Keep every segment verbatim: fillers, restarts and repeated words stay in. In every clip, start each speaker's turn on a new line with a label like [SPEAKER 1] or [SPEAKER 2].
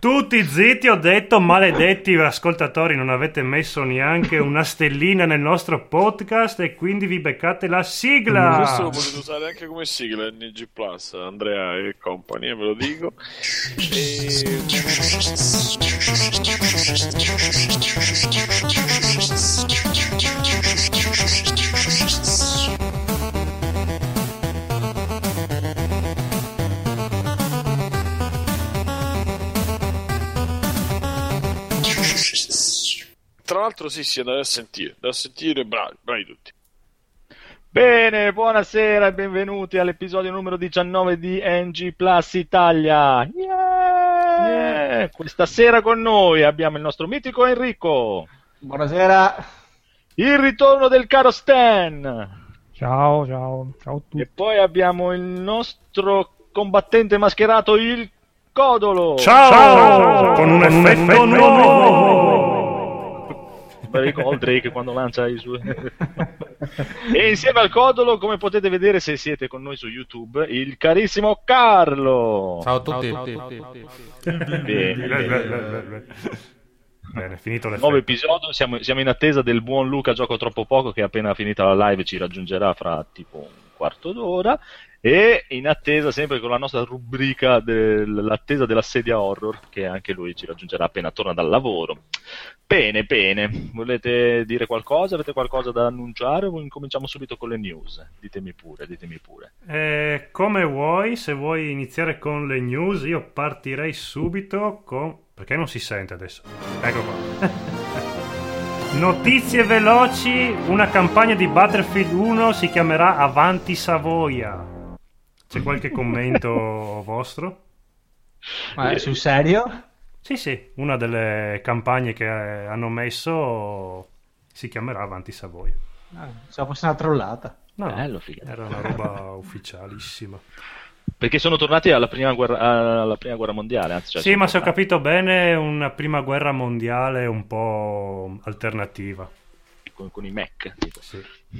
[SPEAKER 1] Tutti zitti, ho detto, maledetti ascoltatori, non avete messo neanche una stellina nel nostro podcast e quindi vi beccate la sigla.
[SPEAKER 2] Questo lo potete usare anche come sigla N G Plus, Andrea e compagnia, ve lo dico. E... Tra l'altro sì, sì, andate a sentire, da sentire, bravi, bravi tutti.
[SPEAKER 3] Bene, buonasera e benvenuti all'episodio numero diciannove di N G Plus Italia. Yeah! Yeah! Questa sera con noi abbiamo il nostro mitico Enrico.
[SPEAKER 4] Buonasera.
[SPEAKER 3] Il ritorno del caro Stan.
[SPEAKER 5] Ciao, ciao, ciao a tutti.
[SPEAKER 3] E poi abbiamo il nostro combattente mascherato, il Codolo.
[SPEAKER 1] Ciao, ciao! Con un con effetto un nuovo.
[SPEAKER 3] Ricordo Drake quando lancia i suoi e insieme al Codolo, come potete vedere se siete con noi su YouTube, il carissimo Carlo.
[SPEAKER 6] Ciao a tutti,
[SPEAKER 3] Ciao a tutti. Bene,
[SPEAKER 1] Bene,
[SPEAKER 3] bene.
[SPEAKER 1] bene, bene. Bene, finito l'effetto.
[SPEAKER 3] Nuovo episodio, siamo, siamo in attesa del buon Luca Gioco Troppo Poco, che appena finita la live ci raggiungerà fra tipo un quarto d'ora, e in attesa sempre con la nostra rubrica dell'attesa della sedia horror, che anche lui ci raggiungerà appena torna dal lavoro. Bene, bene, volete dire qualcosa? Avete qualcosa da annunciare o incominciamo subito con le news? Ditemi pure, ditemi pure.
[SPEAKER 1] Eh, come vuoi, se vuoi iniziare con le news, io partirei subito con... Perché non si sente adesso? Ecco qua. Notizie veloci, una campagna di Battlefield uno si chiamerà Avanti Savoia. C'è qualche commento vostro?
[SPEAKER 4] Ma è sul serio?
[SPEAKER 1] Sì, sì, una delle campagne che hanno messo si chiamerà Avanti Savoia.
[SPEAKER 4] Ah, se fosse una trollata.
[SPEAKER 1] No,
[SPEAKER 3] Bello, figa.
[SPEAKER 1] era una roba ufficialissima.
[SPEAKER 3] Perché sono tornati alla prima guerra, alla prima guerra mondiale, anzi, cioè
[SPEAKER 1] Sì,
[SPEAKER 3] sono
[SPEAKER 1] ma se ho
[SPEAKER 3] tornati.
[SPEAKER 1] capito bene, una prima guerra mondiale un po' alternativa.
[SPEAKER 3] con, con i mech. Tipo.
[SPEAKER 1] Sì.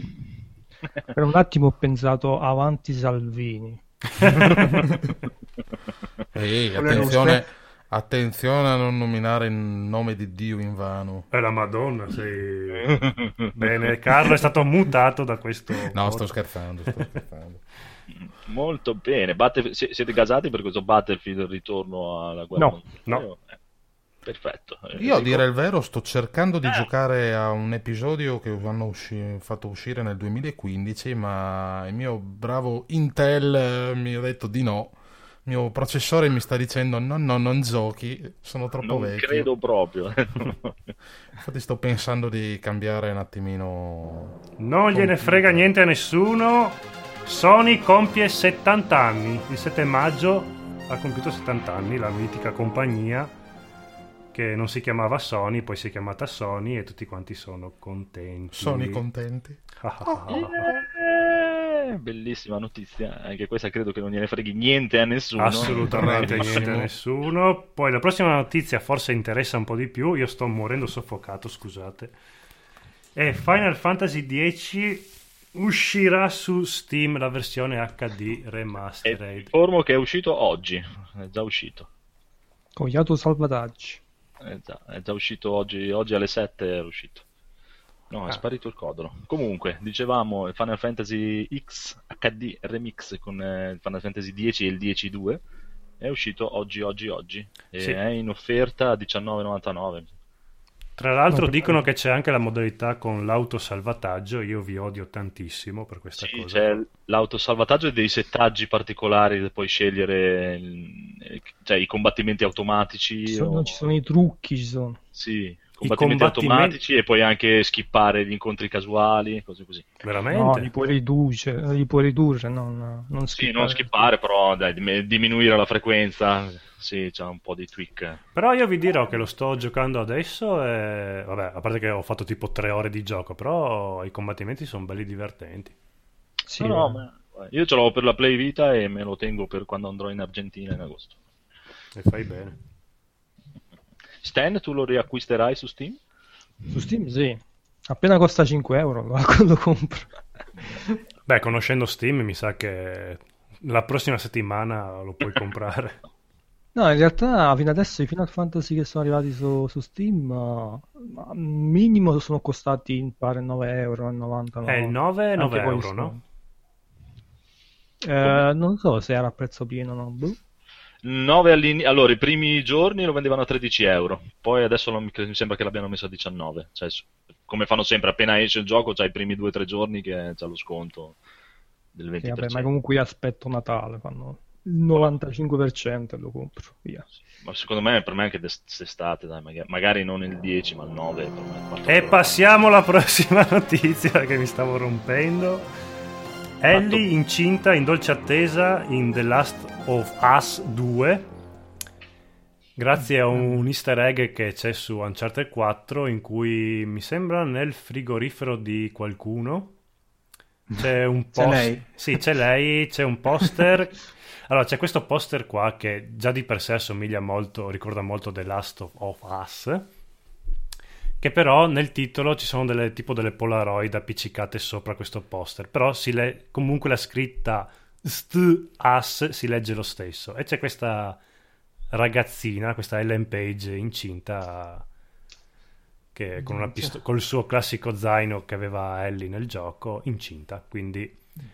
[SPEAKER 5] Per un attimo ho pensato Avanti Salvini.
[SPEAKER 6] Ehi, attenzione, attenzione a non nominare il nome di Dio invano.
[SPEAKER 1] È la Madonna, sì. Bene, Carlo è stato mutato da questo.
[SPEAKER 6] No,
[SPEAKER 1] voto.
[SPEAKER 6] sto scherzando, sto scherzando.
[SPEAKER 3] Molto bene. Battlefield... si- siete gasati per questo Battlefield il ritorno alla guerra
[SPEAKER 1] No,
[SPEAKER 3] mondiale?
[SPEAKER 1] no.
[SPEAKER 3] Eh, perfetto. Eh,
[SPEAKER 6] Io a
[SPEAKER 3] Enrico?
[SPEAKER 6] dire il vero sto cercando di
[SPEAKER 3] Eh.
[SPEAKER 6] giocare a un episodio che hanno usci- fatto uscire nel duemilaquindici, ma il mio bravo Intel eh, mi ha detto di no. Il mio processore mi sta dicendo no, no, non giochi, sono troppo
[SPEAKER 3] Non
[SPEAKER 6] vecchio.
[SPEAKER 3] credo proprio.
[SPEAKER 6] Infatti sto pensando di cambiare un attimino.
[SPEAKER 1] Non gliene
[SPEAKER 6] computer.
[SPEAKER 1] frega niente a nessuno. Sony compie settanta anni. Il sette maggio ha compiuto settanta anni la mitica compagnia che non si chiamava Sony, poi si è chiamata Sony e tutti quanti sono contenti.
[SPEAKER 6] Sono contenti.
[SPEAKER 3] Eh, bellissima notizia. Anche questa credo che non gliene freghi niente a nessuno.
[SPEAKER 1] Assolutamente
[SPEAKER 6] Bravissimo.
[SPEAKER 1] niente a nessuno. Poi la prossima notizia forse interessa un po' di più. Io sto morendo soffocato, scusate. E Final Fantasy dieci uscirà su Steam la versione H D
[SPEAKER 3] E
[SPEAKER 1] remastered.
[SPEAKER 3] informo che è uscito oggi. È già uscito.
[SPEAKER 5] Cogliato salvataggi.
[SPEAKER 3] È già, è già uscito oggi. Oggi alle sette era uscito. No, è
[SPEAKER 1] Ah.
[SPEAKER 3] sparito il codolo. Comunque, dicevamo Final Fantasy X H D Remix con eh, Final Fantasy dieci e il dieci due è uscito oggi, oggi, oggi. E
[SPEAKER 1] Sì.
[SPEAKER 3] è in offerta a diciannove e novantanove.
[SPEAKER 1] Tra l'altro
[SPEAKER 5] No,
[SPEAKER 1] dicono che c'è anche la modalità con l'autosalvataggio. Io vi odio tantissimo per questa
[SPEAKER 3] Sì,
[SPEAKER 1] cosa.
[SPEAKER 3] c'è l'autosalvataggio e dei settaggi particolari da puoi scegliere, il- cioè i combattimenti automatici.
[SPEAKER 5] Ci sono,
[SPEAKER 3] o-
[SPEAKER 5] ci sono i trucchi, ci sono.
[SPEAKER 3] Sì, combattimenti
[SPEAKER 1] combattimenti-
[SPEAKER 3] automatici e puoi anche skippare gli incontri casuali, cose così.
[SPEAKER 1] Veramente?
[SPEAKER 5] No, li puoi ridurre, li puoi ridurre, non, non
[SPEAKER 3] Sì, non skippare, però dai, dim- diminuire la frequenza. Sì, c'è un po' di tweak.
[SPEAKER 1] Però io vi dirò che lo sto giocando adesso e vabbè, a parte che ho fatto tipo tre ore di gioco, però i combattimenti sono belli divertenti.
[SPEAKER 5] Sì,
[SPEAKER 3] No, no,
[SPEAKER 5] eh.
[SPEAKER 3] ma io ce l'ho per la Play Vita e me lo tengo per quando andrò in Argentina in agosto.
[SPEAKER 1] E fai bene.
[SPEAKER 3] Stan, tu lo riacquisterai su Steam?
[SPEAKER 5] Su Steam sì. Appena costa cinque euro lo, lo compro.
[SPEAKER 1] Beh, conoscendo Steam mi sa che la prossima settimana lo puoi comprare.
[SPEAKER 5] No, in realtà fino adesso i Final Fantasy che sono arrivati su, su Steam, eh, ma minimo sono costati, mi pare, nove euro e novantanove.
[SPEAKER 1] È il nove,
[SPEAKER 5] Anche
[SPEAKER 1] nove
[SPEAKER 5] poi
[SPEAKER 1] euro,
[SPEAKER 5] sono-
[SPEAKER 1] no?
[SPEAKER 5] Eh, non so se era a prezzo pieno o no. boh.
[SPEAKER 3] nove all'ini- allora, i primi giorni lo vendevano a tredici euro, poi adesso non mi, mi sembra che l'abbiano messo a diciannove. Cioè, su- come fanno sempre, appena esce il gioco, c'hai i primi due o tre giorni che c'ha lo sconto del
[SPEAKER 5] Sì,
[SPEAKER 3] venti per
[SPEAKER 5] vabbè, ma
[SPEAKER 3] cento.
[SPEAKER 5] comunque io aspetto Natale, fanno il novantacinque per cento e lo compro, via.
[SPEAKER 3] Ma secondo me, per me anche d'estate, dai, magari, magari non il dieci, ma il nove. Per me è fatto
[SPEAKER 1] E
[SPEAKER 3] per-
[SPEAKER 1] passiamo alla prossima notizia che mi stavo rompendo. Ellie incinta in dolce attesa in The Last of Us due, grazie a un easter egg che c'è su Uncharted quattro, in cui mi sembra nel frigorifero di qualcuno c'è un
[SPEAKER 4] C'è
[SPEAKER 1] post-
[SPEAKER 4] lei?
[SPEAKER 1] sì, c'è lei, c'è un poster. Allora, c'è questo poster qua che già di per sé assomiglia molto, ricorda molto The Last of Us, che però nel titolo ci sono delle tipo delle Polaroid appiccicate sopra questo poster, però si le- comunque la scritta St Us si legge lo stesso, e c'è questa ragazzina, questa Ellen Page incinta, che con una pisto- col suo classico zaino che aveva Ellie nel gioco, incinta, quindi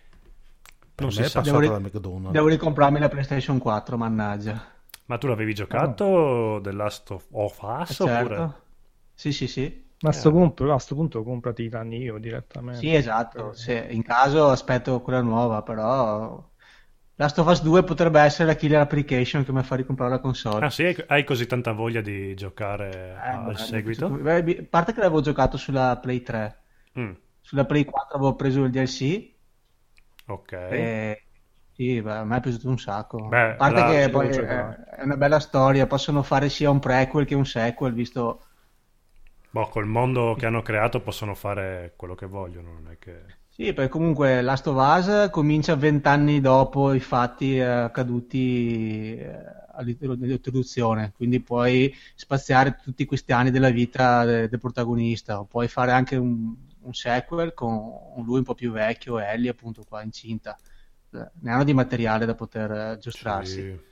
[SPEAKER 6] Per
[SPEAKER 1] non
[SPEAKER 6] me
[SPEAKER 1] si
[SPEAKER 6] è
[SPEAKER 1] sa.
[SPEAKER 6] passata
[SPEAKER 4] Devo
[SPEAKER 6] da
[SPEAKER 4] ri-
[SPEAKER 6] McDonald's.
[SPEAKER 4] Devo ricomprarmi la PlayStation quattro, mannaggia.
[SPEAKER 1] Ma tu l'avevi giocato The Last of, of Us
[SPEAKER 4] Eh,
[SPEAKER 1] oppure?
[SPEAKER 4] certo. Sì, sì, sì.
[SPEAKER 5] Ma a sto punto, a sto punto comprati la Neo direttamente.
[SPEAKER 4] Sì, esatto. Se in caso aspetto quella nuova, però Last of Us due potrebbe essere la killer application che mi fa ricomprare la console.
[SPEAKER 1] Ah sì, hai- hai così tanta voglia di giocare
[SPEAKER 4] Eh,
[SPEAKER 1] al
[SPEAKER 4] guarda,
[SPEAKER 1] seguito?
[SPEAKER 4] beh, A parte che l'avevo giocato sulla Play tre,
[SPEAKER 1] Mm,
[SPEAKER 4] sulla Play quattro avevo preso il D L C
[SPEAKER 1] ok.
[SPEAKER 4] e sì, beh, a me è piaciuto un sacco.
[SPEAKER 1] Beh,
[SPEAKER 4] A parte
[SPEAKER 1] là
[SPEAKER 4] che
[SPEAKER 1] ci
[SPEAKER 4] poi
[SPEAKER 5] devo
[SPEAKER 4] è,
[SPEAKER 5] giocare.
[SPEAKER 4] è una bella storia, possono fare sia un prequel che un sequel, visto...
[SPEAKER 1] Boh, col mondo che hanno creato possono fare quello che vogliono, non è che...
[SPEAKER 4] Sì, perché comunque Last of Us comincia vent'anni dopo i fatti eh, accaduti eh, all'introduzione, quindi puoi spaziare tutti questi anni della vita de- del protagonista, o puoi fare anche un, un sequel con un lui un po' più vecchio, Ellie appunto qua incinta. Eh, Ne hanno di materiale da poter eh, giostrarsi.
[SPEAKER 1] Sì.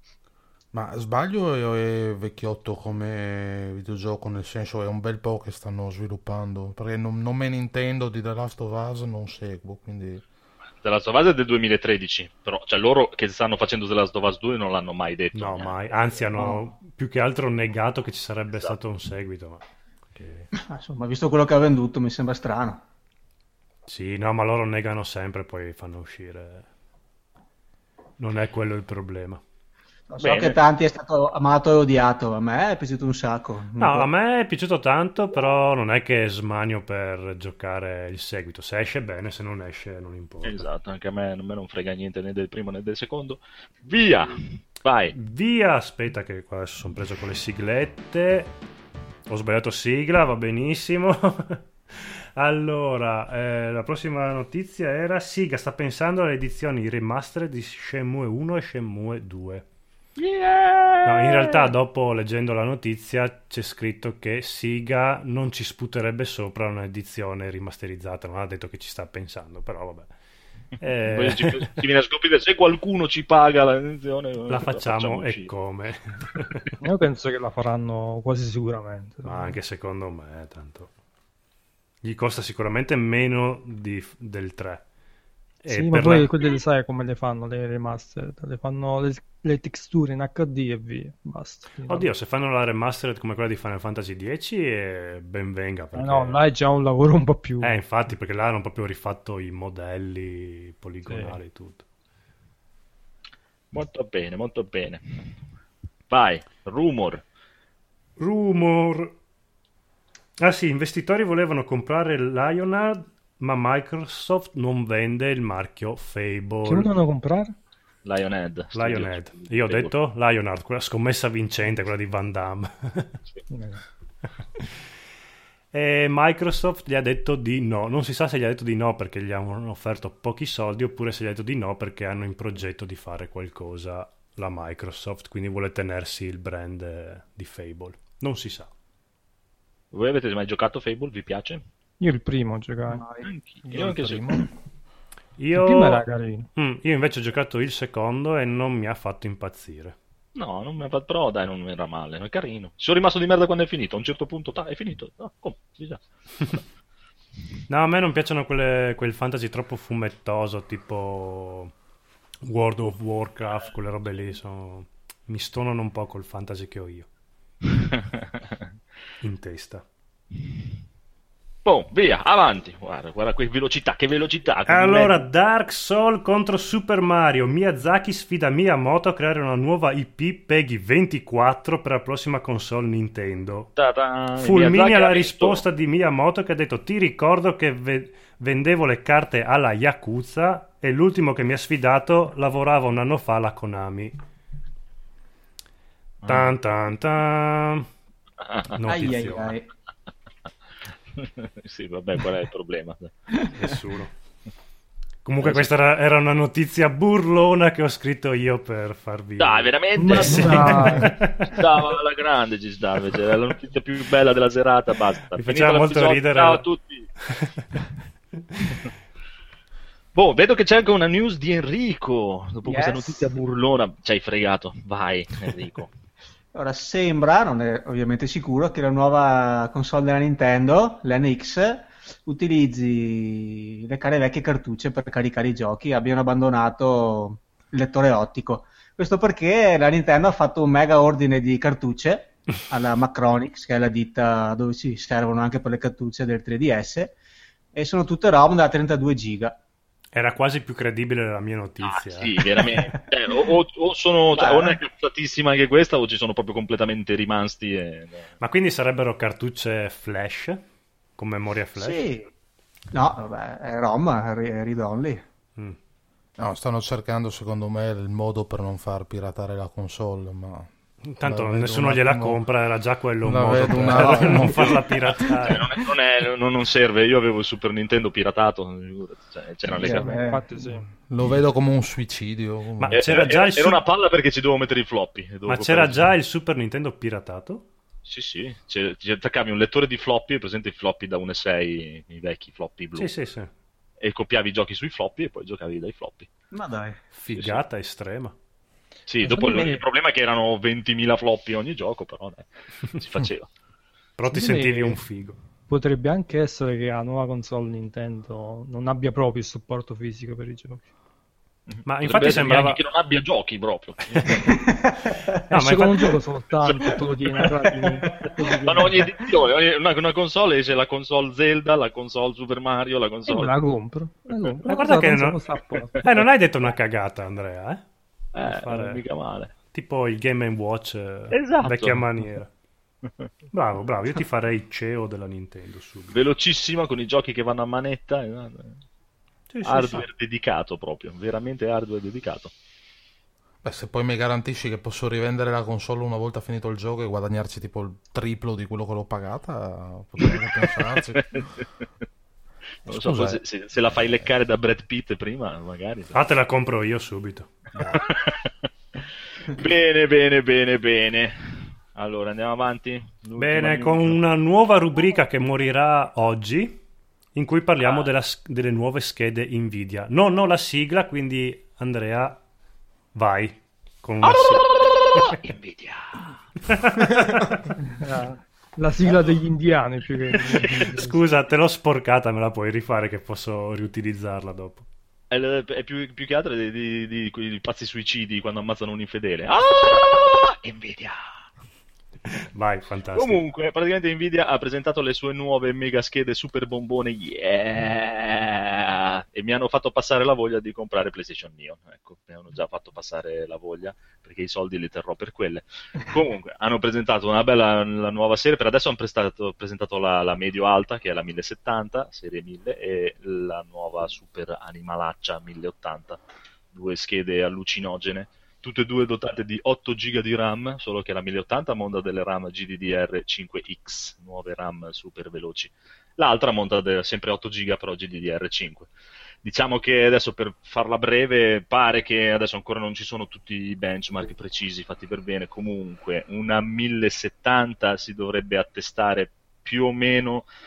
[SPEAKER 6] Ma sbaglio è, è vecchiotto come videogioco, nel senso è un bel po' che stanno sviluppando, perché non, non me ne intendo di The Last of Us, non seguo, quindi...
[SPEAKER 3] The Last of Us è del duemilatredici, però cioè, loro che stanno facendo The Last of Us due non l'hanno mai detto.
[SPEAKER 1] No,
[SPEAKER 3] neanche.
[SPEAKER 1] mai. Anzi, hanno più che altro negato che ci sarebbe
[SPEAKER 3] Esatto.
[SPEAKER 1] stato un seguito. Ma... che-
[SPEAKER 4] Ma insomma, visto quello che ha venduto, mi sembra strano.
[SPEAKER 1] Sì, no, ma loro negano sempre, poi fanno uscire. Non è quello il problema.
[SPEAKER 4] So
[SPEAKER 3] Bene.
[SPEAKER 4] che tanti è stato amato e odiato, a me è piaciuto un sacco.
[SPEAKER 1] No, a me è piaciuto tanto, però non è che smanio per giocare il seguito. Se esce bene, se non esce non importa.
[SPEAKER 3] Esatto, anche a me, a me non frega niente né del primo né del secondo. Via! Vai!
[SPEAKER 1] Via, aspetta che qua adesso sono preso con le siglette. Ho sbagliato sigla, va benissimo. Allora, eh, la prossima notizia era Sega sta pensando alle edizioni remastered di Shenmue uno e Shenmue due. No, in realtà dopo leggendo la notizia c'è scritto che Sega non ci sputerebbe sopra un'edizione rimasterizzata, non ha detto che ci sta pensando, però vabbè. Eh,
[SPEAKER 3] Poi ci, ci viene a scoprire se qualcuno ci paga la lezione.
[SPEAKER 1] la facciamo e
[SPEAKER 3] uscire.
[SPEAKER 1] come.
[SPEAKER 5] Io penso che la faranno quasi sicuramente.
[SPEAKER 1] Ma anche secondo me, tanto. Gli costa sicuramente meno di- del tre. E
[SPEAKER 5] Sì, ma
[SPEAKER 1] per
[SPEAKER 5] poi
[SPEAKER 1] la-
[SPEAKER 5] quelle sai come le fanno le remastered? Le fanno le, le texture in H D e via, basta.
[SPEAKER 1] Oddio, se fanno la remastered come quella di Final Fantasy dieci, eh, ben venga.
[SPEAKER 5] Eh
[SPEAKER 1] Perché...
[SPEAKER 5] no, là è già un lavoro un po' più...
[SPEAKER 1] Eh, infatti, perché là hanno proprio rifatto i modelli poligonali e tutto.
[SPEAKER 3] Molto bene, molto bene. Vai, rumor.
[SPEAKER 1] Rumor. Ah sì, investitori volevano comprare Lionheart, ma Microsoft non vende il marchio Fable.
[SPEAKER 5] Che volevano comprare?
[SPEAKER 3] Lionhead.
[SPEAKER 1] Lionhead.
[SPEAKER 3] Studios.
[SPEAKER 1] Io ho detto Lionheart, quella scommessa vincente, quella di Van Damme. E Microsoft gli ha detto di no. Non si sa se gli ha detto di no perché gli hanno offerto pochi soldi, oppure se gli ha detto di no perché hanno in progetto di fare qualcosa la Microsoft, quindi vuole tenersi il brand eh, di Fable. Non si sa.
[SPEAKER 3] Voi avete mai giocato Fable? Vi piace?
[SPEAKER 5] Io il primo giocai.
[SPEAKER 3] Io anche
[SPEAKER 5] il
[SPEAKER 3] sì.
[SPEAKER 5] primo.
[SPEAKER 1] Io...
[SPEAKER 5] Il primo era carino.
[SPEAKER 1] Mm, io invece ho giocato il secondo e non mi ha fatto impazzire.
[SPEAKER 3] No, non mi fa... però dai, non era male, è carino. Sono rimasto di merda quando è finito. A un certo punto, dai, è finito. No, come? Sì, già.
[SPEAKER 1] No, a me non piacciono quelle, quel fantasy troppo fumettoso, tipo World of Warcraft, quelle robe lì. Sono... mi stonano un po' col fantasy che ho io in testa.
[SPEAKER 3] Boh, via, avanti. Guarda, guarda che velocità, che velocità. che
[SPEAKER 1] Allora,
[SPEAKER 3] mezzo.
[SPEAKER 1] Dark Souls contro Super Mario. Miyazaki sfida Miyamoto a creare una nuova I P PEGI ventiquattro per la prossima console Nintendo.
[SPEAKER 3] Ta-ta,
[SPEAKER 1] Fulmini
[SPEAKER 3] Miyazaki
[SPEAKER 1] alla
[SPEAKER 3] ha
[SPEAKER 1] risposta
[SPEAKER 3] vinto.
[SPEAKER 1] di Miyamoto che ha detto: ti ricordo che ve- vendevo le carte alla Yakuza e l'ultimo che mi ha sfidato lavorava un anno fa alla Konami. Tan tan tan.
[SPEAKER 4] Ai, ai,
[SPEAKER 1] Notizione.
[SPEAKER 4] ai.
[SPEAKER 3] Sì, vabbè, qual è il problema?
[SPEAKER 1] Nessuno. Comunque questa era, era una notizia burlona che ho scritto io per farvi...
[SPEAKER 3] Dai, veramente?
[SPEAKER 5] Ma
[SPEAKER 3] Sì.
[SPEAKER 5] dai.
[SPEAKER 3] Stava alla grande, ci stava, invece, era la notizia più bella della serata, basta.
[SPEAKER 1] Mi
[SPEAKER 3] Finito
[SPEAKER 1] faceva molto
[SPEAKER 3] l'episodio,
[SPEAKER 1] ridere.
[SPEAKER 3] Ciao a tutti. Boh, vedo che c'è anche una news di Enrico. Dopo questa
[SPEAKER 4] Yes.
[SPEAKER 3] notizia burlona, ci hai fregato. Vai, Enrico.
[SPEAKER 4] Ora sembra, non è ovviamente sicuro, che la nuova console della Nintendo, l'N X, utilizzi le care vecchie cartucce per caricare i giochi, abbiano abbandonato il lettore ottico. Questo perché la Nintendo ha fatto un mega ordine di cartucce alla Macronix, che è la ditta dove si servono anche per le cartucce del tre D S, e sono tutte ROM da trentadue giga.
[SPEAKER 1] Era quasi più credibile la mia
[SPEAKER 3] Ah,
[SPEAKER 1] notizia.
[SPEAKER 3] sì, veramente. Cioè, o, o- o sono, cioè,
[SPEAKER 4] Beh.
[SPEAKER 3] o è cazzatissima anche questa, o ci sono proprio completamente rimasti. E...
[SPEAKER 1] Ma quindi sarebbero cartucce flash? Con memoria flash?
[SPEAKER 4] Sì. No, vabbè, è ROM, è read only.
[SPEAKER 1] Mm.
[SPEAKER 6] No, stanno cercando secondo me il modo per non far piratare la console, ma...
[SPEAKER 1] Intanto
[SPEAKER 6] la vedo
[SPEAKER 1] nessuno
[SPEAKER 6] un
[SPEAKER 1] gliela
[SPEAKER 6] attimo-
[SPEAKER 1] compra, era già quello un
[SPEAKER 6] la
[SPEAKER 1] modo
[SPEAKER 6] vedo
[SPEAKER 1] per
[SPEAKER 6] un attimo-
[SPEAKER 1] non farla
[SPEAKER 3] Cioè,
[SPEAKER 1] piratare.
[SPEAKER 3] non, è- non, è- non- non serve. Io avevo il Super Nintendo piratato. figurati, Cioè, c'erano le
[SPEAKER 4] Sì,
[SPEAKER 3] carte.
[SPEAKER 4] vabbè.
[SPEAKER 5] Infatti sì.
[SPEAKER 6] Lo vedo come un suicidio.
[SPEAKER 1] Ma
[SPEAKER 3] Eh,
[SPEAKER 1] c'era
[SPEAKER 3] era,
[SPEAKER 1] già il
[SPEAKER 3] era
[SPEAKER 1] su-
[SPEAKER 3] una palla perché ci dovevo mettere i floppy. e dovevo
[SPEAKER 1] Ma c'era
[SPEAKER 3] comprare-
[SPEAKER 1] già il Super Nintendo piratato?
[SPEAKER 3] Sì, sì. C'è- ti attaccavi un lettore di floppy, presente i floppy da uno virgola sei, i vecchi floppy blu.
[SPEAKER 1] Sì, sì, sì.
[SPEAKER 3] E copiavi i giochi sui floppy e poi giocavi dai floppy.
[SPEAKER 4] Ma dai.
[SPEAKER 1] Figata estrema.
[SPEAKER 3] Sì,
[SPEAKER 5] Ma
[SPEAKER 3] dopo il,
[SPEAKER 5] secondo me-
[SPEAKER 3] il problema è che erano ventimila floppy ogni gioco, però dai, si faceva.
[SPEAKER 1] Però ti
[SPEAKER 5] Secondo me-
[SPEAKER 1] sentivi un figo.
[SPEAKER 5] Potrebbe anche essere che la nuova console Nintendo non abbia proprio il supporto fisico per i giochi.
[SPEAKER 1] Ma
[SPEAKER 3] Potrebbe
[SPEAKER 1] infatti
[SPEAKER 3] essere
[SPEAKER 1] sembrava...
[SPEAKER 3] anche che non abbia giochi proprio.
[SPEAKER 1] No,
[SPEAKER 5] Esce
[SPEAKER 1] ma
[SPEAKER 5] con
[SPEAKER 1] infatti-
[SPEAKER 5] un gioco soltanto, te lo tieni atrás.
[SPEAKER 3] Fanno ogni edizione, ogni- una, una console esce la console Zelda, la console Super Mario, la
[SPEAKER 5] E me
[SPEAKER 3] console...
[SPEAKER 5] la compro. La compro.
[SPEAKER 1] Ma guarda
[SPEAKER 5] La
[SPEAKER 1] che
[SPEAKER 5] console
[SPEAKER 1] non...
[SPEAKER 5] sta a posto.
[SPEAKER 1] Eh, non hai detto una cagata, Andrea, eh?
[SPEAKER 3] Eh,
[SPEAKER 1] fare-
[SPEAKER 3] non è mica male.
[SPEAKER 1] Tipo il Game and Watch eh,
[SPEAKER 3] Esatto.
[SPEAKER 1] vecchia maniera. Bravo, bravo, io ti farei C E O della Nintendo subito.
[SPEAKER 3] Velocissima con i giochi che vanno a manetta, eh,
[SPEAKER 1] Sì, sì,
[SPEAKER 3] hardware
[SPEAKER 1] sì.
[SPEAKER 3] dedicato proprio, veramente hardware dedicato.
[SPEAKER 6] Beh, se poi mi garantisci che posso rivendere la console una volta finito il gioco e guadagnarci tipo il triplo di quello che l'ho pagata, potremmo pensarci.
[SPEAKER 3] Non lo so,
[SPEAKER 6] Scusa,
[SPEAKER 3] poi se, se- se la fai leccare da Brad Pitt prima, magari.
[SPEAKER 1] Ah, te la compro io subito.
[SPEAKER 3] Bene, bene, bene, bene. Allora, andiamo avanti. L'ultima
[SPEAKER 1] Bene,
[SPEAKER 3] news.
[SPEAKER 1] con una nuova rubrica che morirà oggi, in cui parliamo
[SPEAKER 3] Ah.
[SPEAKER 1] della s- delle nuove schede Nvidia. Non ho la sigla, quindi Andrea, vai. Con una sigla.
[SPEAKER 3] Nvidia.
[SPEAKER 5] Ah, la sigla degli indiani più che...
[SPEAKER 1] Scusa, te l'ho sporcata, me la puoi rifare che posso riutilizzarla dopo.
[SPEAKER 3] È, l- è più, più che altro di, di, di quei pazzi suicidi quando ammazzano un infedele. Ah! Nvidia.
[SPEAKER 1] Vai, fantastico.
[SPEAKER 3] Comunque, praticamente Nvidia ha presentato le sue nuove mega schede super bombone, yeah! E mi hanno fatto passare la voglia di comprare PlayStation Neo. Ecco, mi hanno già fatto passare la voglia, perché i soldi li terrò per quelle. Comunque, hanno presentato una bella la nuova serie. Per adesso hanno prestato- presentato la, la medio-alta, che è la mille settanta, serie mille, e la nuova super animalaccia mille ottanta. Due schede allucinogene. Tutte e due dotate di otto giga di RAM, solo che la mille ottanta monta delle RAM G D D R cinque X, nuove RAM super veloci. L'altra monta de- sempre otto giga, però G D D R cinque. Diciamo che adesso, per farla breve, pare che adesso ancora non ci sono tutti i benchmark precisi fatti per bene. Comunque una mille settanta si dovrebbe attestare più o meno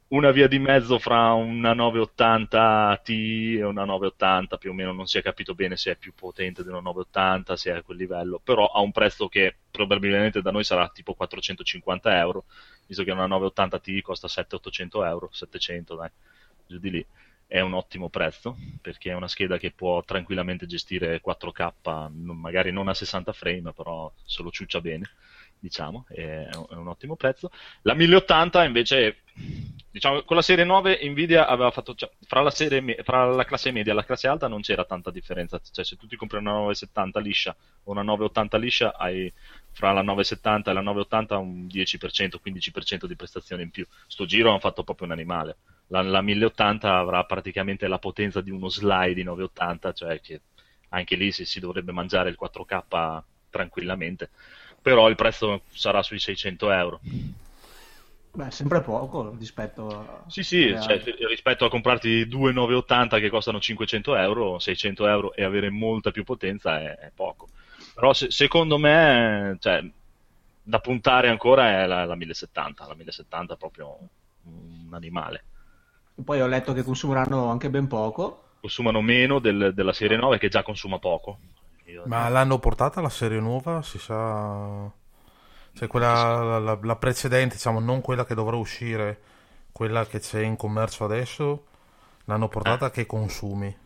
[SPEAKER 3] una via di mezzo fra una novecentottanta Ti e una novecentottanta, più o meno non si è capito bene se è più potente di una novecentottanta, se è a quel livello, però ha un prezzo che probabilmente da noi sarà tipo quattrocentocinquanta euro, visto che una novecentottanta Ti costa settecento ottocento euro, settecento dai, giù di lì. È un ottimo prezzo, perché è una scheda che può tranquillamente gestire quattro K, magari non a sessanta frame, però se lo ciuccia bene, diciamo, è un ottimo prezzo. La mille ottanta invece, diciamo, con la serie nove Nvidia aveva fatto, cioè, fra la serie me- fra la classe media e la classe alta non c'era tanta differenza, cioè se tu ti compri una novecentosettanta liscia o una novecentottanta liscia, hai fra la novecentosettanta e la novecentottanta un dieci per cento, quindici per cento di prestazione in più. Sto giro hanno fatto proprio un animale. La, la mille ottanta avrà praticamente la potenza di uno slide di novecentottanta, cioè che anche lì si, si dovrebbe mangiare il quattro K tranquillamente, però il prezzo sarà sui seicento euro.
[SPEAKER 4] Beh, sempre poco rispetto a...
[SPEAKER 3] Sì, sì, cioè, rispetto a comprarti due novecentottanta che costano cinquecento euro, seicento euro e avere molta più potenza è, è poco. Però se, secondo me, cioè, da puntare ancora è la, la mille settanta, la mille settanta è proprio un animale.
[SPEAKER 4] Poi ho letto che consumeranno anche ben poco.
[SPEAKER 3] Consumano meno del, della serie nove che già consuma poco. Io,
[SPEAKER 6] Ma l'hanno portata la serie nuova? Si sa... Cioè quella, la, la, la precedente, diciamo, non quella che dovrà uscire, quella che c'è in commercio adesso, l'hanno portata
[SPEAKER 3] ah.
[SPEAKER 6] a che consumi?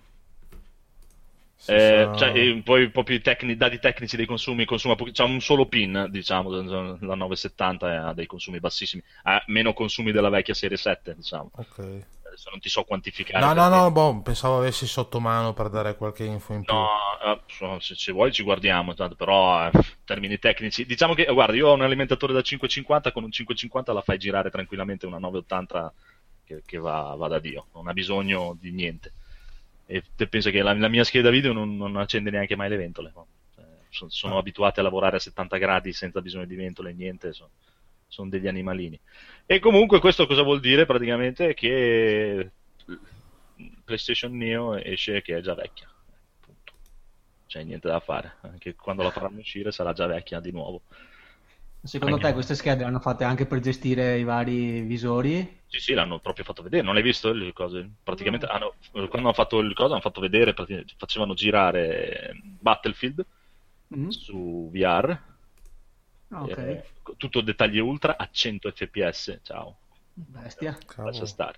[SPEAKER 3] Eh,
[SPEAKER 6] sa...
[SPEAKER 3] cioè, poi proprio i tecni, dati tecnici dei consumi, consuma po- c'ha un solo pin, diciamo, la novecentosettanta ha dei consumi bassissimi, ha meno consumi della vecchia serie sette, diciamo.
[SPEAKER 6] Ok.
[SPEAKER 3] Adesso non ti so quantificare.
[SPEAKER 6] No, no,
[SPEAKER 3] perché...
[SPEAKER 6] no, boh, pensavo avessi sotto mano per dare qualche info in più.
[SPEAKER 3] No, se, se vuoi ci guardiamo, tanto, però eh, termini tecnici. Diciamo che, guarda, io ho un alimentatore da cinquecentocinquanta, con un cinquecentocinquanta la fai girare tranquillamente una novecentottanta che, che va, va da Dio, non ha bisogno di niente. E te pensi che la, la mia scheda video non, non accende neanche mai le ventole. Cioè, sono, sono
[SPEAKER 6] ah.
[SPEAKER 3] abituati a lavorare a settanta gradi senza bisogno di ventole, niente, sono, sono degli animalini. E comunque questo cosa vuol dire praticamente? Che PlayStation Neo esce che è già vecchia, punto. C'è niente da fare, anche quando la faranno uscire sarà già vecchia di nuovo.
[SPEAKER 4] Secondo
[SPEAKER 3] anche...
[SPEAKER 4] te queste schede le hanno fatte anche per gestire i vari visori?
[SPEAKER 3] Sì, sì, l'hanno proprio fatto vedere, non hai visto le cose? Praticamente no. hanno, quando hanno fatto il cosa hanno fatto vedere, facevano girare Battlefield mm-hmm. su V R.
[SPEAKER 4] Okay.
[SPEAKER 3] Eh, tutto dettagli ultra a cento F P S, ciao.
[SPEAKER 4] Bestia.
[SPEAKER 3] Lascia stare.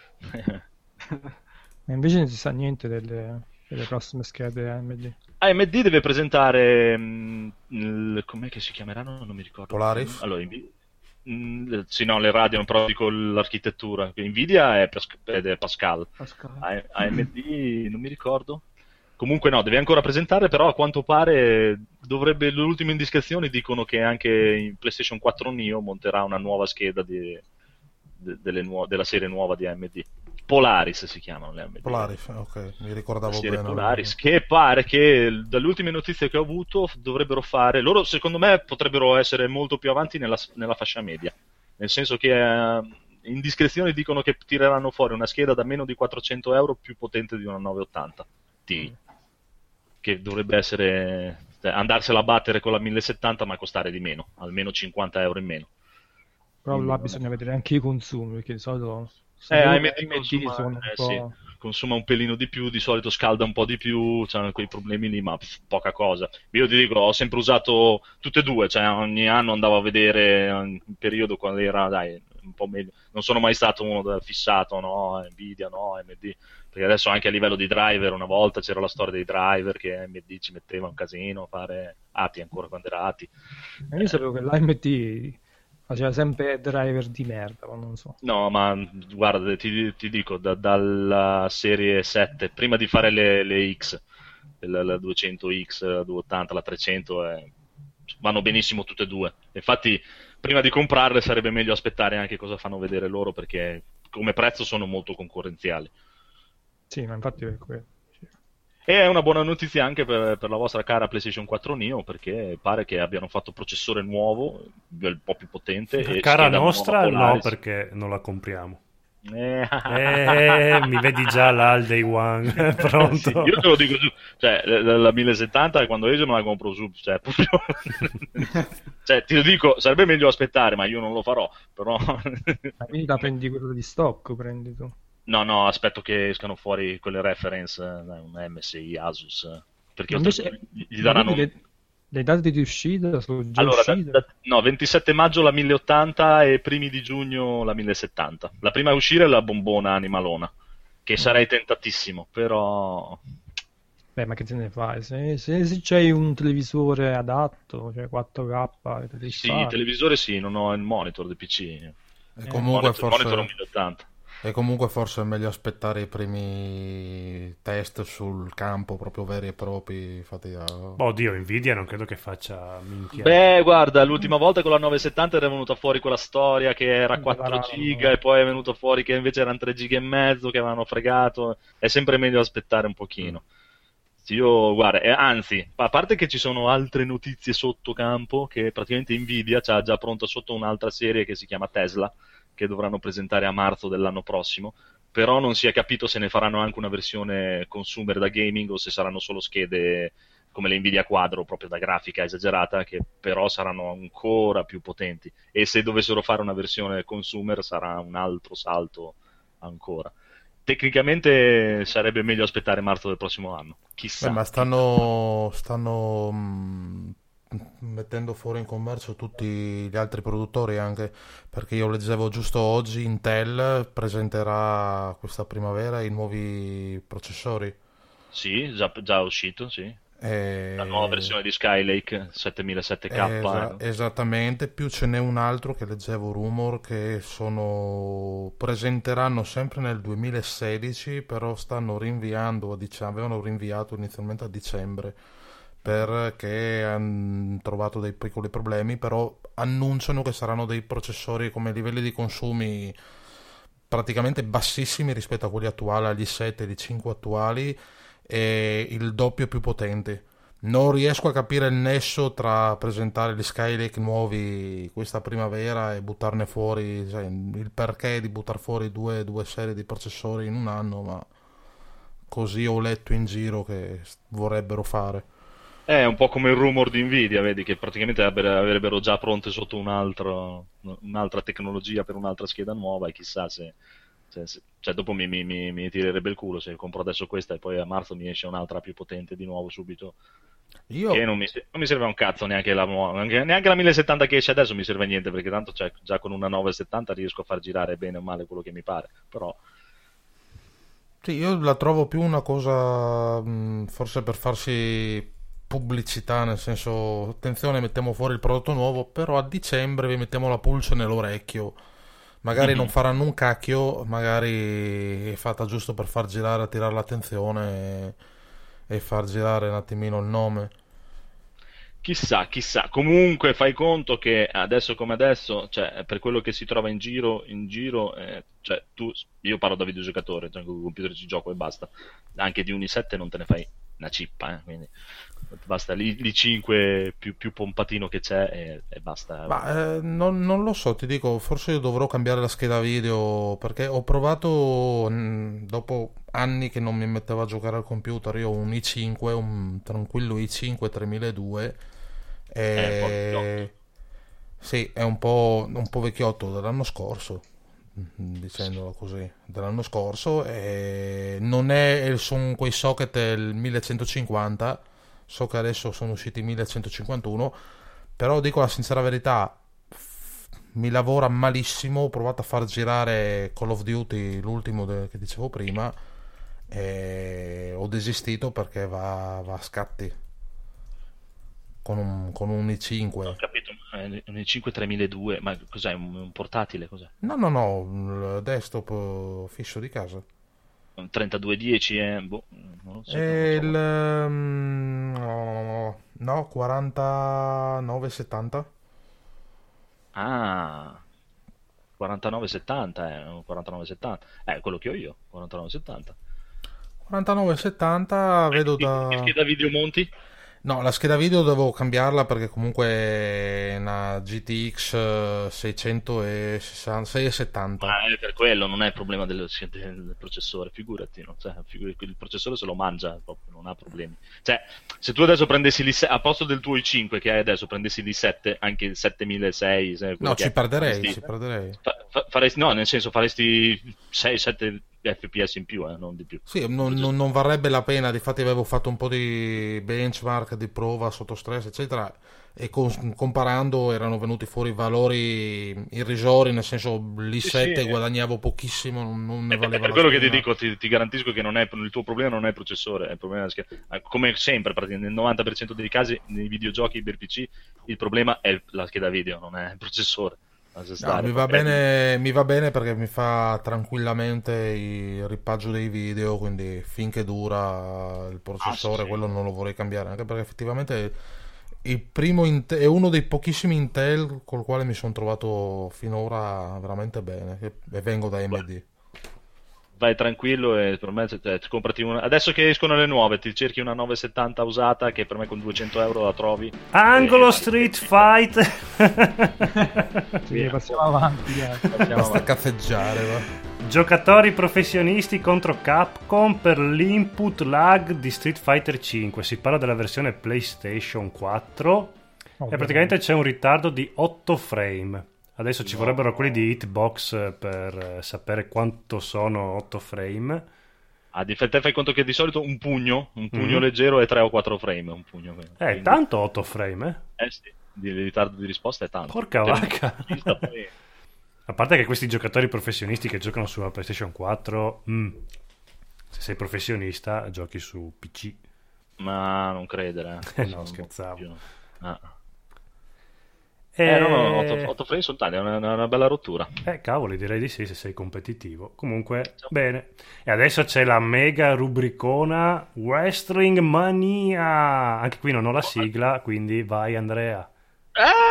[SPEAKER 5] Ma invece non si sa niente delle, delle prossime schede A M D.
[SPEAKER 3] A M D deve presentare mh, il, com'è che si chiameranno? Non mi ricordo.
[SPEAKER 6] Polaris?
[SPEAKER 3] Allora, Nvidia, mh, sì, no, le radio, però dico l'architettura. Nvidia è, Pas- ed è Pascal.
[SPEAKER 4] Pascal.
[SPEAKER 3] A- AMD non mi ricordo. Comunque no, deve ancora presentare, però a quanto pare dovrebbe, le ultime indiscrezioni dicono che anche in PlayStation quattro Neo monterà una nuova scheda di, de, delle nuo- della serie nuova di A M D. Polaris si chiamano le A M D.
[SPEAKER 6] Polaris, ok, mi ricordavo
[SPEAKER 3] la serie
[SPEAKER 6] bene.
[SPEAKER 3] Polaris, che pare che dalle ultime notizie che ho avuto dovrebbero fare, loro secondo me potrebbero essere molto più avanti nella, nella fascia media, nel senso che eh, indiscrezioni dicono che tireranno fuori una scheda da meno di quattrocento euro più potente di una novecentottanta Ti. Che dovrebbe essere andarsela a battere con la mille settanta ma costare di meno, almeno cinquanta euro in meno.
[SPEAKER 5] Però là bisogna vedere anche i consumi, perché di solito
[SPEAKER 3] eh, A M D
[SPEAKER 5] A M D
[SPEAKER 3] consuma,
[SPEAKER 5] sono un
[SPEAKER 3] eh,
[SPEAKER 5] po'...
[SPEAKER 3] sì, consuma un pelino di più, di solito scalda un po' di più, c'hanno quei problemi lì, ma pff, poca cosa. Io ti dico, ho sempre usato tutte e due, cioè ogni anno andavo a vedere in periodo quando era, dai, un po' meglio. Non sono mai stato uno da fissato, no, Nvidia, no, A M D. Perché adesso anche a livello di driver, una volta c'era la storia dei driver che A M D ci metteva un casino a fare A T I ancora quando era A T I.
[SPEAKER 5] Io eh. sapevo che l'A M D faceva sempre driver di merda, ma non so.
[SPEAKER 3] No, ma guarda, ti, ti dico, da, dalla serie sette, prima di fare le, le X, la, la duecento X, la duecentottanta, la trecento, eh, vanno benissimo tutte e due. Infatti, prima di comprarle sarebbe meglio aspettare anche cosa fanno vedere loro, perché come prezzo sono molto concorrenziali.
[SPEAKER 5] Sì, ma infatti è quello.
[SPEAKER 3] E è una buona notizia anche per, per la vostra cara PlayStation quattro Neo, perché pare che abbiano fatto processore nuovo, un po' più potente.
[SPEAKER 1] La
[SPEAKER 3] e
[SPEAKER 1] cara nostra no, perché non la compriamo.
[SPEAKER 3] Eh,
[SPEAKER 1] Eh, mi vedi già là al day one, pronto?
[SPEAKER 3] Sì, io te lo dico su, cioè la, la mille settanta quando esce me la compro su, cioè, proprio... cioè ti lo dico, sarebbe meglio aspettare, ma io non lo farò, però
[SPEAKER 5] Quindi la prendi quello di stock, prendi tu.
[SPEAKER 3] no, no, aspetto che escano fuori quelle reference, dai, un M S I, Asus, eh, perché
[SPEAKER 5] Invece,
[SPEAKER 3] oltretutto gli gli
[SPEAKER 5] ma
[SPEAKER 3] daranno...
[SPEAKER 5] quindi le, le date di uscita sono già
[SPEAKER 3] Allora, da-
[SPEAKER 5] uscite?
[SPEAKER 3] da- no, ventisette maggio la mille ottanta e primi di giugno la mille settanta. La prima a uscire è la bombona animalona, che sarei tentatissimo, però...
[SPEAKER 5] Beh, ma che te ne fai? Se, se, se c'hai un televisore adatto, cioè quattro K, te devi
[SPEAKER 3] Sì,
[SPEAKER 5] fare.
[SPEAKER 3] televisore sì, non ho il monitor del P C.
[SPEAKER 6] E
[SPEAKER 3] Il
[SPEAKER 6] comunque
[SPEAKER 3] monitor, monitor è un
[SPEAKER 6] forse,
[SPEAKER 3] mille ottanta.
[SPEAKER 6] e comunque forse è meglio aspettare i primi test sul campo, proprio veri e propri, fatti da...
[SPEAKER 1] Boh, Dio, Nvidia non credo che faccia minchia.
[SPEAKER 3] Beh, guarda, l'ultima volta con la novecentosettanta era venuta fuori quella storia che era quattro
[SPEAKER 5] Preparavano.
[SPEAKER 3] giga e poi è venuto fuori che invece erano tre giga e mezzo che avevano fregato. È sempre meglio aspettare un pochino. Io, guarda, eh, anzi, a parte che ci sono altre notizie sotto campo, che praticamente Nvidia c'ha già pronta sotto un'altra serie che si chiama Tesla, che dovranno presentare a marzo dell'anno prossimo, però non si è capito se ne faranno anche una versione consumer da gaming o se saranno solo schede come le Nvidia Quadro, proprio da grafica esagerata, che però saranno ancora più potenti. E se dovessero fare una versione consumer sarà un altro salto ancora. Tecnicamente sarebbe meglio aspettare marzo del prossimo anno. Chissà.
[SPEAKER 6] Beh, ma stanno, stanno mm, mettendo fuori in commercio tutti gli altri produttori anche, perché io leggevo giusto oggi Intel presenterà questa primavera i nuovi processori.
[SPEAKER 3] Sì, già, già uscito, sì. La nuova
[SPEAKER 6] E...
[SPEAKER 3] versione di Skylake settemilasette K.
[SPEAKER 6] Esa-
[SPEAKER 3] eh.
[SPEAKER 6] esattamente, più ce n'è un altro che leggevo rumor che sono presenteranno sempre nel duemilasedici, però stanno rinviando, a dic- avevano rinviato inizialmente a dicembre perché hanno trovato dei piccoli problemi, però annunciano che saranno dei processori come livelli di consumi praticamente bassissimi rispetto a quelli attuali, agli i sette e i cinque attuali, e il doppio più potenti. Non riesco a capire il nesso tra presentare gli Skylake nuovi questa primavera e buttarne fuori, cioè, il perché di buttare fuori due, due serie di processori in un anno, ma così ho letto in giro che s- vorrebbero fare.
[SPEAKER 3] È un po' come il rumor di Nvidia, vedi, che praticamente avre- avrebbero già pronte sotto un altro- un'altra tecnologia per un'altra scheda nuova e chissà se... se- se- cioè dopo mi, mi- mi- mi tirerebbe il culo se compro adesso questa e poi a marzo mi esce un'altra più potente di nuovo subito.
[SPEAKER 6] Io,
[SPEAKER 3] Che non mi, se- non mi serve un cazzo neanche la, nuova- neanche, neanche la mille settanta che esce adesso mi serve a niente perché tanto cioè, già con una novecentosettanta riesco a far girare bene o male quello che mi pare. Però
[SPEAKER 6] sì, io la trovo più una cosa, mh, forse per farsi pubblicità, nel senso, attenzione, mettiamo fuori il prodotto nuovo, però a dicembre vi mettiamo la pulce nell'orecchio. Magari non faranno un cacchio, magari è fatta giusto per far girare, attirare l'attenzione e, e far girare un attimino il nome.
[SPEAKER 3] chissà, chissà. Comunque fai conto che adesso come adesso, cioè, per quello che si trova in giro, in giro, eh, cioè, tu, io parlo da videogiocatore, cioè, con il computer ci gioco e basta. Anche di un i sette non te ne fai una cippa, eh, quindi basta l'i cinque più, più pompatino che c'è e, e basta.
[SPEAKER 6] Ma eh, non, non lo so, ti dico, forse io dovrò cambiare la scheda video perché ho provato, mh, dopo anni che non mi mettevo a giocare al computer, io ho un i cinque, un tranquillo i cinque tremiladuecento
[SPEAKER 3] È un po'
[SPEAKER 6] e...
[SPEAKER 3] vecchiotto.
[SPEAKER 6] Sì, è un po', un po' vecchiotto dell'anno scorso, dicendolo così, dell'anno scorso, e non è, sono quei socket il millecentocinquanta, so che adesso sono usciti i millecentocinquantuno, però dico la sincera verità, mi lavora malissimo, ho provato a far girare Call of Duty, l'ultimo de- che dicevo prima, e ho desistito perché va, va a scatti con un, con un i
[SPEAKER 3] Ho
[SPEAKER 6] cinque.
[SPEAKER 3] capito, ma è un i cinque tremiladuecento, ma cos'è? Un, un portatile? Cos'è?
[SPEAKER 6] No, no, no, il desktop eh, fisso di casa.
[SPEAKER 3] Un trentadue dieci, eh? Boh, non lo so, non
[SPEAKER 6] E
[SPEAKER 3] lo
[SPEAKER 6] il...
[SPEAKER 3] so.
[SPEAKER 6] ehm, no, no, quarantanove settanta.
[SPEAKER 3] Ah, quarantanove settanta, eh, un quarantanove settanta. Eh, quello che ho io, quarantanove settanta.
[SPEAKER 6] quarantanove settanta, vedo
[SPEAKER 3] Che
[SPEAKER 6] da...
[SPEAKER 3] scheda video monti?
[SPEAKER 6] No, la scheda video devo cambiarla perché comunque è una G T X seicentosessanta, seicentosettanta.
[SPEAKER 3] Ma è per quello, non è il problema del, del processore, figurati, no? Cioè, figurati, il processore se lo mangia, proprio, non ha problemi. Cioè, se tu adesso prendessi l'i sette, a posto del tuo i cinque che hai adesso, prendessi l'i sette, anche il settemilasei,
[SPEAKER 6] no, ci perderei,
[SPEAKER 3] faresti,
[SPEAKER 6] ci perderei.
[SPEAKER 3] Fa, fa, faresti, no, nel senso, faresti sei sette F P S in più, eh, non di più.
[SPEAKER 6] Sì, non, non, non varrebbe la pena. Difatti avevo fatto un po' di benchmark, di prova sotto stress, eccetera, e con, comparando erano venuti fuori valori irrisori, nel senso l'i sette
[SPEAKER 3] sì,
[SPEAKER 6] guadagnavo pochissimo, non, non ne
[SPEAKER 3] è
[SPEAKER 6] valeva
[SPEAKER 3] per
[SPEAKER 6] la
[SPEAKER 3] quello che
[SPEAKER 6] pena.
[SPEAKER 3] ti dico, ti, ti garantisco che non è, il tuo problema non è il processore, è il problema che, come sempre, praticamente nel novanta per cento dei casi nei videogiochi per P C il problema è la scheda video, non è il processore.
[SPEAKER 6] No, mi va bene, mi va bene perché mi fa tranquillamente il ripaggio dei video, quindi finché dura il processore, ah, sì, quello non lo vorrei cambiare, anche perché effettivamente il primo Intel, è uno dei pochissimi Intel col quale mi sono trovato finora veramente bene, e vengo da A M D.
[SPEAKER 3] Vai tranquillo e per me cioè, comprati una. Adesso che escono le nuove, ti cerchi una novecentosettanta usata che per me con duecento euro la trovi.
[SPEAKER 1] Angolo
[SPEAKER 3] e...
[SPEAKER 1] Street Fighter.
[SPEAKER 5] Sì, passiamo avanti.
[SPEAKER 6] Passiamo Basta avanti. Cazzeggiare, va.
[SPEAKER 1] Giocatori professionisti contro Capcom per l'input lag di Street Fighter cinque. Si parla della versione PlayStation quattro. Oh, e praticamente c'è un ritardo di otto frame. Adesso ci no. vorrebbero quelli di Hitbox per sapere quanto sono otto frame.
[SPEAKER 3] Ah, di te fai conto che di solito un pugno, un pugno mm. leggero è tre o quattro frame. Un pugno.
[SPEAKER 1] Eh,
[SPEAKER 3] Quindi...
[SPEAKER 1] tanto otto frame, eh?
[SPEAKER 3] Eh sì, di ritardo di risposta è tanto.
[SPEAKER 1] Porca vacca.
[SPEAKER 3] Poi...
[SPEAKER 1] A parte che questi giocatori professionisti che giocano sulla PlayStation quattro, mm, se sei professionista giochi su P C.
[SPEAKER 3] Ma non credere.
[SPEAKER 1] Eh, no, scherzavo.
[SPEAKER 3] Ah. Eh, no, no, otto frame sono tanti, è una, una bella rottura.
[SPEAKER 1] Eh, cavoli, direi di sì se sei competitivo. Comunque, ciao. Bene. E adesso c'è la mega rubricona Wrestling Mania. Anche qui non ho la sigla, quindi vai Andrea.
[SPEAKER 3] Eh,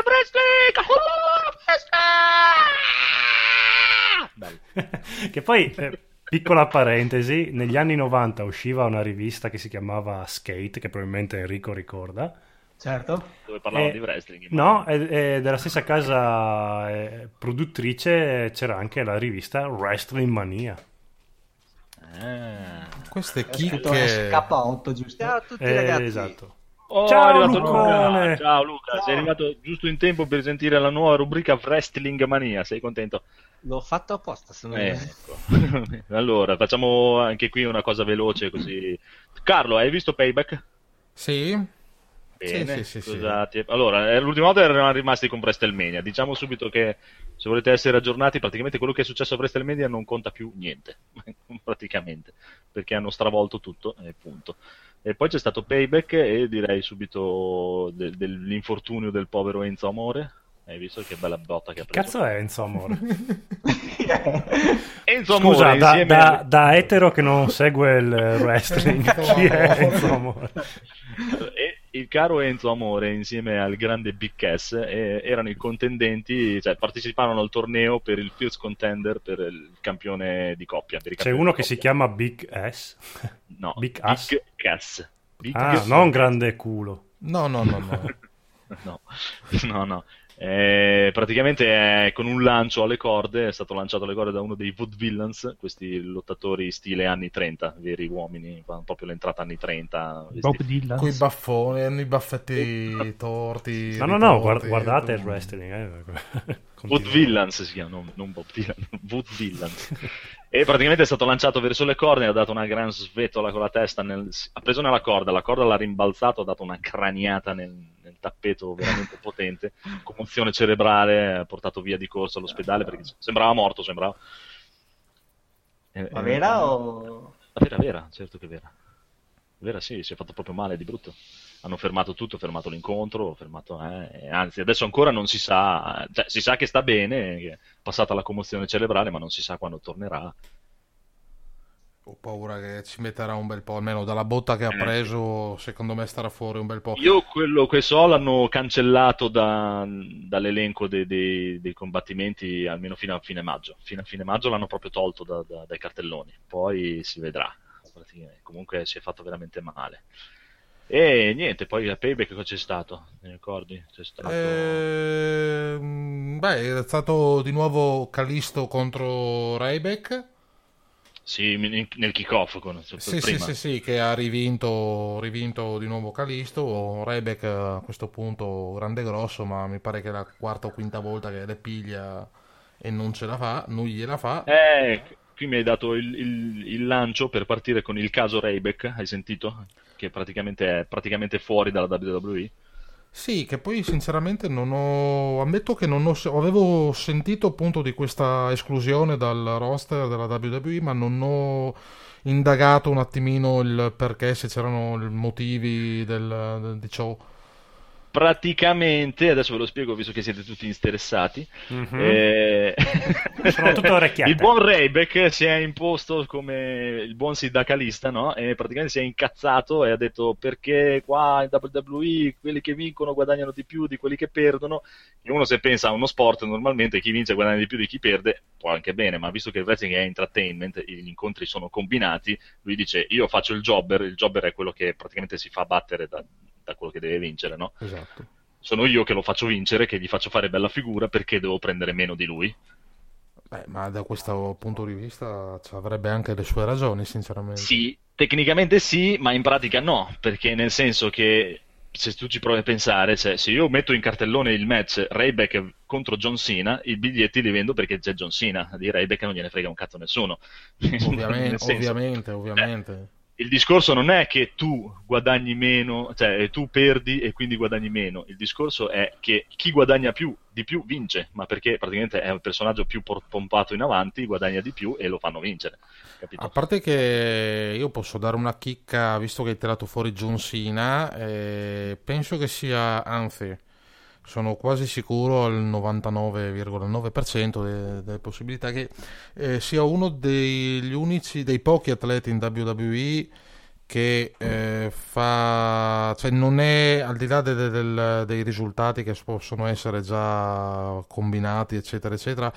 [SPEAKER 3] wrestling!
[SPEAKER 1] Che poi, eh, piccola parentesi, negli anni novanta usciva una rivista che si chiamava Skate, che probabilmente Enrico ricorda.
[SPEAKER 4] Certo.
[SPEAKER 3] Dove parlavano di wrestling.
[SPEAKER 1] No, è, è della stessa casa eh, produttrice, c'era anche la rivista Wrestling Mania.
[SPEAKER 3] Ah.
[SPEAKER 6] Queste chicche
[SPEAKER 4] K otto, giusto?
[SPEAKER 7] Ciao a tutti
[SPEAKER 1] eh,
[SPEAKER 7] ragazzi.
[SPEAKER 1] Esatto.
[SPEAKER 3] Oh,
[SPEAKER 1] ciao
[SPEAKER 3] Lucone.
[SPEAKER 1] Luca.
[SPEAKER 3] Ciao Luca, ciao. Sei arrivato giusto in tempo per sentire la nuova rubrica Wrestling Mania, sei contento?
[SPEAKER 7] L'ho fatto apposta, se non
[SPEAKER 3] eh, ecco. Allora, facciamo anche qui una cosa veloce così. Carlo, hai visto Payback?
[SPEAKER 6] Sì.
[SPEAKER 3] Bene,
[SPEAKER 6] sì, sì, sì,
[SPEAKER 3] scusate. Sì. Allora, l'ultima volta erano rimasti con WrestleMania. Diciamo subito che se volete essere aggiornati, praticamente quello che è successo a WrestleMania non conta più niente, praticamente, perché hanno stravolto tutto e punto. E poi c'è stato Payback e direi subito de- dell'infortunio del povero Enzo Amore. Hai visto che bella botta che ha preso?
[SPEAKER 1] Cazzo è Enzo Amore?
[SPEAKER 3] Enzo
[SPEAKER 1] Scusa,
[SPEAKER 3] Amore,
[SPEAKER 1] da, da,
[SPEAKER 3] a...
[SPEAKER 1] da etero che non segue il wrestling, chi è Enzo Amore?
[SPEAKER 3] E il caro Enzo Amore insieme al grande Big Cass eh, erano i contendenti, cioè partecipavano al torneo per il First Contender per il campione di coppia. Per
[SPEAKER 1] C'è uno che si chiama Big S?
[SPEAKER 3] No,
[SPEAKER 1] Big,
[SPEAKER 3] Big Cass.
[SPEAKER 1] Big ah, Cass. Non grande culo.
[SPEAKER 6] No, no, no, no.
[SPEAKER 3] no, no, no. Eh, praticamente eh, con un lancio alle corde è stato lanciato alle corde da uno dei Vaudevillains, questi lottatori stile anni trenta, veri uomini, proprio l'entrata anni trenta,
[SPEAKER 5] Bob Dylan
[SPEAKER 6] con i baffoni, hanno i baffetti torti.
[SPEAKER 1] No, no, no, guard- guardate il wrestling. Eh.
[SPEAKER 3] Vaudevillains si chiama, non, non Bob Dylan, Vaudevillains. E praticamente è stato lanciato verso le corde, ha dato una gran svetola con la testa, nel... ha preso nella corda, la corda l'ha rimbalzato, ha dato una craniata nel, nel tappeto veramente potente, commozione cerebrale, ha portato via di corsa all'ospedale perché sembrava morto, sembrava.
[SPEAKER 4] Ma vera eh, o...
[SPEAKER 3] Vera, vera, certo che vera. Vera sì, si è fatto proprio male di brutto. Hanno fermato tutto, fermato l'incontro, fermato, eh, anzi adesso ancora non si sa, cioè si sa che sta bene, che è passata la commozione cerebrale, ma non si sa quando tornerà.
[SPEAKER 6] Ho paura che ci metterà un bel po', almeno dalla botta che ha preso, secondo me starà fuori un bel po'.
[SPEAKER 3] Io quello che so l'hanno cancellato da, dall'elenco dei, dei, dei combattimenti almeno fino a fine maggio. Fino a fine maggio l'hanno proprio tolto da, da, dai cartelloni, poi si vedrà. Comunque si è fatto veramente male. E niente, poi a Payback cosa c'è stato? Mi ricordi? C'è stato...
[SPEAKER 6] Eh, beh, è stato di nuovo Kalisto contro Ryback.
[SPEAKER 3] Sì, in- nel kick-off con
[SPEAKER 6] Sì,
[SPEAKER 3] prima.
[SPEAKER 6] sì, sì, sì, che ha rivinto, rivinto di nuovo Kalisto. Ryback a questo punto grande grosso, ma mi pare che è la quarta o quinta volta che le piglia e non ce la fa, non gliela fa.
[SPEAKER 3] Eh, qui mi hai dato il, il- il lancio per partire con il caso Ryback, hai sentito? Che praticamente è praticamente fuori dalla W W E.
[SPEAKER 6] Sì, che poi sinceramente non ho, ammetto che non ho, se- avevo sentito appunto di questa esclusione dal roster della W W E, ma non ho indagato un attimino il perché, se c'erano i motivi del, del- di ciò.
[SPEAKER 3] Praticamente, adesso ve lo spiego visto che siete tutti interessati.
[SPEAKER 1] Mhm.
[SPEAKER 3] eh,
[SPEAKER 1] Sono tutte orecchiate.
[SPEAKER 3] Il buon Ryback si è imposto come il buon sindacalista, no? E praticamente si è incazzato e ha detto perché qua in W W E quelli che vincono guadagnano di più di quelli che perdono. E uno, se pensa a uno sport, normalmente chi vince guadagna di più di chi perde, può anche bene, ma visto che il wrestling è entertainment, gli incontri sono combinati, lui dice io faccio il jobber, il jobber è quello che praticamente si fa battere da, da quello che deve vincere, no?
[SPEAKER 6] Esatto.
[SPEAKER 3] Sono io che lo faccio vincere, che gli faccio fare bella figura perché devo prendere meno di lui.
[SPEAKER 6] Beh, ma da questo punto di vista ci avrebbe anche le sue ragioni, sinceramente.
[SPEAKER 3] Sì, tecnicamente sì, ma in pratica no, perché nel senso che se tu ci provi a pensare, cioè, se io metto in cartellone il match Ryback contro John Cena, i biglietti li vendo perché c'è John Cena, di Ryback non gliene frega un cazzo a nessuno.
[SPEAKER 6] Ovviamente,
[SPEAKER 3] Nel senso,
[SPEAKER 6] ovviamente, ovviamente.
[SPEAKER 3] eh, il discorso non è che tu guadagni meno, cioè tu perdi e quindi guadagni meno, il discorso è che chi guadagna più di più vince, ma perché praticamente è un personaggio più por- pompato in avanti, guadagna di più e lo fanno vincere, capito?
[SPEAKER 6] A parte che io posso dare una chicca, visto che hai tirato fuori John Cena, eh, penso che sia, anzi, sono quasi sicuro al novantanove virgola nove per cento de- delle possibilità che eh, sia uno degli unici, dei pochi atleti in W W E che eh, fa, cioè non è, al di là de- de- del- dei risultati che possono essere già combinati, eccetera, eccetera,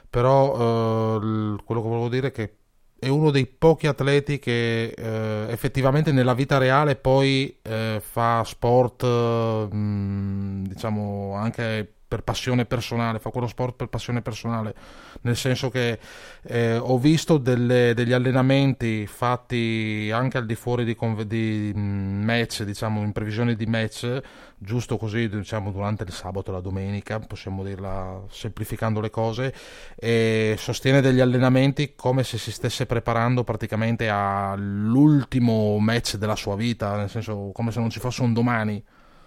[SPEAKER 6] però eh, l- quello che volevo dire è che è uno dei pochi atleti che eh, effettivamente nella vita reale poi eh, fa sport, eh, mh, diciamo, anche per passione personale, fa quello sport per passione personale, nel senso che eh, ho visto delle- degli allenamenti fatti anche al di fuori di, conve- di mh, match, diciamo, in previsione di match, giusto così, diciamo, durante il sabato e la domenica, possiamo dirla semplificando le cose, e sostiene degli allenamenti come se si stesse preparando praticamente all'ultimo match della sua vita, nel senso come se non ci fosse un domani.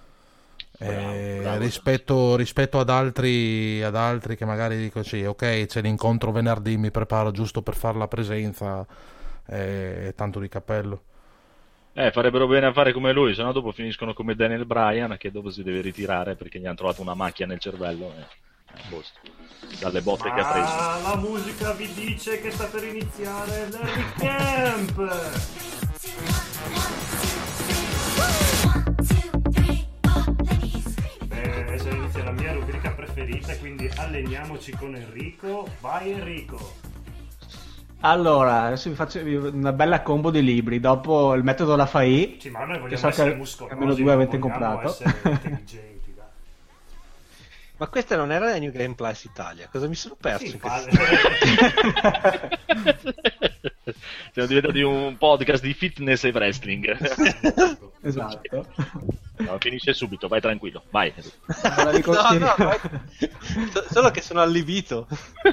[SPEAKER 6] Eh,
[SPEAKER 3] bravo.
[SPEAKER 6] rispetto, rispetto ad altri, ad altri che magari dico sì, ok, c'è l'incontro venerdì, mi preparo giusto per fare la presenza, eh, tanto di cappello.
[SPEAKER 3] Eh, farebbero bene a fare come lui, sennò dopo finiscono come Daniel Bryan, che dopo si deve ritirare perché gli hanno trovato una macchia nel cervello e eh, boh, dalle botte che ha preso.
[SPEAKER 1] Ah, la musica vi dice che sta per iniziare l'Harry Camp. Beh, adesso inizia la mia rubrica preferita, quindi alleniamoci con Enrico. Vai Enrico.
[SPEAKER 4] Allora, adesso vi faccio una bella combo di libri. Dopo il metodo Lafayette,
[SPEAKER 1] Sì, ma noi
[SPEAKER 4] che
[SPEAKER 1] vogliamo
[SPEAKER 4] so
[SPEAKER 1] essere
[SPEAKER 4] che
[SPEAKER 1] muscolosi,
[SPEAKER 4] almeno due
[SPEAKER 1] non
[SPEAKER 4] avete
[SPEAKER 1] vogliamo
[SPEAKER 4] comprato.
[SPEAKER 1] essere intelligenti, dai.
[SPEAKER 7] Ma questa non era la New Game Plus Italia, cosa mi sono perso?
[SPEAKER 1] Sì,
[SPEAKER 7] in
[SPEAKER 1] fa-
[SPEAKER 7] questo-
[SPEAKER 3] Siamo diventati un podcast di fitness e wrestling.
[SPEAKER 4] Esatto.
[SPEAKER 3] No, finisce subito, vai tranquillo, vai.
[SPEAKER 4] Allora vi
[SPEAKER 7] No,
[SPEAKER 4] consiglio-
[SPEAKER 7] no, vai. So- solo che sono allibito.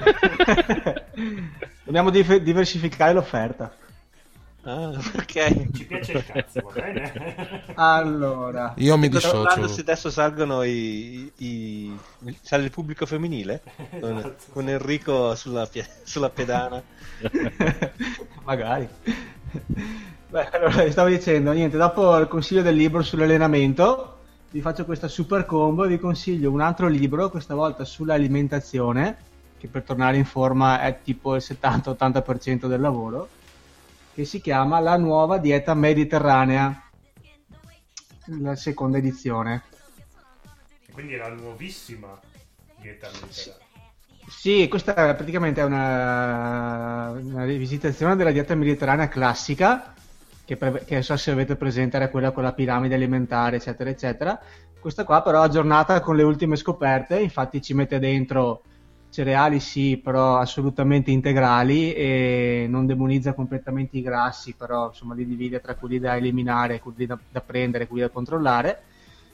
[SPEAKER 4] Dobbiamo dif- diversificare l'offerta.
[SPEAKER 7] Ah, ok.
[SPEAKER 1] Ci piace il cazzo, va bene?
[SPEAKER 4] Allora,
[SPEAKER 6] Io mi
[SPEAKER 7] Controllando
[SPEAKER 6] dissocio.
[SPEAKER 7] se adesso salgono i, i- sale il pubblico femminile con,
[SPEAKER 1] Esatto.
[SPEAKER 7] con Enrico sulla, pie- sulla pedana.
[SPEAKER 4] magari. Beh, allora, stavo dicendo, niente, dopo il consiglio del libro sull'allenamento, vi faccio questa super combo e vi consiglio un altro libro, questa volta sull'alimentazione, che per tornare in forma è tipo il settanta ottanta per cento del lavoro, che si chiama La nuova dieta mediterranea, la seconda edizione.
[SPEAKER 1] Quindi è la nuovissima dieta mediterranea.
[SPEAKER 4] Sì, questa è praticamente una, una rivisitazione della dieta mediterranea classica, che, pre- che non so se avete presente, era quella con la piramide alimentare, eccetera, eccetera. Questa qua però aggiornata con le ultime scoperte, infatti ci mette dentro cereali sì, però assolutamente integrali, e non demonizza completamente i grassi, però insomma li divide tra quelli da eliminare, quelli da, da prendere, quelli da controllare.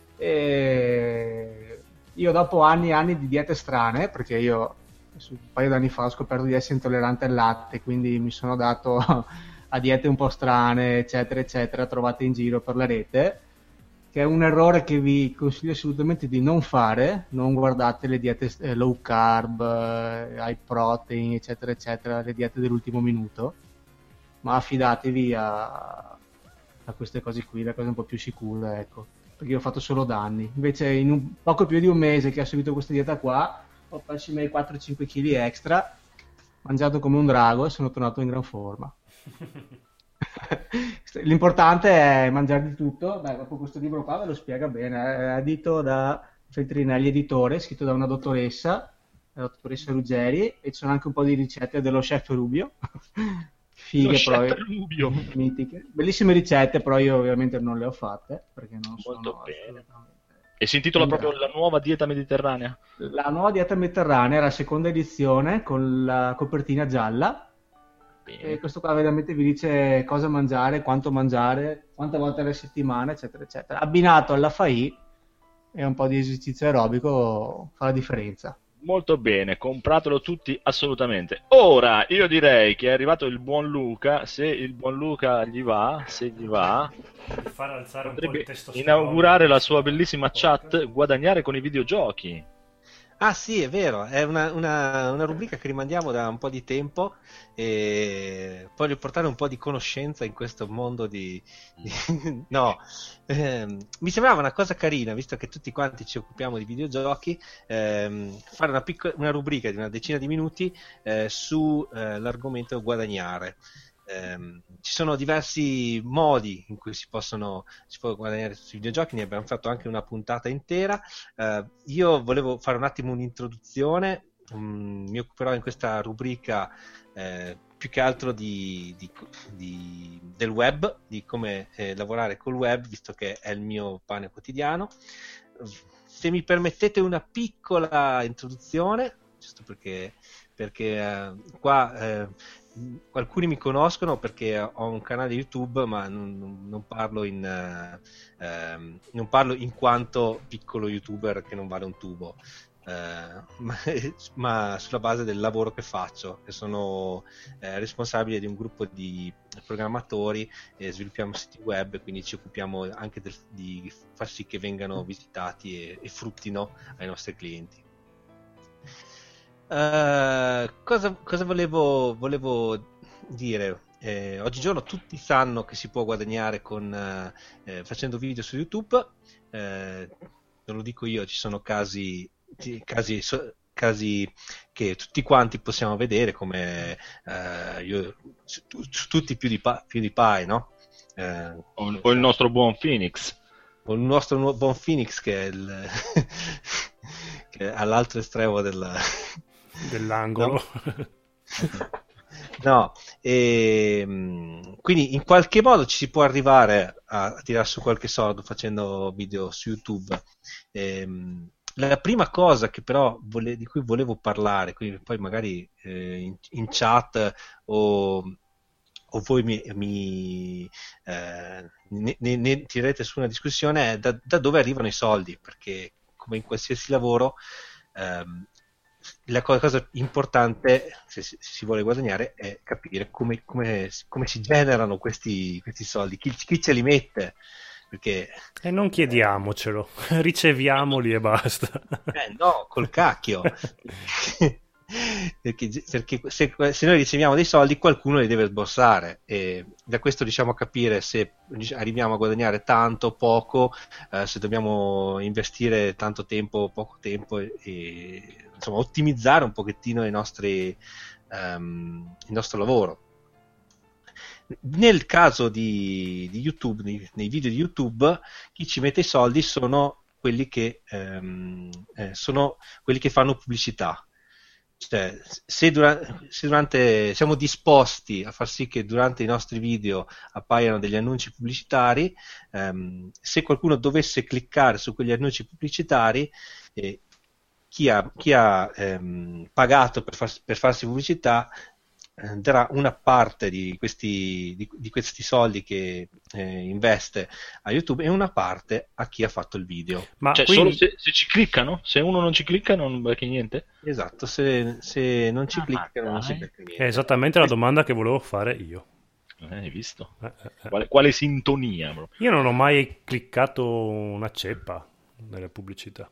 [SPEAKER 4] E io dopo anni e anni di diete strane, perché io un paio d'anni fa ho scoperto di essere intollerante al latte, quindi mi sono dato a diete un po' strane, eccetera, eccetera, trovate in giro per la rete, che è un errore che vi consiglio assolutamente di non fare. Non guardate le diete eh, low carb, eh, high protein, eccetera, eccetera, le diete dell'ultimo minuto, ma affidatevi a, a queste cose qui, le cose un po' più sicure, ecco, perché io ho fatto solo danni. Invece in un, poco più di un mese che ho seguito questa dieta qua, ho perso i miei quattro cinque chili extra, mangiato come un drago e sono tornato in gran forma. L'importante è mangiare di tutto. Beh, dopo questo libro qua ve lo spiega bene, è edito da Feltrinelli Editore, scritto da una dottoressa, la dottoressa Ruggeri, e ci sono anche un po' di ricette dello chef Rubio. Fighe,
[SPEAKER 3] Lo
[SPEAKER 4] però,
[SPEAKER 3] chef Rubio.
[SPEAKER 4] mitiche, bellissime ricette, però io ovviamente non le ho fatte perché non
[SPEAKER 3] Molto
[SPEAKER 4] sono
[SPEAKER 3] bene.
[SPEAKER 4] assolutamente...
[SPEAKER 3] E si intitola
[SPEAKER 4] Quindi,
[SPEAKER 3] proprio La nuova dieta mediterranea?
[SPEAKER 4] La nuova dieta mediterranea era la seconda edizione con la copertina gialla.
[SPEAKER 3] Bene.
[SPEAKER 4] E questo qua veramente vi dice cosa mangiare, quanto mangiare, quante volte alla settimana, eccetera, eccetera. Abbinato alla F A I e un po' di esercizio aerobico fa la differenza.
[SPEAKER 3] Molto bene, compratelo tutti assolutamente. Ora, io direi che è arrivato il buon Luca, se il buon Luca gli va, se gli va,
[SPEAKER 1] Per far alzare un po' il
[SPEAKER 3] potrebbe
[SPEAKER 1] testosterone.
[SPEAKER 3] inaugurare la sua bellissima chat Guadagnare con i videogiochi.
[SPEAKER 7] Ah sì, è vero, è una, una, una rubrica che rimandiamo da un po' di tempo e voglio portare un po' di conoscenza in questo mondo di... di- no, ehm, mi sembrava una cosa carina, visto che tutti quanti ci occupiamo di videogiochi, ehm, fare una, picco- una rubrica di una decina di minuti eh, su eh, l'argomento guadagnare. Ehm, ci sono diversi modi in cui si possono si può guadagnare sui videogiochi, ne abbiamo fatto anche una puntata intera. Eh, io volevo fare un attimo un'introduzione. Mm, mi occuperò in questa rubrica eh, più che altro di, di- di- del web, di come eh, lavorare col web, visto che è il mio pane quotidiano. Se mi permettete una piccola introduzione, giusto perché, perché eh, qua eh, alcuni mi conoscono perché ho un canale YouTube, ma non, non- non parlo in eh, ehm, non parlo in quanto piccolo YouTuber che non vale un tubo, eh, ma, ma sulla base del lavoro che faccio, che sono eh, responsabile di un gruppo di programmatori e sviluppiamo siti web, quindi ci occupiamo anche del- di far sì che vengano visitati e, e fruttino ai nostri clienti. Eh, cosa, cosa volevo, volevo dire? Eh, oggigiorno tutti sanno che si può guadagnare con, eh, eh, facendo video su YouTube. Eh, non lo dico io, ci sono casi, ci- casi, so- casi che tutti quanti possiamo vedere, come eh, io, su, su tutti più di, pa- più di Pi, no? Eh,
[SPEAKER 3] O, o il nostro buon Phoenix.
[SPEAKER 7] o il nostro nuovo buon Phoenix che è, il, che è all'altro estremo del...
[SPEAKER 1] Dell'angolo.
[SPEAKER 7] No, ehm, quindi in qualche modo ci si può arrivare a, a tirare su qualche soldo facendo video su YouTube. Ehm, la prima cosa che però vole- di cui volevo parlare, quindi poi magari eh, in, in chat o, o voi mi, mi, eh, ne, ne- ne tirerete su una discussione, è da, da dove arrivano i soldi, perché come in qualsiasi lavoro ehm, la co- cosa importante, se si, se si vuole guadagnare, è capire come, come- come si generano questi, questi soldi, chi, chi ce li mette, perché
[SPEAKER 1] E non chiediamocelo, riceviamoli e basta.
[SPEAKER 7] eh, no, col cacchio. Perché, perché se, se noi riceviamo dei soldi, qualcuno li deve sborsare, e da questo riusciamo a capire se arriviamo a guadagnare tanto, poco, eh, se dobbiamo investire tanto tempo o poco tempo, e, e, insomma ottimizzare un pochettino i nostri, ehm, il nostro lavoro. Nel caso di, di YouTube, nei, nei video di YouTube, chi ci mette i soldi sono quelli che, ehm, eh, sono quelli che fanno pubblicità. cioè, se, dura- se durante siamo disposti a far sì che durante i nostri video appaiano degli annunci pubblicitari, ehm, se qualcuno dovesse cliccare su quegli annunci pubblicitari, eh, chi ha, chi ha ehm, pagato per, far- per farsi pubblicità eh, darà una parte di questi, di, di questi soldi che eh, investe a YouTube e una parte a chi ha fatto il video.
[SPEAKER 1] Ma
[SPEAKER 3] Cioè,
[SPEAKER 1] quindi-
[SPEAKER 3] solo se, se ci cliccano? Se uno non ci clicca non becchi niente?
[SPEAKER 7] Esatto, se, se non ci
[SPEAKER 3] Ah,
[SPEAKER 7] cliccano non
[SPEAKER 3] dai.
[SPEAKER 7] si becca niente.
[SPEAKER 1] è esattamente la domanda che volevo fare io.
[SPEAKER 3] Eh, hai visto?
[SPEAKER 1] Eh, eh, eh.
[SPEAKER 3] Quale, quale sintonia? Bro?
[SPEAKER 1] Io non ho mai cliccato una ceppa nelle pubblicità.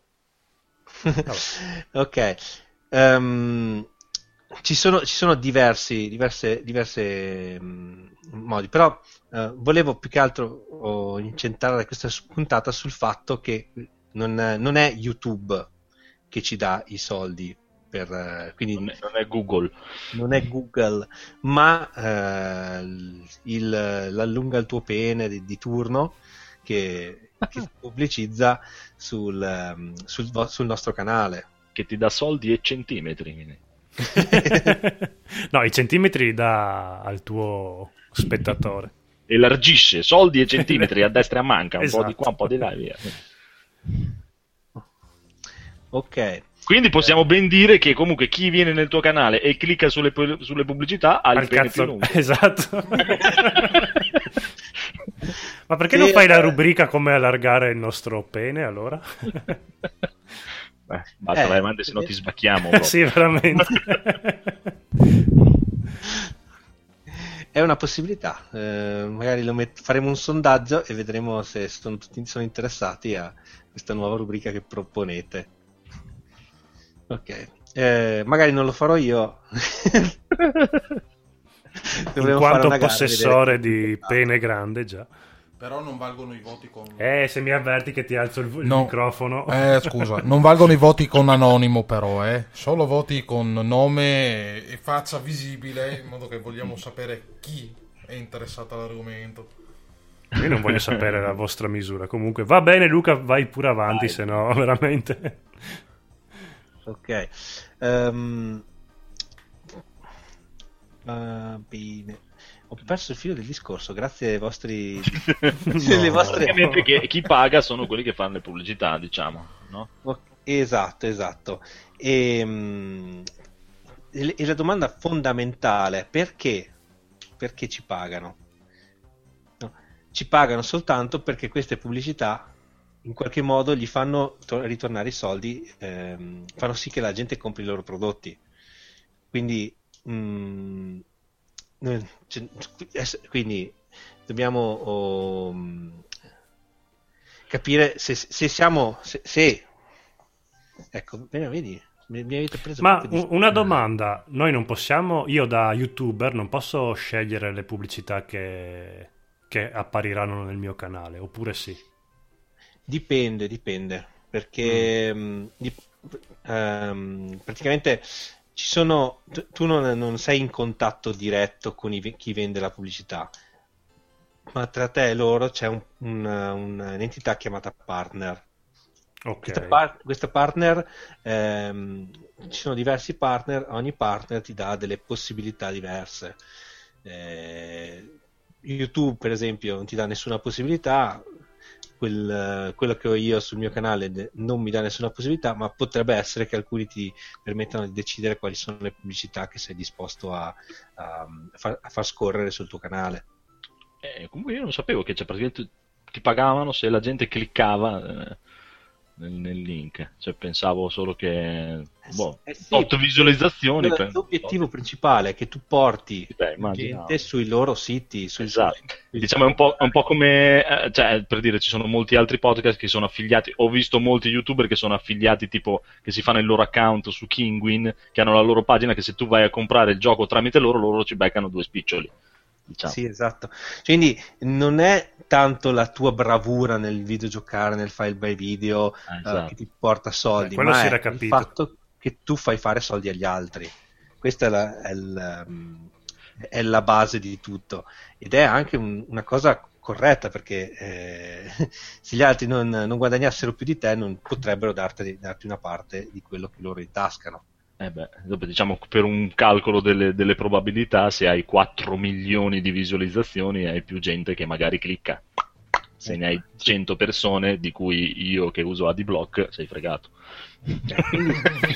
[SPEAKER 7] Ok, Ehm, ci sono, ci sono diversi, diverse, diverse mm, modi, però eh, volevo più che altro oh, incentrare questa s- puntata sul fatto che non, non è YouTube che ci dà i soldi, per, eh, quindi
[SPEAKER 3] Non è, non è Google.
[SPEAKER 7] non è Google, ma eh, il, l'allunga il tuo pene di, di turno che, che pubblicizza sul, ehm, sul, vo- sul nostro canale.
[SPEAKER 3] Che ti dà soldi e centimetri.
[SPEAKER 1] No, i centimetri da al tuo spettatore.
[SPEAKER 3] Elargisce soldi e centimetri a destra e a manca, un po'
[SPEAKER 1] Esatto.
[SPEAKER 3] di qua, un po' di là e via.
[SPEAKER 7] Ok,
[SPEAKER 3] Quindi possiamo ben dire che comunque chi viene nel tuo canale e clicca sulle, pu- sulle pubblicità ha il
[SPEAKER 1] Al
[SPEAKER 3] pene
[SPEAKER 1] cazzo.
[SPEAKER 3] più lungo.
[SPEAKER 1] Esatto. Ma perché
[SPEAKER 7] Sì,
[SPEAKER 1] non fai la
[SPEAKER 7] eh.
[SPEAKER 1] rubrica come allargare il nostro pene allora?
[SPEAKER 3] Beh, basta,
[SPEAKER 7] Eh,
[SPEAKER 3] vai avanti, se no
[SPEAKER 7] eh.
[SPEAKER 3] ti sbacchiamo. proprio.
[SPEAKER 1] Sì, veramente.
[SPEAKER 7] è una possibilità. Eh, magari lo met- faremo un sondaggio e vedremo se sono tutti sono interessati a questa nuova rubrica che proponete. Ok, Eh, magari non lo farò io.
[SPEAKER 1] In
[SPEAKER 7] Dovremmo fare
[SPEAKER 1] quanto
[SPEAKER 7] una gara,
[SPEAKER 1] possessore
[SPEAKER 7] vedere chi-
[SPEAKER 1] di pene grande già.
[SPEAKER 6] Però non valgono i voti con...
[SPEAKER 1] Eh, se mi avverti che ti alzo il, il
[SPEAKER 6] No.
[SPEAKER 1] microfono.
[SPEAKER 6] Eh, scusa, non valgono i voti con anonimo però, eh. Solo voti con nome e faccia visibile, in modo che vogliamo sapere chi è interessato all'argomento.
[SPEAKER 1] Io non voglio sapere la vostra misura. Comunque, va bene, Luca, vai pure avanti,
[SPEAKER 3] Vai.
[SPEAKER 1] se no, veramente.
[SPEAKER 7] Ok. Ehm, va bene. Ho perso il filo del discorso, grazie ai vostri... alle vostre...
[SPEAKER 3] Praticamente che chi paga sono quelli che fanno le pubblicità, diciamo, no?
[SPEAKER 7] Ok, esatto, esatto. E, mm, e- e la domanda fondamentale, perché? Perché ci pagano? No, ci pagano soltanto perché queste pubblicità in qualche modo gli fanno to- ritornare i soldi, ehm, fanno sì che la gente compri i loro prodotti. Quindi, mm, noi- cioè, es- quindi dobbiamo oh, mm, capire se, se siamo se, se- ecco, bene, vedi, mi, mi avete preso
[SPEAKER 1] Ma
[SPEAKER 7] proprio di-
[SPEAKER 1] u- una domanda, noi non possiamo, io da YouTuber non posso scegliere le pubblicità che, che appariranno nel mio canale, oppure sì?
[SPEAKER 7] Dipende, dipende, perché mh, di- ehm, praticamente ci sono, tu, tu non, non sei in contatto diretto con i ve- chi vende la pubblicità, ma tra te e loro c'è un- una- una- un'entità chiamata partner. Questa,
[SPEAKER 1] Ok.
[SPEAKER 7] par- questa partner, ehm, ci sono diversi partner, ogni partner ti dà delle possibilità diverse. Eh, YouTube, per esempio, non ti dà nessuna possibilità, quel- quello che ho io sul mio canale de- non mi dà nessuna possibilità, ma potrebbe essere che alcuni ti permettano di decidere quali sono le pubblicità che sei disposto a, a far, a far scorrere sul tuo canale.
[SPEAKER 3] Eh, comunque io non sapevo che cioè, praticamente ti pagavano se la gente cliccava eh, nel, nel link, cioè pensavo solo che boh,
[SPEAKER 7] Eh sì,
[SPEAKER 3] tot visualizzazioni
[SPEAKER 7] Quello-
[SPEAKER 3] per-
[SPEAKER 7] L'obiettivo principale è che tu porti
[SPEAKER 3] Beh, immagino.
[SPEAKER 7] gente sui loro siti. Sui
[SPEAKER 3] Esatto.
[SPEAKER 7] sui-
[SPEAKER 3] Diciamo è un po', è un po' come, eh, cioè, per dire, ci sono molti altri podcast che sono affiliati. Ho visto molti YouTuber che sono affiliati, tipo che si fanno il loro account su Kinguin, che hanno la loro pagina, che se tu vai a comprare il gioco tramite loro, loro ci beccano due spiccioli. Diciamo.
[SPEAKER 7] Sì, esatto. Quindi non è tanto la tua bravura nel videogiocare, nel file by video
[SPEAKER 3] Ah,
[SPEAKER 7] eh,
[SPEAKER 3] esatto.
[SPEAKER 7] che ti porta soldi,
[SPEAKER 1] Eh, quello
[SPEAKER 7] ma
[SPEAKER 1] si
[SPEAKER 7] è
[SPEAKER 1] era
[SPEAKER 7] il
[SPEAKER 1] capito.
[SPEAKER 7] fatto che tu fai fare soldi agli altri. Questa è la, è il, um, è la base di tutto ed è anche un- una cosa corretta, perché eh, se gli altri non, non guadagnassero più di te non potrebbero darti, darti una parte di quello che loro intascano.
[SPEAKER 3] Eh beh, dopo diciamo per un calcolo delle, delle probabilità, se hai quattro milioni di visualizzazioni hai più gente che magari clicca. Se ne hai cento persone, di cui io che uso AdBlock, sei fregato.
[SPEAKER 7] Quindi,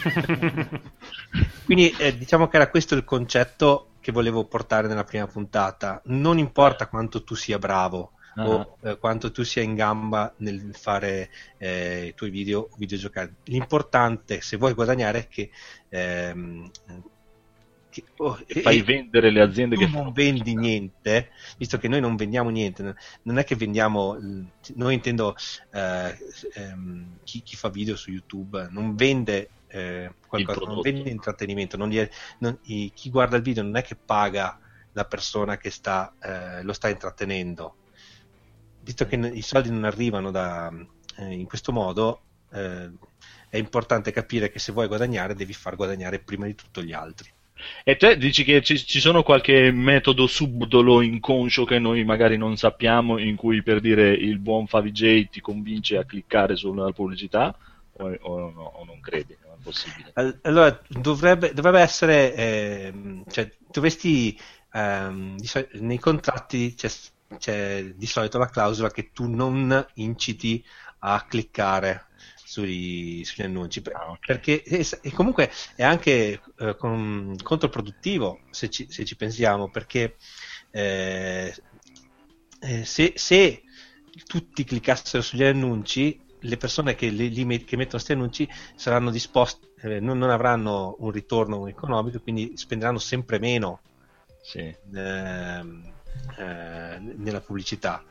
[SPEAKER 7] quindi eh, diciamo che era questo il concetto che volevo portare nella prima puntata. Non importa quanto tu sia bravo
[SPEAKER 3] Ah.
[SPEAKER 7] o eh, quanto tu sia in gamba nel fare eh, i tuoi video o videogiocare. L'importante, se vuoi guadagnare, è che, ehm, che oh,
[SPEAKER 3] E fai
[SPEAKER 7] e-
[SPEAKER 3] vendere le aziende
[SPEAKER 7] tu
[SPEAKER 3] che
[SPEAKER 7] non
[SPEAKER 3] fanno
[SPEAKER 7] vendi
[SPEAKER 3] pubblicità.
[SPEAKER 7] niente, visto che noi non vendiamo niente, non è che vendiamo, noi intendo eh, ehm, chi, chi fa video su YouTube non vende eh, qualcosa, non
[SPEAKER 3] prodotto.
[SPEAKER 7] vende intrattenimento, non gli è- non- i- chi guarda il video non è che paga la persona che sta, eh, lo sta intrattenendo, visto che i soldi non arrivano da, eh, in questo modo. eh, è importante capire che se vuoi guadagnare devi far guadagnare prima di tutto gli altri.
[SPEAKER 3] E te dici che ci, ci sono qualche metodo subdolo inconscio che noi magari non sappiamo, in cui, per dire, il buon Favij ti convince a cliccare sulla pubblicità, o, o no, o non credi? Non è possibile.
[SPEAKER 7] All- Allora, dovrebbe, dovrebbe essere, ehm, cioè, dovresti, ehm, di soli- nei contratti c'è, c'è di solito la clausola che tu non inciti a cliccare sui- sugli annunci, per-
[SPEAKER 3] Ah, ok.
[SPEAKER 7] perché e, e comunque è anche eh, con- controproduttivo se ci, se ci pensiamo, perché eh, eh, se, se tutti cliccassero sugli annunci, le persone che, li, li met- che mettono questi annunci saranno disposte, eh, non, non avranno un ritorno economico, quindi spenderanno sempre meno
[SPEAKER 3] Sì.
[SPEAKER 7] ehm, eh, nella pubblicità.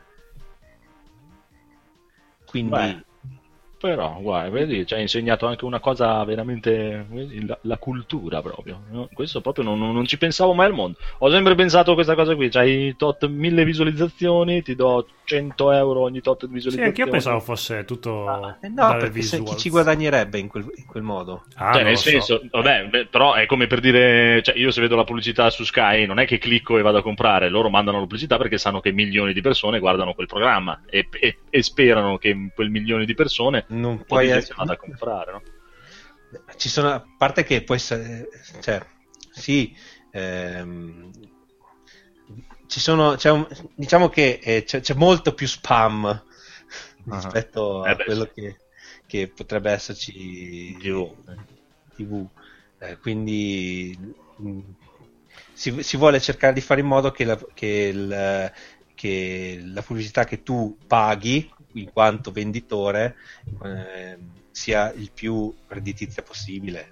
[SPEAKER 7] Quindi
[SPEAKER 3] Beh, però, guarda, vedi, ci ha insegnato anche una cosa veramente, vedi, la, la cultura proprio, no? Questo proprio non, non- non ci pensavo mai al mondo. Ho sempre pensato a questa cosa qui, c'hai tot mille visualizzazioni, ti do cento euro ogni tot
[SPEAKER 1] Sì,
[SPEAKER 3] visualizzazioni.
[SPEAKER 1] anch'io pensavo fosse tutto
[SPEAKER 7] eh, no,
[SPEAKER 1] dalle
[SPEAKER 7] perché se, chi
[SPEAKER 1] visuals.
[SPEAKER 7] ci guadagnerebbe in quel, in quel modo?
[SPEAKER 1] Ah,
[SPEAKER 3] Cioè,
[SPEAKER 1] non
[SPEAKER 3] nel
[SPEAKER 1] lo so.
[SPEAKER 3] senso, vabbè, beh, però è come per dire, cioè, io se vedo la pubblicità su Sky, non è che clicco e vado a comprare, loro mandano la pubblicità perché sanno che milioni di persone guardano quel programma e, e- e sperano che quel milione di persone
[SPEAKER 7] Non
[SPEAKER 3] un po'
[SPEAKER 7] puoi
[SPEAKER 3] di gente
[SPEAKER 7] essere-
[SPEAKER 3] vada a comprare, no?
[SPEAKER 7] Ci sono, a parte che può essere, cioè, sì, ehm, ci sono, c'è un- diciamo che eh, c'è, c'è molto più spam rispetto a
[SPEAKER 3] Eh beh,
[SPEAKER 7] quello
[SPEAKER 3] sì.
[SPEAKER 7] che, che potrebbe esserci
[SPEAKER 3] T V.
[SPEAKER 7] T V. Eh, quindi mh, si, si vuole cercare di fare in modo che la, che il- che la pubblicità che tu paghi in quanto venditore eh, sia il più redditizia possibile.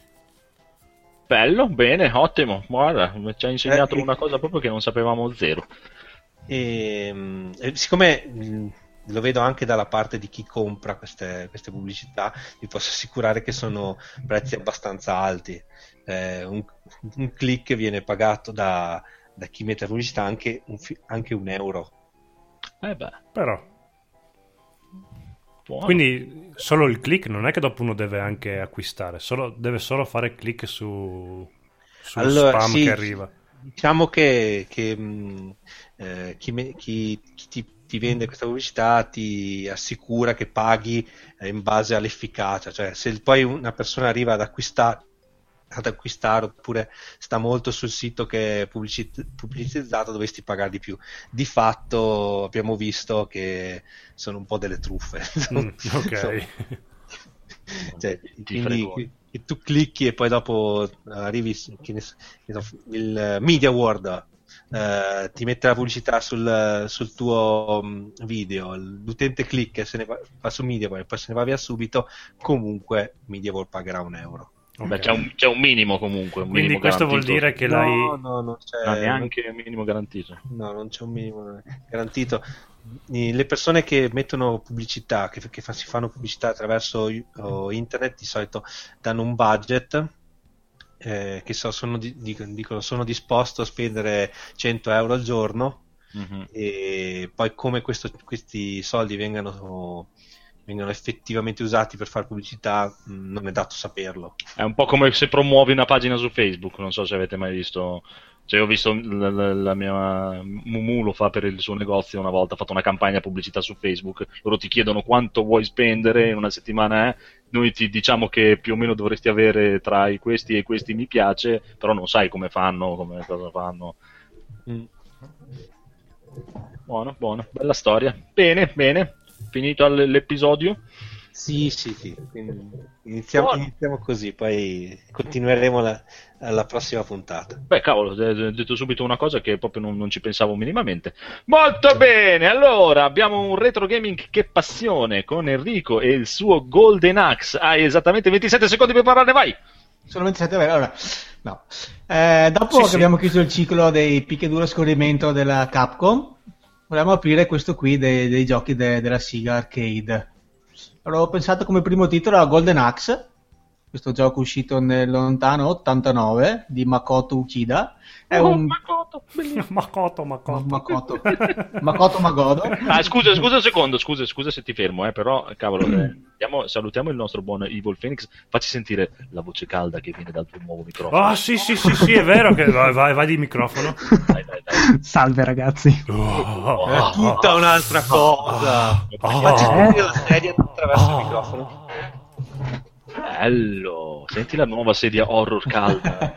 [SPEAKER 3] Bello, bene, ottimo. Guarda, ci ha insegnato
[SPEAKER 7] Eh,
[SPEAKER 3] una cosa proprio che non sapevamo zero.
[SPEAKER 7] E, mh, e siccome mh, lo vedo anche dalla parte di chi compra queste, queste pubblicità, vi posso assicurare che sono prezzi abbastanza alti. Eh, un, un click viene pagato da, da chi mette la pubblicità anche un, fi- anche un euro.
[SPEAKER 3] Eh beh,
[SPEAKER 1] Però,
[SPEAKER 3] buono.
[SPEAKER 1] quindi solo il click, non è che dopo uno deve anche acquistare, solo, deve solo fare click su sul
[SPEAKER 7] Allora,
[SPEAKER 1] spam
[SPEAKER 7] sì,
[SPEAKER 1] che arriva.
[SPEAKER 7] diciamo che, che, mh, eh, chi, me- chi- chi ti, ti vende questa pubblicità ti assicura che paghi eh, in base all'efficacia, cioè se poi una persona arriva ad acquistare ad acquistare oppure sta molto sul sito che è pubblicit- pubblicizzato, dovresti pagare di più. Di fatto abbiamo visto che sono un po' delle truffe.
[SPEAKER 1] Mm, ok.
[SPEAKER 7] Cioè,
[SPEAKER 3] Ti
[SPEAKER 7] quindi
[SPEAKER 3] fregoni.
[SPEAKER 7] che tu clicchi e poi dopo arrivi su- che ne so, che ne so, il eh, Media World eh, ti mette la pubblicità sul, sul tuo mm, video, l'utente clicca e se ne va, va su Media World e poi se ne va via subito, comunque Media World pagherà un euro.
[SPEAKER 3] Beh,
[SPEAKER 1] Ok.
[SPEAKER 3] c'è, un, c'è un minimo comunque. Un
[SPEAKER 1] Quindi
[SPEAKER 3] minimo
[SPEAKER 1] questo vuol
[SPEAKER 3] garantito.
[SPEAKER 1] dire che
[SPEAKER 7] no,
[SPEAKER 1] l'hai...
[SPEAKER 7] no, non c'è,
[SPEAKER 3] Non ha neanche un minimo garantito.
[SPEAKER 7] no, non c'è un minimo garantito. I- Le persone che mettono pubblicità, che, che fa- si fanno pubblicità attraverso i- o internet, di solito danno un budget, eh, che so, sono, di- dicono, dicono, sono disposto a spendere cento euro al giorno,
[SPEAKER 3] Mhm.
[SPEAKER 7] e poi come questo- questi soldi vengano, vengano effettivamente usati per fare pubblicità, mh, non è dato saperlo.
[SPEAKER 3] È un po' come se promuovi una pagina su Facebook, non so se avete mai visto. Cioè, ho visto la, la- la mia Mumu lo fa per il suo negozio una volta, ha fatto una campagna pubblicità su Facebook, loro ti chiedono quanto vuoi spendere in una settimana, eh? noi ti diciamo che più o meno dovresti avere tra i questi e questi mi piace, però non sai come fanno, come cosa fanno. Mm. Buono, buono, bella storia. Bene, bene, finito l'episodio?
[SPEAKER 7] Sì, sì, sì. Quindi iniziamo, iniziamo così, poi continueremo la, alla prossima puntata.
[SPEAKER 3] Beh, cavolo, ho detto subito una cosa che proprio non, non ci pensavo minimamente. Molto bene, allora abbiamo un retro gaming che passione con Enrico e il suo Golden Axe. Hai esattamente ventisette secondi per parlarne, vai!
[SPEAKER 4] Sono ventisette, allora, no. Eh, dopo
[SPEAKER 1] sì,
[SPEAKER 4] che
[SPEAKER 1] sì.
[SPEAKER 4] abbiamo chiuso il ciclo dei picchiaduro a scorrimento della Capcom, volevamo aprire questo qui dei, dei giochi de, della Sega Arcade. Allora, ho pensato come primo titolo a Golden Axe, questo gioco uscito nel lontano ottantanove di Makoto Uchida. È
[SPEAKER 3] Oh,
[SPEAKER 4] un
[SPEAKER 3] Makoto, bellissimo.
[SPEAKER 1] Makoto, Makoto.
[SPEAKER 4] Makoto Makoto Magodo.
[SPEAKER 3] Ah, scusa, scusa un secondo, scusa, scusa se ti fermo, eh, però, cavolo, eh, andiamo- salutiamo il nostro buon Evil Phoenix. Facci sentire la voce calda che viene dal tuo nuovo microfono.
[SPEAKER 1] Ah, sì, sì, sì, sì, è vero che vai, vai, vai di microfono.
[SPEAKER 3] Dai, dai, dai.
[SPEAKER 5] Salve ragazzi.
[SPEAKER 1] Oh,
[SPEAKER 7] È tutta un'altra cosa.
[SPEAKER 1] oh,
[SPEAKER 7] Facci
[SPEAKER 1] oh,
[SPEAKER 7] sentire la sedia attraverso il microfono.
[SPEAKER 3] Bello, senti la nuova sedia horror calda.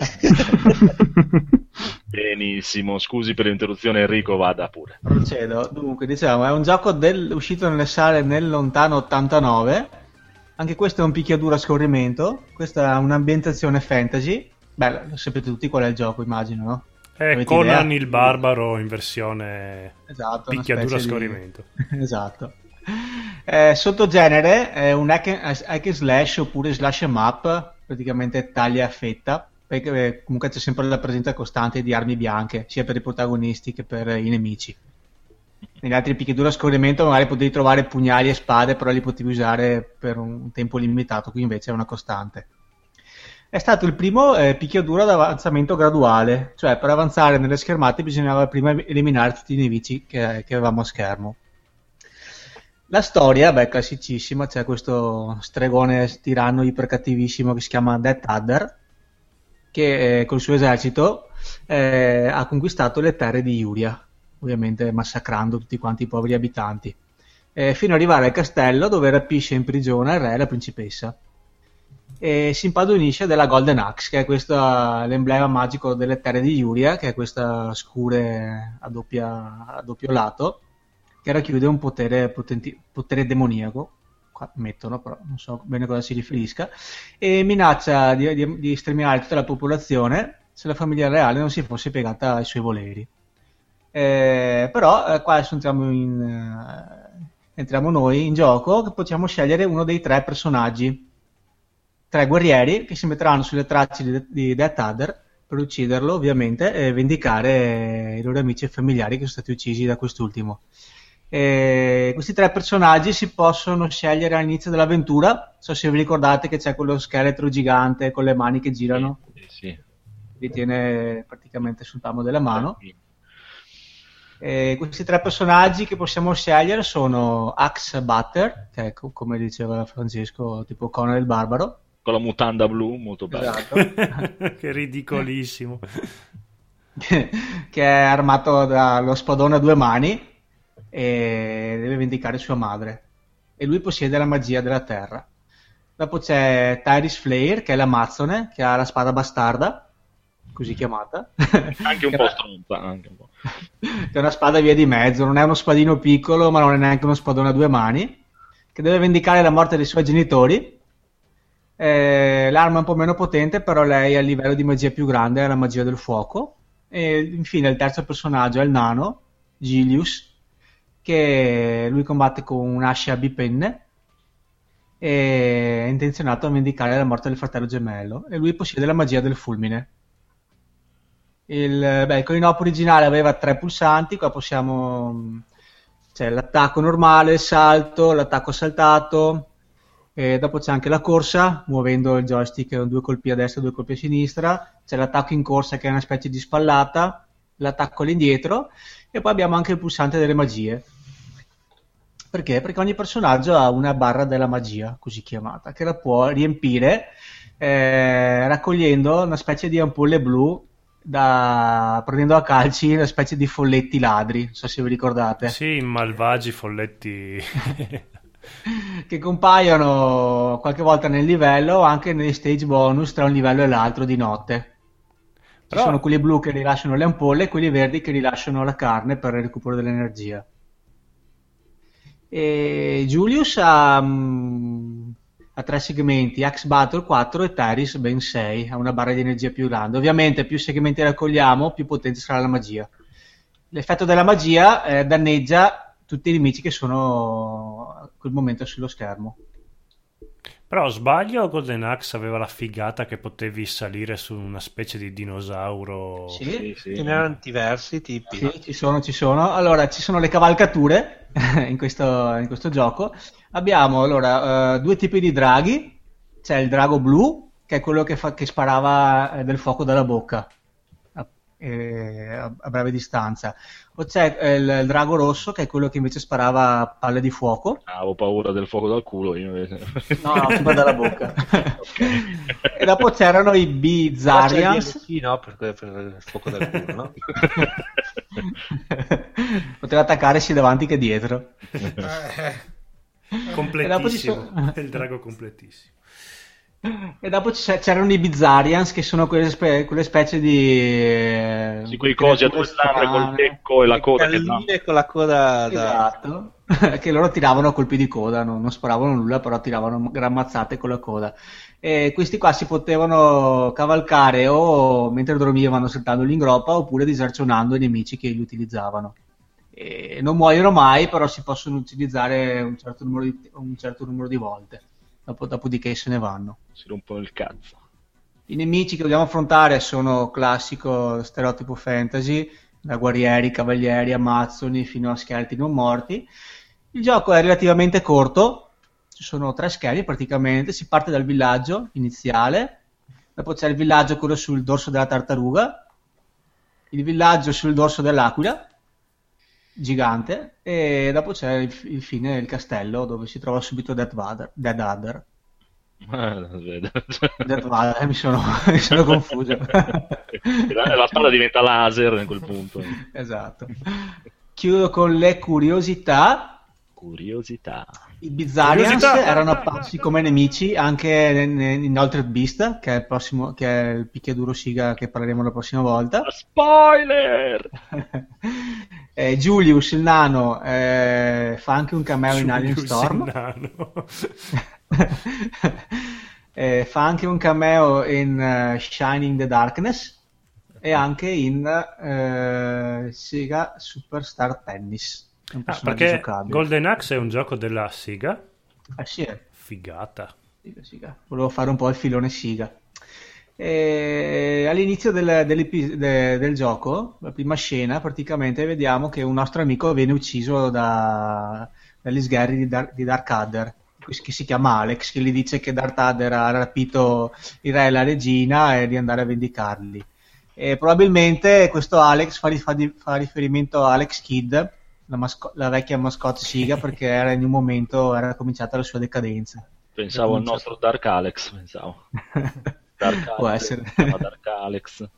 [SPEAKER 3] Benissimo, scusi per l'interruzione Enrico, vada pure.
[SPEAKER 4] Procedo. Dunque, diciamo, è un gioco del- uscito nelle sale nel lontano ottantanove. Anche questo è un picchiaduro a scorrimento. Questa è un'ambientazione fantasy. Beh, lo sapete tutti qual è il gioco, immagino, no?
[SPEAKER 1] È
[SPEAKER 4] Avete
[SPEAKER 1] Conan
[SPEAKER 4] idea?
[SPEAKER 1] il barbaro in versione
[SPEAKER 4] Esatto, una
[SPEAKER 1] picchiaduro a
[SPEAKER 4] specie di-
[SPEAKER 1] scorrimento.
[SPEAKER 4] Esatto. Eh, sottogenere è un hack and, hack and slash oppure slash em up, praticamente taglia a fetta, perché eh, comunque c'è sempre la presenza costante di armi bianche, sia per i protagonisti che per i nemici. Negli altri picchiaduro a scorrimento magari potevi trovare pugnali e spade, però li potevi usare per un tempo limitato, qui invece è una costante. È stato il primo eh, picchiaduro ad avanzamento graduale, cioè per avanzare nelle schermate bisognava prima eliminare tutti i nemici che, che avevamo a schermo. La storia, beh, classicissima, c'è questo stregone tiranno ipercattivissimo che si chiama Death Adder, che eh, col suo esercito eh, ha conquistato le terre di Iuria, ovviamente massacrando tutti quanti i poveri abitanti, eh, fino ad arrivare al castello dove rapisce in prigione il re e la principessa. E si impadronisce della Golden Axe, che è questo, l'emblema magico delle terre di Iuria, che è questa scure a, doppia, a doppio lato, che racchiude un potere, potenti, potere demoniaco, qua mettono, però non so bene a cosa si riferisca, e minaccia di, di, di sterminare tutta la popolazione se la famiglia reale non si fosse piegata ai suoi voleri. Eh, però eh, qua adesso entriamo, in, eh, entriamo noi in gioco, che possiamo scegliere uno dei tre personaggi, tre guerrieri che si metteranno sulle tracce di, di Death Adder per ucciderlo, ovviamente, e vendicare i loro amici e familiari che sono stati uccisi da quest'ultimo. E questi tre personaggi si possono scegliere all'inizio dell'avventura. Non so se vi ricordate che c'è quello scheletro gigante con le mani che girano,
[SPEAKER 3] Sì, sì.
[SPEAKER 4] li tiene praticamente sul palmo della mano. E questi tre personaggi che possiamo scegliere sono Axe Butter, che è co- come diceva Francesco, tipo Conan il barbaro,
[SPEAKER 3] Con la mutanda blu, molto bello.
[SPEAKER 4] esatto.
[SPEAKER 1] Che ridicolissimo.
[SPEAKER 4] Che è armato dallo spadone a due mani e deve vendicare sua madre, e lui possiede la magia della terra. Dopo c'è Tyrese Flare, che è l'amazzone, che ha la spada bastarda, così chiamata,
[SPEAKER 3] Anche un
[SPEAKER 4] che
[SPEAKER 3] po'
[SPEAKER 4] è-
[SPEAKER 3] stronza, anche un po'.
[SPEAKER 4] che è una spada via di mezzo, non è uno spadino piccolo ma non è neanche uno spadone a due mani, che deve vendicare la morte dei suoi genitori. Eh, l'arma è un po' meno potente, però lei a livello di magia più grande, è la magia del fuoco. E infine il terzo personaggio è il nano, Gilius, che lui combatte con un'ascia a bipenne e è intenzionato a vendicare la morte del fratello gemello, e lui possiede la magia del fulmine. Il, beh, il Coin-Op originale aveva tre pulsanti, qua possiamo, c'è l'attacco normale, il salto, l'attacco saltato, e dopo c'è anche la corsa, muovendo il joystick con due colpi a destra e due colpi a sinistra, c'è l'attacco in corsa che è una specie di spallata, l'attacco all'indietro, e poi abbiamo anche il pulsante delle magie. Perché? Perché ogni personaggio ha una barra della magia, così chiamata, che la può riempire eh, raccogliendo una specie di ampolle blu, da, prendendo a calci una specie di folletti ladri, non so se vi ricordate.
[SPEAKER 1] Sì, malvagi folletti.
[SPEAKER 4] che compaiono qualche volta nel livello o anche negli stage bonus tra un livello e l'altro di notte. Ci
[SPEAKER 1] Però-
[SPEAKER 4] sono quelli blu che rilasciano le ampolle e quelli verdi che rilasciano la carne per il recupero dell'energia. E Julius ha, mm, ha tre segmenti, Axe Battle quattro e Teris ben sei, ha una barra di energia più grande. Ovviamente più segmenti raccogliamo, più potente sarà la magia. L'effetto della magia eh, danneggia tutti i nemici che sono a quel momento sullo schermo.
[SPEAKER 1] Però sbaglio, Golden Axe aveva la figata che potevi salire su una specie di dinosauro.
[SPEAKER 4] Sì,
[SPEAKER 3] Sì, sì.
[SPEAKER 7] Ce n'erano diversi tipi.
[SPEAKER 4] sì, ci sono, ci sono. Allora, ci sono le cavalcature in questo, in questo gioco. Abbiamo allora eh, due tipi di draghi. C'è il drago blu, che è quello che, fa, che sparava eh, del fuoco dalla bocca a, eh, a- a breve distanza. O c'è eh, il, il drago rosso, che è quello che invece sparava palle di fuoco.
[SPEAKER 3] Ah, avevo paura del fuoco dal culo io invece.
[SPEAKER 4] No, no, prima dalla bocca.
[SPEAKER 3] Ok.
[SPEAKER 4] E dopo c'erano i
[SPEAKER 7] Qua c'è il
[SPEAKER 4] Bizarrians.
[SPEAKER 7] D L C, no? Per, per il fuoco del culo, no?
[SPEAKER 4] Poteva attaccare sia davanti che dietro.
[SPEAKER 6] Eh,
[SPEAKER 1] Completissimo.
[SPEAKER 4] E dopo ci sono-
[SPEAKER 1] Il drago completissimo.
[SPEAKER 4] E dopo c'è- c'erano i Bizarrians, che sono quelle, spe- quelle specie di... eh,
[SPEAKER 3] Sì, quei cosi a due
[SPEAKER 4] creature
[SPEAKER 3] zampe col
[SPEAKER 4] strane.
[SPEAKER 3] becco e la
[SPEAKER 7] Le
[SPEAKER 3] coda che
[SPEAKER 7] galline con la coda da...
[SPEAKER 4] Esatto. Che loro tiravano a colpi di coda, no? Non sparavano nulla, però tiravano gran mazzate con la coda. E questi qua si potevano cavalcare o mentre dormivano saltandoli in groppa oppure disarcionando i nemici che li utilizzavano. E non muoiono mai, però si possono utilizzare un certo numero di, un certo numero di volte. Dopo- dopodiché se ne vanno.
[SPEAKER 3] si rompono il cazzo.
[SPEAKER 4] I nemici che dobbiamo affrontare sono classico stereotipo fantasy, da guerrieri, cavalieri, amazzoni fino a scheletri non morti. Il gioco è relativamente corto, ci sono tre schemi praticamente, si parte dal villaggio iniziale, dopo c'è il villaggio quello sul dorso della tartaruga, il villaggio sul dorso dell'aquila, gigante, e dopo c'è il, il fine, il castello dove si trova subito Death Adder. Dead Adder.
[SPEAKER 3] Ah, vedo.
[SPEAKER 4] Death Adder, mi sono, mi sono confuso.
[SPEAKER 3] la, la spada diventa laser in quel punto.
[SPEAKER 4] Esatto. Chiudo con le curiosità.
[SPEAKER 3] Curiosità.
[SPEAKER 4] I Bizarrians
[SPEAKER 1] Curiosità.
[SPEAKER 4] erano apparsi come nemici anche in, in Altered Beast, che è il prossimo, che è il picchiaduro Siga che parleremo la prossima volta.
[SPEAKER 3] Spoiler!
[SPEAKER 4] Eh, Julius, il nano, eh, fa anche un cameo in Alien
[SPEAKER 1] Julius
[SPEAKER 4] Storm.
[SPEAKER 1] il nano.
[SPEAKER 4] Eh, fa anche un cameo in eh, Shining the Darkness e anche in eh, Sega Superstar Tennis. È un
[SPEAKER 1] Ah,
[SPEAKER 4] personaggio
[SPEAKER 1] perché
[SPEAKER 4] giocabile.
[SPEAKER 1] Golden Axe è un gioco della Sega?
[SPEAKER 4] Ah, sì, eh.
[SPEAKER 1] Figata.
[SPEAKER 4] Siga, siga. Volevo fare un po' il filone Siga. E all'inizio del, dell'epi- de- del gioco, la prima scena, praticamente vediamo che un nostro amico viene ucciso da, dagli sgherri di, Dar- di Dark Adder, che si chiama Alex, che gli dice che Dark Adder ha rapito il re e la regina e di andare a vendicarli. E probabilmente questo Alex fa, ri- fa di- fa riferimento a Alex Kidd, la, masco- la vecchia mascotte Siga, perché era in un momento era cominciata la sua decadenza.
[SPEAKER 3] Pensavo al nostro Dark Alex, pensavo. Dark
[SPEAKER 4] Può
[SPEAKER 3] Alex,
[SPEAKER 4] essere.
[SPEAKER 3] si chiama Dark Alex.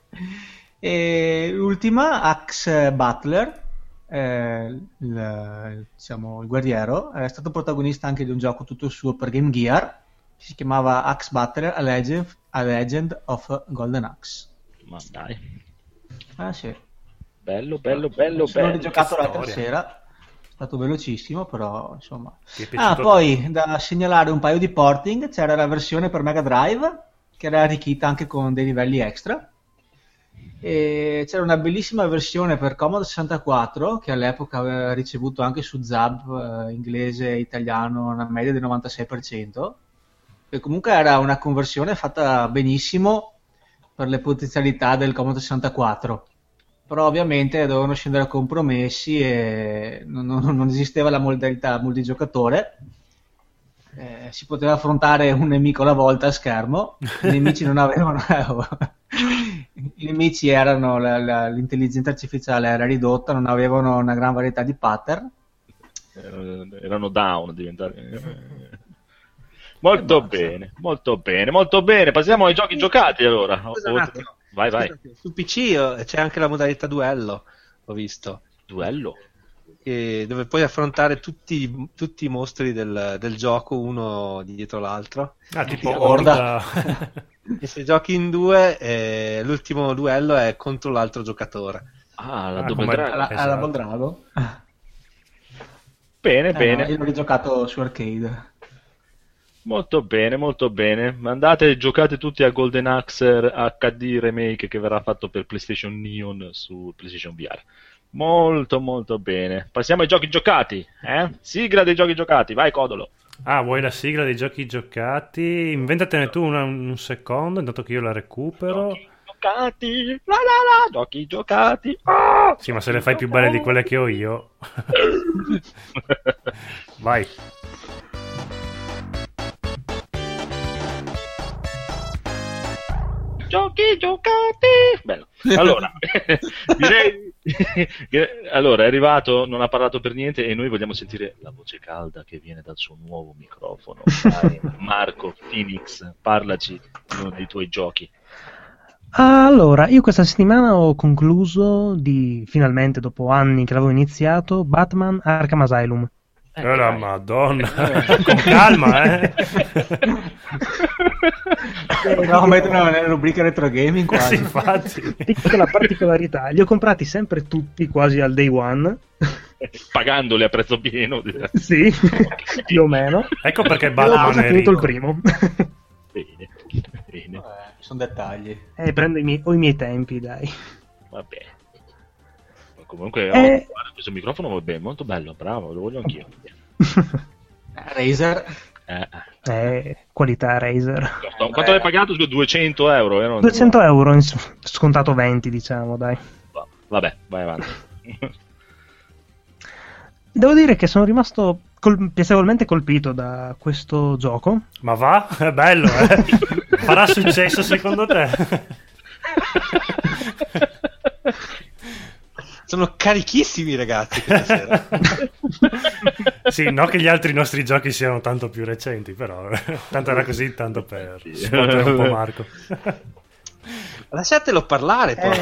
[SPEAKER 4] E l'ultima, Axe Butler, eh, il, diciamo, il guerriero, è stato protagonista anche di un gioco tutto suo per Game Gear, che si chiamava Axe Butler, A Legend, A Legend of Golden Axe.
[SPEAKER 3] Ma dai,
[SPEAKER 4] Ah sì,
[SPEAKER 3] bello, bello, bello,
[SPEAKER 4] sono
[SPEAKER 3] bello.
[SPEAKER 4] rigiocato
[SPEAKER 1] che
[SPEAKER 4] l'altra
[SPEAKER 1] storia.
[SPEAKER 4] sera, è stato velocissimo, però insomma.
[SPEAKER 1] Ti è piaciuto
[SPEAKER 4] Ah, poi da segnalare un paio di porting, c'era la versione per Mega Drive, che era arricchita anche con dei livelli extra. E c'era una bellissima versione per Commodore sessantaquattro che all'epoca aveva ricevuto anche su Zab eh, inglese e italiano una media del novantasei per cento, e comunque era una conversione fatta benissimo per le potenzialità del Commodore sessantaquattro, però ovviamente dovevano scendere a compromessi e non, non- non esisteva la modalità multigiocatore. Eh, si poteva affrontare un nemico alla volta a schermo, i nemici non avevano i nemici erano la- la- l'intelligenza artificiale era ridotta, non avevano una gran varietà di pattern.
[SPEAKER 3] Eh, Erano down diventati. Molto bene, molto bene, molto bene. Passiamo ai giochi giocati allora.
[SPEAKER 7] Scusa un attimo.
[SPEAKER 3] Vai, vai.
[SPEAKER 7] Scusate, su P C eh, c'è anche la modalità duello, ho visto.
[SPEAKER 3] Duello.
[SPEAKER 7] eh, dove puoi affrontare tutti, tutti i mostri del, del gioco uno dietro l'altro.
[SPEAKER 1] Ah, tipo
[SPEAKER 7] Orda.
[SPEAKER 1] Orda.
[SPEAKER 7] E se giochi in due, eh, l'ultimo duello è contro l'altro giocatore.
[SPEAKER 3] Ah, la
[SPEAKER 1] Ah,
[SPEAKER 3] Double
[SPEAKER 1] come-
[SPEAKER 3] Dragon.
[SPEAKER 4] Alla,
[SPEAKER 1] Esatto.
[SPEAKER 4] alla Double Dragon.
[SPEAKER 3] Bene,
[SPEAKER 4] Eh,
[SPEAKER 3] bene.
[SPEAKER 4] no, io l'ho rigiocato su arcade.
[SPEAKER 3] Molto bene, molto bene. Andate e giocate tutti a Golden Axe acca di Remake che verrà fatto per PlayStation Neon su PlayStation V R. Molto, molto bene. Passiamo ai giochi giocati. Eh? Sigla dei giochi giocati. Vai, Codolo.
[SPEAKER 1] Ah, vuoi la sigla dei giochi giocati? Inventatene tu una- un secondo, intanto che io la recupero.
[SPEAKER 3] Giochi giocati. La la la. Giochi giocati. Ah!
[SPEAKER 1] Sì, ma se le fai più belle di quelle che ho io. Vai.
[SPEAKER 3] Giochi giocati. Bello. Allora, direi che- allora è arrivato, non ha parlato per niente e noi vogliamo sentire la voce calda che viene dal suo nuovo microfono. Vai, Marco Phoenix, parlaci di uno dei tuoi giochi.
[SPEAKER 5] Allora, io questa settimana ho concluso di, finalmente, dopo anni che l'avevo iniziato, Batman Arkham Asylum.
[SPEAKER 1] Eh, la
[SPEAKER 3] dai.
[SPEAKER 1] madonna. Con calma, eh.
[SPEAKER 4] No, mettono nella rubrica retro gaming
[SPEAKER 1] Sì,
[SPEAKER 4] quasi.
[SPEAKER 1] infatti.
[SPEAKER 5] Piccola particolarità, li ho comprati sempre tutti quasi al day one.
[SPEAKER 3] Pagandoli a prezzo pieno.
[SPEAKER 5] Sì, più o meno.
[SPEAKER 1] Ecco perché
[SPEAKER 5] Io ho
[SPEAKER 1] Batman
[SPEAKER 5] già
[SPEAKER 1] è
[SPEAKER 5] finito il
[SPEAKER 1] ricco.
[SPEAKER 5] primo.
[SPEAKER 3] Bene, bene,
[SPEAKER 4] Eh, sono dettagli.
[SPEAKER 5] Eh, prendo i miei, ho i miei tempi, dai.
[SPEAKER 3] va bene. Comunque,
[SPEAKER 5] Eh.
[SPEAKER 3] oh, guarda, questo microfono va bene, molto bello, bravo, lo voglio anch'io.
[SPEAKER 4] Razer.
[SPEAKER 3] Eh,
[SPEAKER 5] Eh, qualità Razer.
[SPEAKER 3] eh. Quanto hai pagato? duecento euro? Eh? Non-
[SPEAKER 5] duecento euro, in scontato venti, diciamo, dai.
[SPEAKER 3] Vabbè, vai avanti.
[SPEAKER 5] Devo dire che sono rimasto col- piacevolmente colpito da questo gioco.
[SPEAKER 1] Ma va? È bello, eh. Farà successo secondo te?
[SPEAKER 7] Sono carichissimi i ragazzi questa sera.
[SPEAKER 1] Sì, no che gli altri nostri giochi siano tanto più recenti, però tanto era così, tanto per sfottere un po' Marco.
[SPEAKER 7] Lasciatelo parlare poi.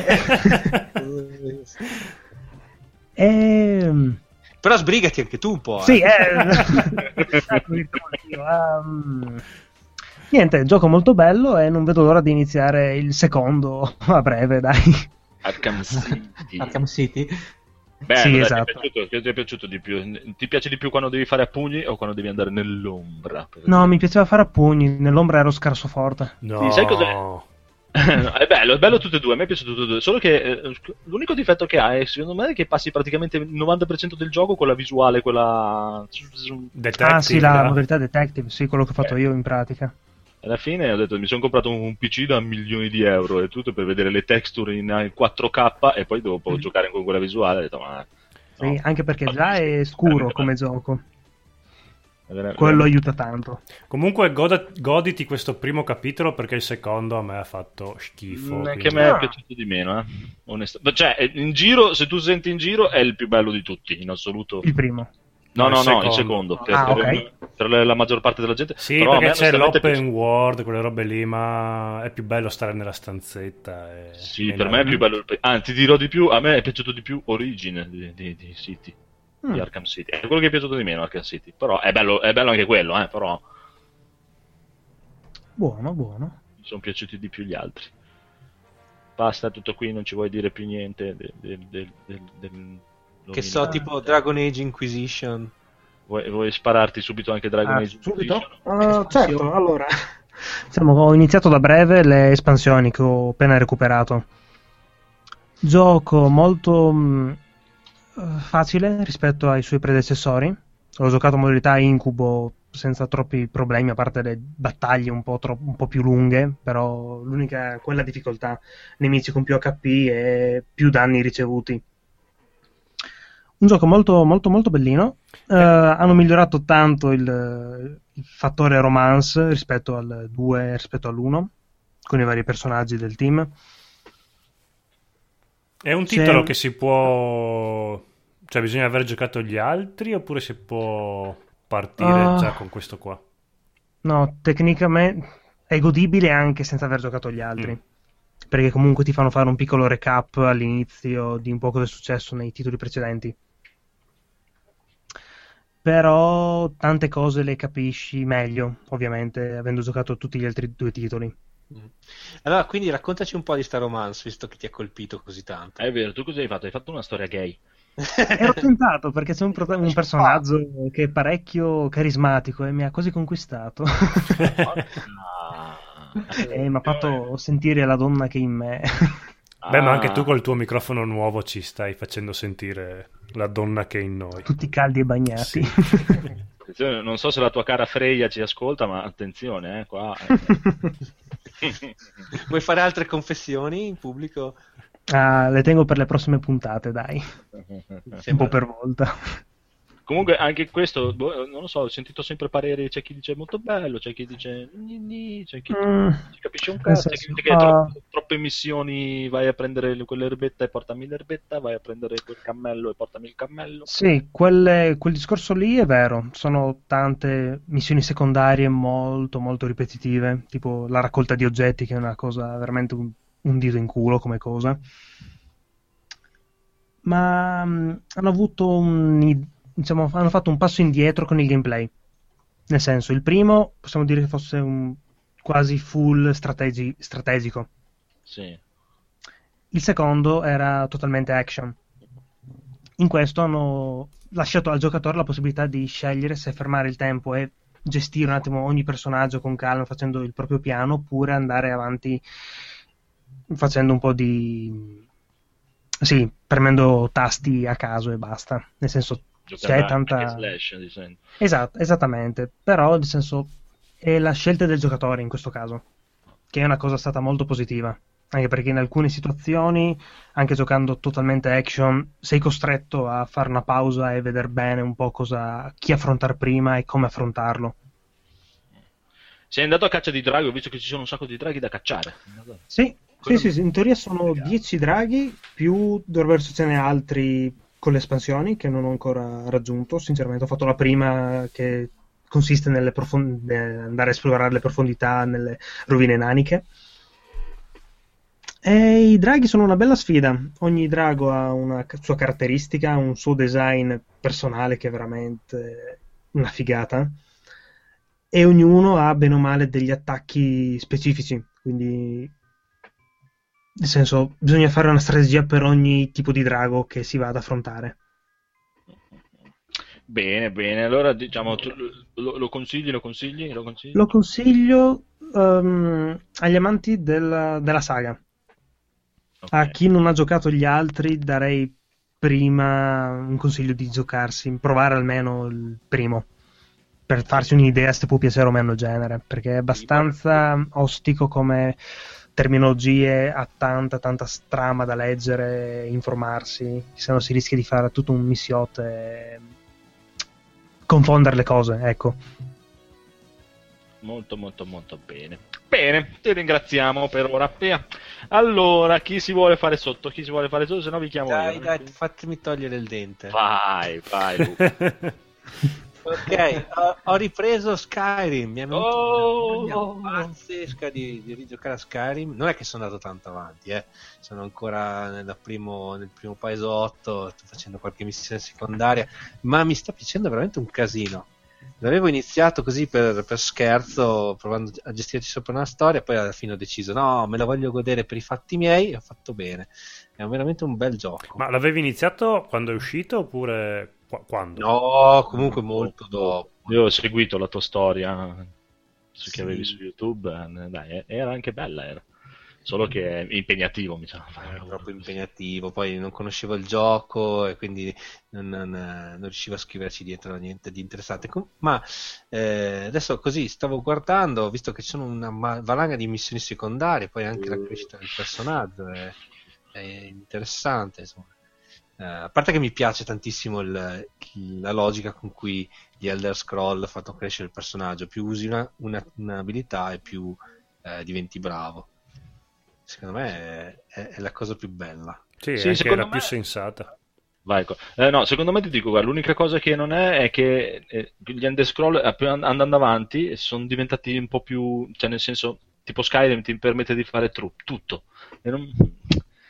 [SPEAKER 5] Ehm...
[SPEAKER 7] Però sbrigati anche tu un po'.
[SPEAKER 5] Sì,
[SPEAKER 7] eh.
[SPEAKER 5] eh. um, niente, gioco molto bello e non vedo l'ora di iniziare il secondo a breve, dai.
[SPEAKER 3] Arkham City.
[SPEAKER 4] Arkham City.
[SPEAKER 3] Bello,
[SPEAKER 5] Sì,
[SPEAKER 3] dai,
[SPEAKER 5] esatto.
[SPEAKER 3] ti, è piaciuto, che ti è piaciuto di più? Ti piace di più quando devi fare a pugni o quando devi andare nell'ombra? Per
[SPEAKER 5] No, mi piaceva fare a pugni, nell'ombra ero scarso forte.
[SPEAKER 1] No.
[SPEAKER 3] Sì, sai cos'è? È bello, è bello tutte e due, a me è piaciuto tutte e due, solo che eh, l'unico difetto che ha è secondo me che passi praticamente il novanta per cento del gioco con la visuale, quella...
[SPEAKER 1] Detective,
[SPEAKER 5] Ah sì, la
[SPEAKER 1] eh.
[SPEAKER 5] modalità detective, sì, quello che ho fatto
[SPEAKER 3] Eh.
[SPEAKER 5] io in pratica.
[SPEAKER 3] Alla fine ho detto mi sono comprato un P C da milioni di euro e tutto per vedere le texture in quattro K e poi dopo
[SPEAKER 5] Mm.
[SPEAKER 3] giocare con quella visuale ho detto ma...
[SPEAKER 5] Sì,
[SPEAKER 3] no.
[SPEAKER 5] anche perché già è scuro come gioco,
[SPEAKER 3] È vera-
[SPEAKER 5] quello
[SPEAKER 3] vera-
[SPEAKER 5] aiuta tanto.
[SPEAKER 1] Comunque goda- goditi questo primo capitolo perché il secondo a me ha fatto schifo.
[SPEAKER 3] Mm, Anche a
[SPEAKER 1] quindi-
[SPEAKER 3] me è
[SPEAKER 5] Ah.
[SPEAKER 3] piaciuto di meno, eh. Onestamente. Cioè, in giro, se tu senti in giro, è il più bello di tutti, in assoluto.
[SPEAKER 5] Il primo.
[SPEAKER 3] No,
[SPEAKER 1] No,
[SPEAKER 3] no,
[SPEAKER 1] il
[SPEAKER 3] no, il
[SPEAKER 1] secondo.
[SPEAKER 3] secondo. Che
[SPEAKER 5] Ah,
[SPEAKER 3] per,
[SPEAKER 5] ok.
[SPEAKER 3] per la la maggior parte della gente.
[SPEAKER 1] Sì,
[SPEAKER 3] Però a
[SPEAKER 1] perché
[SPEAKER 3] me
[SPEAKER 1] c'è
[SPEAKER 3] onestamente
[SPEAKER 1] l'open
[SPEAKER 3] piace-
[SPEAKER 1] world, quelle robe lì, ma è più bello stare nella stanzetta. E...
[SPEAKER 3] Sì,
[SPEAKER 1] e
[SPEAKER 3] per
[SPEAKER 1] la-
[SPEAKER 3] me è più bello. il- Anzi, ti dirò di più, a me è piaciuto di più Origin di, di, di City. Di
[SPEAKER 5] Mm.
[SPEAKER 3] Arkham City. È quello che è piaciuto di meno Arkham City. Però è bello, è bello anche quello, eh, però
[SPEAKER 5] Buono, buono.
[SPEAKER 3] mi sono piaciuti di più gli altri. Basta, tutto qui, non ci vuoi dire più niente del... del, del, del, del
[SPEAKER 7] Che so, tipo Dragon Age Inquisition.
[SPEAKER 3] Vuoi, vuoi spararti subito anche Dragon
[SPEAKER 5] Ah,
[SPEAKER 3] Age
[SPEAKER 5] subito?
[SPEAKER 3] Inquisition?
[SPEAKER 5] Uh, certo, allora. Diciamo, ho iniziato da breve le espansioni che ho appena recuperato. Gioco molto mh, facile rispetto ai suoi predecessori. Ho giocato in modalità incubo senza troppi problemi, a parte le battaglie un po', tro- un po' più lunghe, però l'unica quella difficoltà, nemici con più H P e più danni ricevuti. Un gioco molto molto molto bellino. Eh, hanno migliorato tanto il, il fattore romance rispetto al due, rispetto all'uno, con i vari personaggi del team.
[SPEAKER 1] È un
[SPEAKER 5] C'è-
[SPEAKER 1] titolo che si può... Cioè bisogna aver giocato gli altri oppure si può partire
[SPEAKER 5] Ah.
[SPEAKER 1] già con questo qua?
[SPEAKER 5] No, tecnicamente è godibile anche senza aver giocato gli altri.
[SPEAKER 1] Mm.
[SPEAKER 5] Perché comunque ti fanno fare un piccolo recap all'inizio di un po' cosa è successo nei titoli precedenti. però tante cose le capisci meglio, ovviamente, avendo giocato tutti gli altri due titoli.
[SPEAKER 7] Allora, quindi raccontaci un po' di sta romance, visto che ti ha colpito così tanto.
[SPEAKER 3] È vero, tu cosa hai fatto? Hai fatto una storia gay.
[SPEAKER 5] Ero tentato perché c'è un, prota- un personaggio che è parecchio carismatico e mi ha quasi conquistato.
[SPEAKER 3] Ah.
[SPEAKER 5] E mi ha fatto sentire la donna che è in me.
[SPEAKER 1] Beh, ma anche
[SPEAKER 3] Ah.
[SPEAKER 1] tu col tuo microfono nuovo ci stai facendo sentire la donna che è in noi.
[SPEAKER 5] Tutti caldi e bagnati.
[SPEAKER 1] Sì.
[SPEAKER 3] Attenzione, non so se la tua cara Freya ci ascolta, ma attenzione, eh, qua.
[SPEAKER 7] Vuoi fare altre confessioni in pubblico?
[SPEAKER 5] Ah, le tengo per le prossime puntate, dai. Un po' per volta.
[SPEAKER 3] Comunque anche questo, boh, non lo so, ho sentito sempre pareri, c'è chi dice molto bello, c'è chi dice ni, ni, c'è chi
[SPEAKER 5] Mm,
[SPEAKER 3] ci capisce un
[SPEAKER 5] nel
[SPEAKER 3] cazzo, c'è chi
[SPEAKER 5] senso,
[SPEAKER 3] dice che
[SPEAKER 5] ah,
[SPEAKER 3] tro- troppe missioni, vai a prendere quell'erbetta e portami l'erbetta, vai a prendere quel cammello e portami il cammello.
[SPEAKER 5] sì, quelle- quel discorso lì è vero. Sono tante missioni secondarie molto, molto ripetitive, tipo la raccolta di oggetti, che è una cosa veramente un, un dito in culo come cosa. Ma mh, hanno avuto un, diciamo, hanno fatto un passo indietro con il gameplay. Nel senso, il primo possiamo dire che fosse un quasi full strategi- strategico.
[SPEAKER 3] Sì.
[SPEAKER 5] Il secondo era totalmente action. In questo hanno lasciato al giocatore la possibilità di scegliere se fermare il tempo e gestire un attimo ogni personaggio con calma, facendo il proprio piano, oppure andare avanti facendo un po' di... sì, premendo tasti a caso e basta. Nel senso,
[SPEAKER 3] Giocare
[SPEAKER 5] c'è
[SPEAKER 3] anche
[SPEAKER 5] tanta...
[SPEAKER 3] slash, di solito.
[SPEAKER 5] Esatto, esattamente. Però, nel senso, è la scelta del giocatore in questo caso, che è una cosa stata molto positiva. Anche perché in alcune situazioni, anche giocando totalmente action, sei costretto a fare una pausa e vedere bene un po' cosa, chi affrontare prima e come affrontarlo.
[SPEAKER 3] Sei andato a caccia di draghi, ho visto che ci sono un sacco di draghi da cacciare.
[SPEAKER 5] Sì,
[SPEAKER 3] Quello
[SPEAKER 5] sì,
[SPEAKER 3] mi-
[SPEAKER 5] sì, in teoria sono dieci draghi, più dovrebbero essercene altri con le espansioni che non ho ancora raggiunto. Sinceramente ho fatto la prima, che consiste nelle profon- andare a esplorare le profondità nelle rovine naniche. E i draghi sono una bella sfida. Ogni drago ha una ca- sua caratteristica, un suo design personale che è veramente una figata. E ognuno ha bene o male degli attacchi specifici. Quindi, nel senso, bisogna fare una strategia per ogni tipo di drago che si va ad affrontare.
[SPEAKER 3] Bene, bene. Allora, diciamo, tu lo, lo consigli, lo consigli, lo consigli?
[SPEAKER 5] Lo consiglio ehm, agli amanti della, della saga.
[SPEAKER 3] Ok.
[SPEAKER 5] A chi non ha giocato gli altri darei prima un consiglio di giocarsi, provare almeno il primo, per farsi un'idea se può piacere o meno il genere, perché è abbastanza ostico come terminologie, ha tanta tanta strama da leggere, informarsi, se no si rischia di fare tutto un missiote e confondere le cose, ecco.
[SPEAKER 3] Molto, molto, molto bene. Bene, ti ringraziamo per ora. Via. Allora, chi si vuole fare sotto? Chi si vuole fare sotto? Se no vi chiamo
[SPEAKER 7] Dai,
[SPEAKER 3] io.
[SPEAKER 7] dai, fatemi togliere il dente.
[SPEAKER 3] Vai, vai. Luca.
[SPEAKER 7] Ok, ho, ho ripreso Skyrim. Mi è venuta
[SPEAKER 3] Oh!
[SPEAKER 7] un'idea pazzesca di, di rigiocare a Skyrim. Non è che sono andato tanto avanti, eh. Sono ancora nella primo, nel primo paesotto, sto facendo qualche missione secondaria, ma mi sta piacendo veramente un casino. L'avevo iniziato così per, per scherzo, provando a gestirci sopra una storia, poi alla fine ho deciso no, me la voglio godere per i fatti miei e ho fatto bene. È veramente un bel gioco.
[SPEAKER 1] Ma l'avevi iniziato quando è uscito oppure qu- quando?
[SPEAKER 7] No, comunque molto dopo.
[SPEAKER 3] Io ho seguito la tua storia su che
[SPEAKER 7] Sì.
[SPEAKER 3] avevi su YouTube. eh, Dai, era anche bella, era. Solo che è impegnativo, mi sa.
[SPEAKER 7] Era troppo impegnativo, poi non conoscevo il gioco e quindi non, non, non riuscivo a scriverci dietro niente di interessante. Com- Ma eh, adesso così stavo guardando, ho visto che ci sono una ma- valanga di missioni secondarie, poi anche la crescita del personaggio è, è interessante, insomma. Eh, a parte che mi piace tantissimo il- la logica con cui gli Elder Scroll fanno crescere il personaggio, più usi una, una- un'abilità e più eh, diventi bravo. Secondo me è, è- è la cosa più bella.
[SPEAKER 1] Sì,
[SPEAKER 3] Sì,
[SPEAKER 1] anche
[SPEAKER 3] secondo
[SPEAKER 1] la più
[SPEAKER 3] me-
[SPEAKER 1] sensata.
[SPEAKER 3] Vai, ecco. Eh, no, secondo me ti dico, guarda, l'unica cosa che non è è che eh, gli Ender Scroll eh, più and- andando avanti sono diventati un po' più, cioè nel senso, tipo Skyrim ti permette di fare tru- tutto. E non-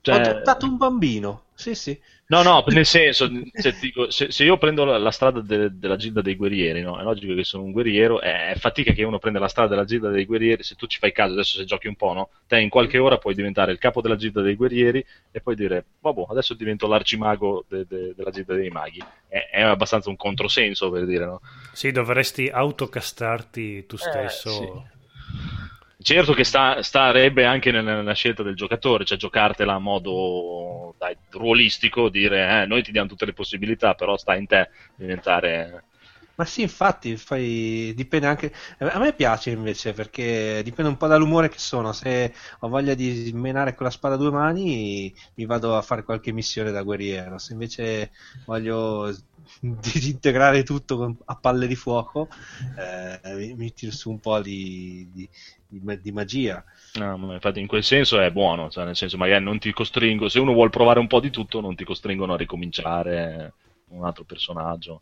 [SPEAKER 3] Cioè...
[SPEAKER 7] Ho adottato un bambino, sì sì.
[SPEAKER 3] No, no, nel senso, se, dico, se, se io prendo la, la strada de, della Gilda dei Guerrieri, no? È logico che sono un guerriero, è, è fatica che uno prenda la strada della Gilda dei Guerrieri, se tu ci fai caso, adesso se giochi un po', no? Te in qualche ora puoi diventare il capo della Gilda dei Guerrieri e poi dire, vabbè, adesso divento l'arcimago de, de, della Gilda dei Maghi. È, è abbastanza un controsenso, per dire, no?
[SPEAKER 1] Sì, dovresti autocastrarti tu stesso.
[SPEAKER 3] Eh, sì. Certo che sta, starebbe anche nella, nella scelta del giocatore, cioè giocartela a modo dai, ruolistico, dire eh, noi ti diamo tutte le possibilità, però sta in te diventare...
[SPEAKER 7] Ma sì, infatti, fai... dipende anche... A me piace invece, perché dipende un po' dall'umore che sono. Se ho voglia di menare con la spada a due mani, mi vado a fare qualche missione da guerriero. Se invece voglio disintegrare tutto con... a palle di fuoco, eh, mi, mi tiro su un po' di... di... di magia.
[SPEAKER 3] No, ma infatti in quel senso è buono, cioè nel senso magari non ti costringo, se uno vuole provare un po' di tutto non ti costringono a ricominciare un altro personaggio.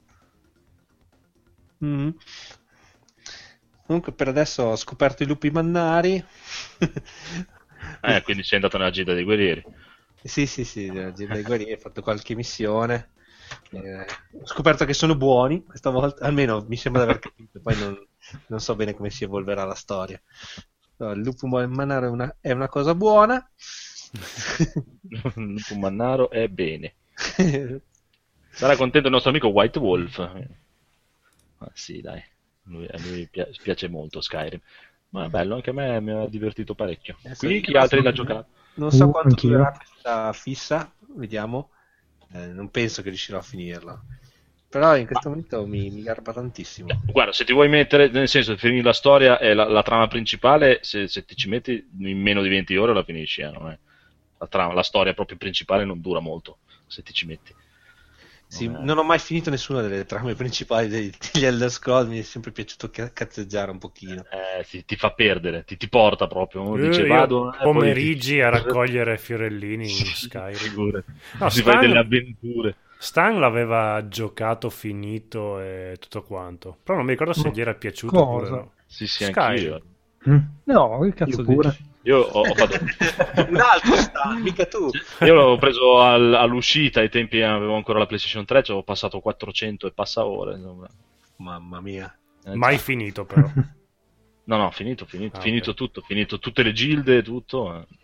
[SPEAKER 7] Mm. Comunque per adesso ho scoperto i lupi mannari.
[SPEAKER 3] Eh, quindi sei andato nella Gilda dei Guerrieri.
[SPEAKER 7] Sì, sì, sì, nella Gilda dei Guerrieri ho fatto qualche missione. Eh, ho scoperto che sono buoni questa volta, almeno mi sembra di aver capito, poi non, non so bene come si evolverà la storia. No, il lupo mannaro è una, è una cosa buona.
[SPEAKER 3] Il lupo mannaro è bene. Sarà contento il nostro amico White Wolf. Ah, sì, dai, lui, a lui piace molto Skyrim. Ma è bello, anche a me mi ha divertito parecchio. Qui chi altri l'ha giocato?
[SPEAKER 7] Non so
[SPEAKER 5] Uh,
[SPEAKER 7] quanto
[SPEAKER 5] anch'io.
[SPEAKER 7] durerà questa fissa, vediamo. Eh, non penso che riuscirò a finirla. Però in questo momento mi, mi garba tantissimo.
[SPEAKER 3] Guarda, se ti vuoi mettere, nel senso, finire la storia e la, la trama principale, se, se ti ci metti in meno di venti ore la finisci, eh, non è? La, trama, la storia proprio principale non dura molto, se ti ci metti.
[SPEAKER 7] Sì,
[SPEAKER 3] Non è-
[SPEAKER 7] non ho mai finito nessuna delle trame principali dei- degli Elder Scrolls, mi è sempre piaciuto ca- cazzeggiare un pochino.
[SPEAKER 3] eh, ti, ti fa perdere, ti, ti porta proprio. Uno
[SPEAKER 1] Io-
[SPEAKER 3] dice
[SPEAKER 1] io
[SPEAKER 3] vado. eh, poi
[SPEAKER 1] pomeriggi
[SPEAKER 3] ti-
[SPEAKER 1] a raccogliere fiorellini in Skyrim.
[SPEAKER 3] Figurati.
[SPEAKER 1] No,
[SPEAKER 3] si fai
[SPEAKER 1] Stan-
[SPEAKER 3] delle avventure.
[SPEAKER 1] Stan l'aveva giocato, finito e tutto quanto. Però non mi ricordo se
[SPEAKER 5] Ma
[SPEAKER 1] gli era piaciuto
[SPEAKER 5] cosa?
[SPEAKER 1] oppure no.
[SPEAKER 3] Sì, sì,
[SPEAKER 1] Skyrim.
[SPEAKER 3] anch'io.
[SPEAKER 5] Mm. No, che cazzo
[SPEAKER 4] Io pure.
[SPEAKER 5] dici?
[SPEAKER 3] Io ho, ho fatto.
[SPEAKER 7] Un altro sta, mica tu.
[SPEAKER 3] Io l'avevo preso al- all'uscita, ai tempi avevo ancora la PlayStation tre, ci avevo passato quattrocento e passa ore. Insomma.
[SPEAKER 7] Mamma mia.
[SPEAKER 3] Eh,
[SPEAKER 1] Mai
[SPEAKER 3] già.
[SPEAKER 1] finito però.
[SPEAKER 3] No, no, finito, finito,
[SPEAKER 1] Ah,
[SPEAKER 3] finito
[SPEAKER 1] ok.
[SPEAKER 3] tutto, finito tutte le gilde, tutto. eh.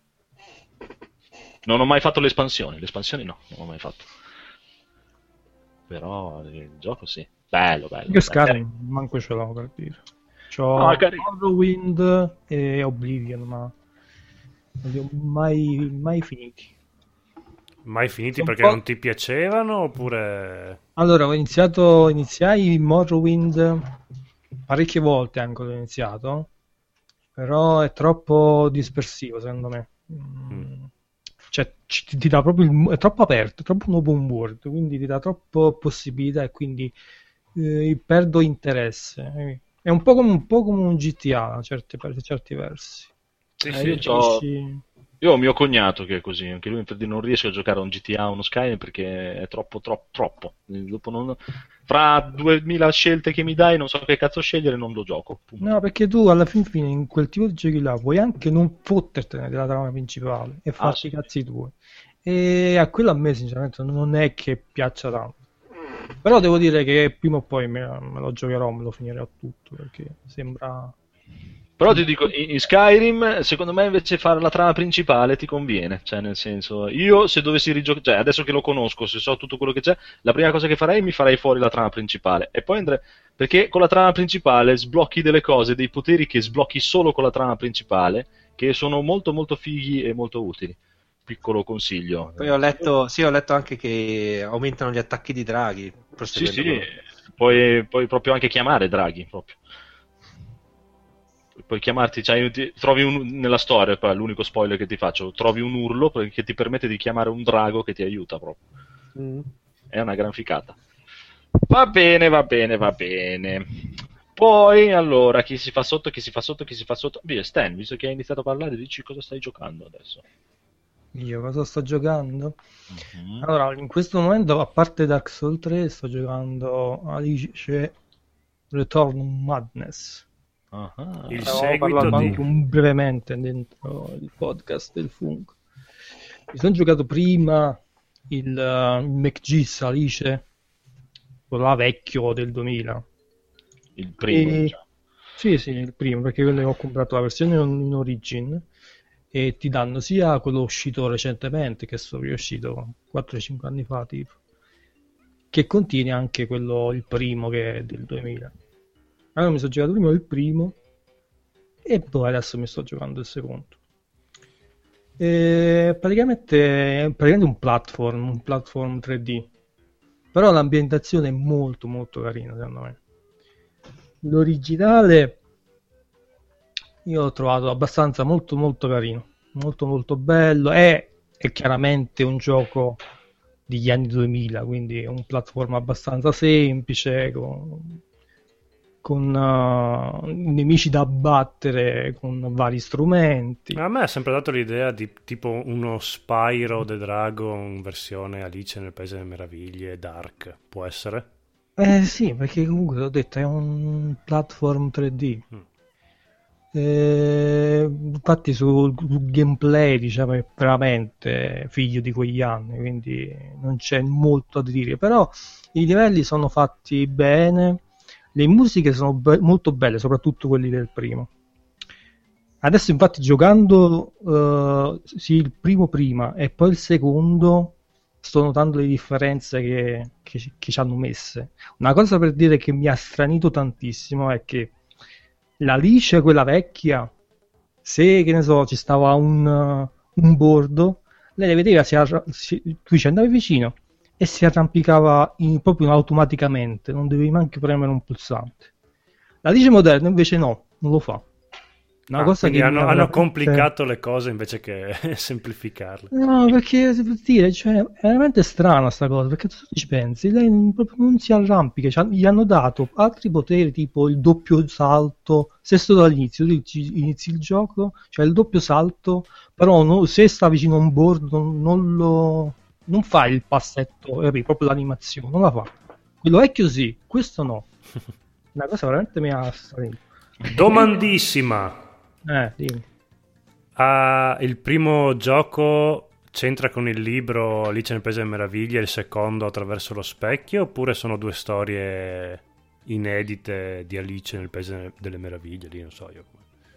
[SPEAKER 3] Non ho mai fatto le espansioni, le espansioni no, non ho mai fatto. Però il gioco sì. Bello, bello.
[SPEAKER 5] Io
[SPEAKER 3] bello.
[SPEAKER 5] Skyrim manco ce l'ho per dire. C'ho
[SPEAKER 3] No, è carino.
[SPEAKER 5] Morrowind e Oblivion, ma non li ho mai, mai finiti.
[SPEAKER 1] Mai finiti
[SPEAKER 5] Un
[SPEAKER 1] perché
[SPEAKER 5] po'-
[SPEAKER 1] non ti piacevano oppure...
[SPEAKER 5] Allora, ho iniziato, iniziai Morrowind parecchie volte anche l'ho iniziato, però è troppo dispersivo secondo me. Mm. Cioè, ci- ti, ti dà proprio il, è troppo aperto, è troppo un open world, quindi ti dà troppo possibilità e quindi eh, perdo interesse. È un po' come un, po' come un G T A certi, per certi versi.
[SPEAKER 3] Sì,
[SPEAKER 5] Eh,
[SPEAKER 3] sì,
[SPEAKER 5] io
[SPEAKER 3] c'ho-
[SPEAKER 5] capisci-
[SPEAKER 3] Io ho mio cognato che è così, anche lui infatti non riesce a giocare a un G T A o uno Skyrim perché è troppo, troppo, troppo. Quindi dopo non... Fra duemila scelte che mi dai non so che cazzo scegliere, non lo gioco. Punto.
[SPEAKER 5] No, perché tu alla fin fine in quel tipo di giochi là puoi anche non fottertene della trama principale e farti
[SPEAKER 3] sì.
[SPEAKER 5] i cazzi tuoi. E a quello a me sinceramente non è che piaccia tanto. Però devo dire che prima o poi me, me lo giocherò, me lo finirò tutto perché sembra...
[SPEAKER 3] Però ti dico, in in Skyrim, secondo me invece fare la trama principale ti conviene, cioè nel senso, io se dovessi rigiocare, cioè adesso che lo conosco, se so tutto quello che c'è, la prima cosa che farei mi farei fuori la trama principale e poi andrei, perché con la trama principale sblocchi delle cose, dei poteri che sblocchi solo con la trama principale, che sono molto molto fighi e molto utili. Piccolo consiglio.
[SPEAKER 7] Poi ho letto, sì, ho letto anche che aumentano gli attacchi di draghi.
[SPEAKER 3] Sì,
[SPEAKER 7] proseguendo
[SPEAKER 3] sì,
[SPEAKER 7] quello.
[SPEAKER 3] puoi, puoi proprio anche chiamare draghi, proprio. Puoi chiamarti, cioè, ti- trovi un, nella storia, poi, l'unico spoiler che ti faccio, trovi un urlo che ti permette di chiamare un drago che ti aiuta proprio.
[SPEAKER 7] Mm.
[SPEAKER 3] È una gran ficata. Va bene, va bene, va bene. Poi, allora, chi si fa sotto, chi si fa sotto, chi si fa sotto. Via, Stan, visto che hai iniziato a parlare, dici cosa stai giocando adesso.
[SPEAKER 5] Io cosa sto giocando?
[SPEAKER 3] Mhm.
[SPEAKER 5] Allora, in questo momento, a parte Dark Souls tre, sto giocando Alice Return to Madness.
[SPEAKER 3] Ah,
[SPEAKER 1] Il
[SPEAKER 5] Avevo
[SPEAKER 1] seguito
[SPEAKER 5] parlato
[SPEAKER 1] di...
[SPEAKER 5] anche un- brevemente dentro il podcast del Funk.
[SPEAKER 8] Mi sono giocato prima il, uh, il McGee's Alice, quello là vecchio del duemila.
[SPEAKER 3] Il primo,
[SPEAKER 8] E-
[SPEAKER 3] diciamo.
[SPEAKER 8] Sì, sì, il primo, perché quello ho comprato la versione in in origin e ti danno sia quello uscito recentemente, che so che è uscito quattro cinque anni fa, tipo, che contiene anche quello, il primo, che è del duemila. Allora mi sono giocato prima il primo e poi adesso mi sto giocando il secondo. E praticamente è praticamente un platform, un platform tre D, però l'ambientazione è molto molto carina secondo me. L'originale io l'ho trovato abbastanza molto molto carino, molto molto bello. È, è chiaramente un gioco degli anni duemila, quindi è un platform abbastanza semplice, con, con uh, nemici da abbattere, con vari strumenti.
[SPEAKER 1] A me ha sempre dato l'idea di tipo uno Spyro the Dragon versione Alice nel Paese delle Meraviglie, Dark, può essere?
[SPEAKER 8] Eh sì, perché comunque l'ho detto, è un platform tre D.
[SPEAKER 1] Mm.
[SPEAKER 8] Eh, infatti sul, sul gameplay diciamo è veramente figlio di quegli anni, quindi non c'è molto da dire, però i livelli sono fatti bene, le musiche sono be- molto belle, soprattutto quelli del primo. Adesso infatti giocando eh, sì, il primo prima e poi il secondo sto notando le differenze che, che, ci- che ci hanno messe. Una cosa per dire che mi ha stranito tantissimo è che l'Alice, quella vecchia, se che ne so, ci stava un, uh, un bordo, lei le vedeva, si arra- si- tu ci andavi vicino e si arrampicava in- proprio automaticamente, non dovevi neanche premere un pulsante. L'Alice moderna invece no, non lo fa. Una
[SPEAKER 1] Ah,
[SPEAKER 8] cosa
[SPEAKER 1] quindi
[SPEAKER 8] che mi
[SPEAKER 1] hanno,
[SPEAKER 8] ha
[SPEAKER 1] hanno
[SPEAKER 8] veramente-
[SPEAKER 1] complicato le cose invece che semplificarle.
[SPEAKER 8] No, perché si può dire, cioè, è veramente strana sta cosa, perché tu ci pensi, lei non, proprio non si arrampica, cioè, gli hanno dato altri poteri, tipo il doppio salto, stesso dall'inizio, tu ci- inizi il gioco, cioè il doppio salto, però no- se sta vicino a un board non, non lo, non fa il passetto, capi? Proprio l'animazione, non la fa. Quello vecchio sì, questo no. Una cosa veramente mi ha stranito.
[SPEAKER 1] Domandissima.
[SPEAKER 8] Eh, dimmi.
[SPEAKER 1] Ah, il primo gioco c'entra con il libro Alice nel Paese delle Meraviglie e il secondo attraverso lo specchio, oppure sono due storie inedite di Alice nel Paese delle Meraviglie? Lì non so io.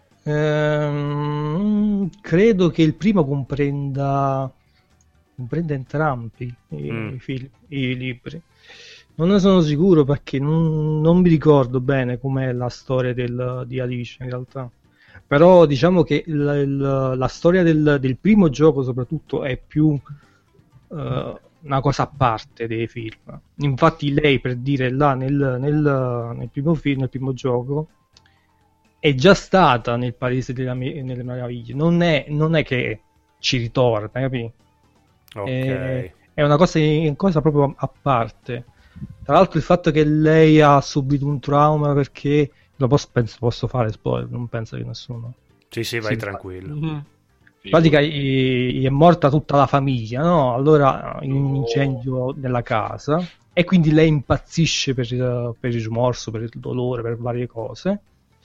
[SPEAKER 8] Ehm, credo che il primo comprenda, comprenda entrambi i,
[SPEAKER 1] Mm.
[SPEAKER 8] i film, i libri. Non ne sono sicuro perché non, non mi ricordo bene com'è la storia del- di Alice in realtà. Però diciamo che il- il- la storia del, del primo gioco soprattutto è più eh, una cosa a parte dei film. Infatti lei, per dire, là nel, nel- nel primo film, nel primo gioco, è già stata nel Paese della Me- delle Meraviglie. Non è, non è che ci ritorna, capi?
[SPEAKER 1] Ok.
[SPEAKER 8] È, è una cosa, una cosa proprio a parte. Tra l'altro il fatto che lei ha subito un trauma, perché lo posso, penso, posso fare spoiler, non penso che nessuno.
[SPEAKER 1] Sì, sì, vai
[SPEAKER 8] Sì,
[SPEAKER 1] tranquillo.
[SPEAKER 7] Mhm.
[SPEAKER 8] In pratica gli gli è morta tutta la famiglia, no? Allora in un incendio nella casa, e quindi lei impazzisce per, il- per il rimorso, per il dolore, per varie cose.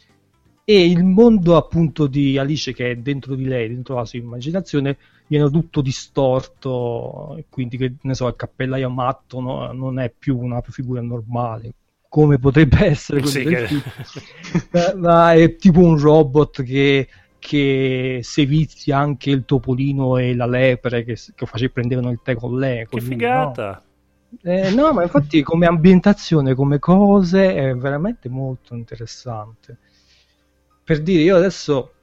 [SPEAKER 8] E il mondo appunto di Alice, che è dentro di lei, dentro la sua immaginazione, viene tutto distorto, e quindi che ne so, il cappellaio matto no, non è più una figura normale, come potrebbe essere quello
[SPEAKER 1] Sì,
[SPEAKER 8] del
[SPEAKER 1] che-
[SPEAKER 8] film. Ma- ma è tipo un robot che, che sevizia anche il topolino e la lepre che, che face- prendevano il tè con lei.
[SPEAKER 1] Che
[SPEAKER 8] con lui,
[SPEAKER 1] figata.
[SPEAKER 8] no? Eh, no, ma infatti come ambientazione, come cose, è veramente molto interessante. Per dire, io adesso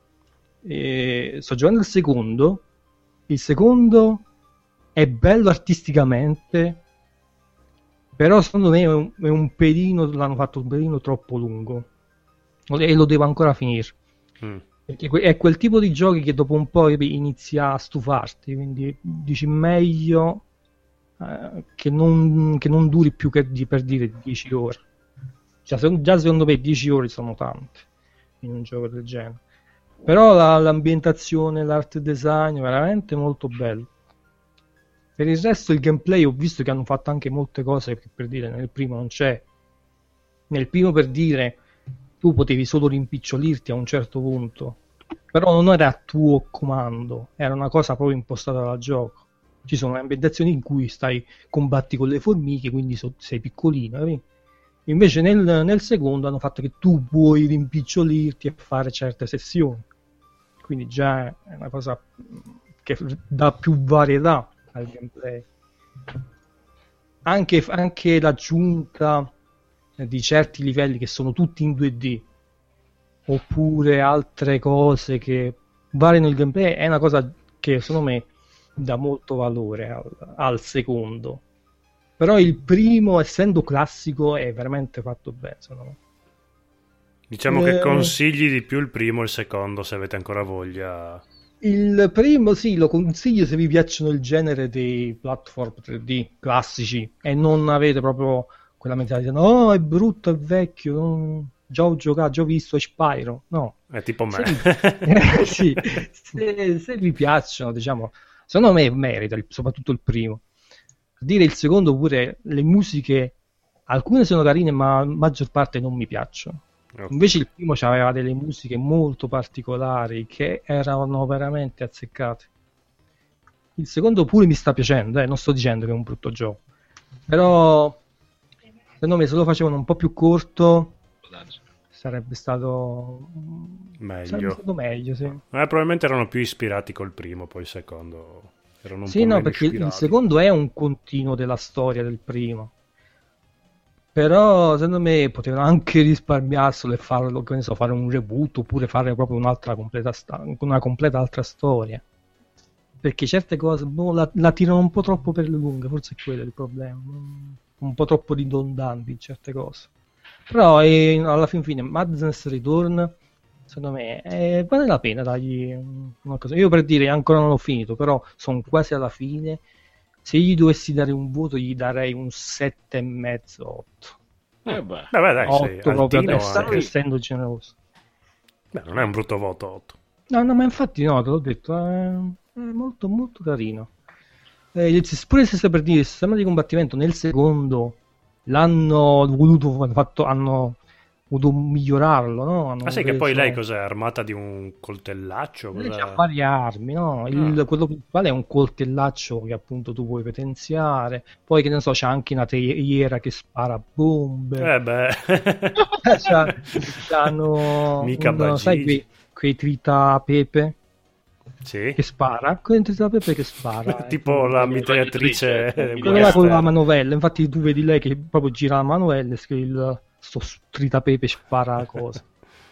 [SPEAKER 8] eh, sto giocando il secondo. Il secondo è bello artisticamente, però secondo me è un, è un pelino, l'hanno fatto un pelino troppo lungo e lo devo ancora finire.
[SPEAKER 1] Mm.
[SPEAKER 8] Perché que- è quel tipo di giochi che dopo un po' inizia a stufarti, quindi dici meglio eh, che, non, che non duri più che di, per dire dieci ore. Cioè, se- già secondo me dieci ore sono tante in un gioco del genere. Però la- l'ambientazione, l'art design è veramente molto bello. Per il resto il gameplay ho visto che hanno fatto anche molte cose che per dire nel primo non c'è. Nel primo per dire tu potevi solo rimpicciolirti a un certo punto però non era a tuo comando, era una cosa proprio impostata dal gioco. Ci sono ambientazioni in cui stai combatti con le formiche, quindi so, sei piccolino, capi? Invece nel, nel secondo hanno fatto che tu puoi rimpicciolirti e fare certe sessioni, quindi già è una cosa che dà più varietà al gameplay. Anche, anche l'aggiunta di certi livelli che sono tutti in due D, oppure altre cose che variano il gameplay, è una cosa che secondo me dà molto valore al, al secondo. Però il primo, essendo classico, è veramente fatto bene, secondo me.
[SPEAKER 1] Diciamo
[SPEAKER 8] eh...
[SPEAKER 1] che consigli di più il primo e il secondo, se avete ancora voglia.
[SPEAKER 8] Il primo sì, lo consiglio se vi piacciono il genere dei platform tre D classici e non avete proprio quella mentalità, no, è brutto, è vecchio, non... già ho giocato, già ho visto Spyro, no.
[SPEAKER 1] È tipo me.
[SPEAKER 8] Se, sì, se, se vi piacciono, diciamo, secondo me merita, soprattutto il primo. A dire il secondo pure, le musiche, alcune sono carine, ma la maggior parte non mi piacciono. Okay. Invece il primo aveva delle musiche molto particolari che erano veramente azzeccate. Il secondo pure mi sta piacendo, eh, non sto dicendo che è un brutto gioco, però secondo me se lo facevano un po' più corto sarebbe stato
[SPEAKER 1] meglio,
[SPEAKER 8] sarebbe stato meglio sì.
[SPEAKER 1] Eh, probabilmente erano più ispirati col primo, poi il secondo erano un
[SPEAKER 8] sì,
[SPEAKER 1] po'
[SPEAKER 8] no,
[SPEAKER 1] meno
[SPEAKER 8] perché
[SPEAKER 1] ispirati.
[SPEAKER 8] Il secondo è un continuo della storia del primo, però secondo me potevano anche risparmiarselo e farlo, che ne so, fare un reboot oppure fare proprio un'altra completa sta- una completa altra storia, perché certe cose boh, la, la tirano un po' troppo per le lunghe, forse è quello il problema, un po' troppo ridondanti in certe cose. Però eh, alla fin fine Madness Return secondo me eh, vale la pena dargli una cosa. Io per dire ancora non l'ho finito, però sono quasi alla fine. Se gli dovessi dare un voto gli darei un sette e mezzo otto.
[SPEAKER 1] Eh beh. Vabbè, dai,
[SPEAKER 8] otto proprio adesso,
[SPEAKER 1] anche.
[SPEAKER 8] essendo generoso.
[SPEAKER 1] Beh, non è un brutto voto otto.
[SPEAKER 8] No, no, ma infatti no, te l'ho detto, è, è molto molto carino. Eh, pure se sta per dire il sistema di combattimento nel secondo l'hanno voluto fatto, hanno voluto migliorarlo, no? Hanno
[SPEAKER 1] ah sì,
[SPEAKER 8] preso...
[SPEAKER 1] che poi lei cos'è? Armata di un coltellaccio?
[SPEAKER 8] Lei c'ha varie armi, no? Il,
[SPEAKER 1] ah.
[SPEAKER 8] Quello principale è un coltellaccio che appunto tu puoi potenziare, poi che ne so, c'è anche una teiera che spara bombe.
[SPEAKER 1] Eh beh.
[SPEAKER 8] c'ha, c'hanno
[SPEAKER 1] mica
[SPEAKER 8] un, sai quei, quei tritapepe?
[SPEAKER 1] Sì.
[SPEAKER 8] Che spara, quel tritapepe che spara.
[SPEAKER 1] tipo la mitragliatrice,
[SPEAKER 8] quella là con la manovella, infatti tu vedi lei che proprio gira la manovella e il sto tritapepe spara la cosa.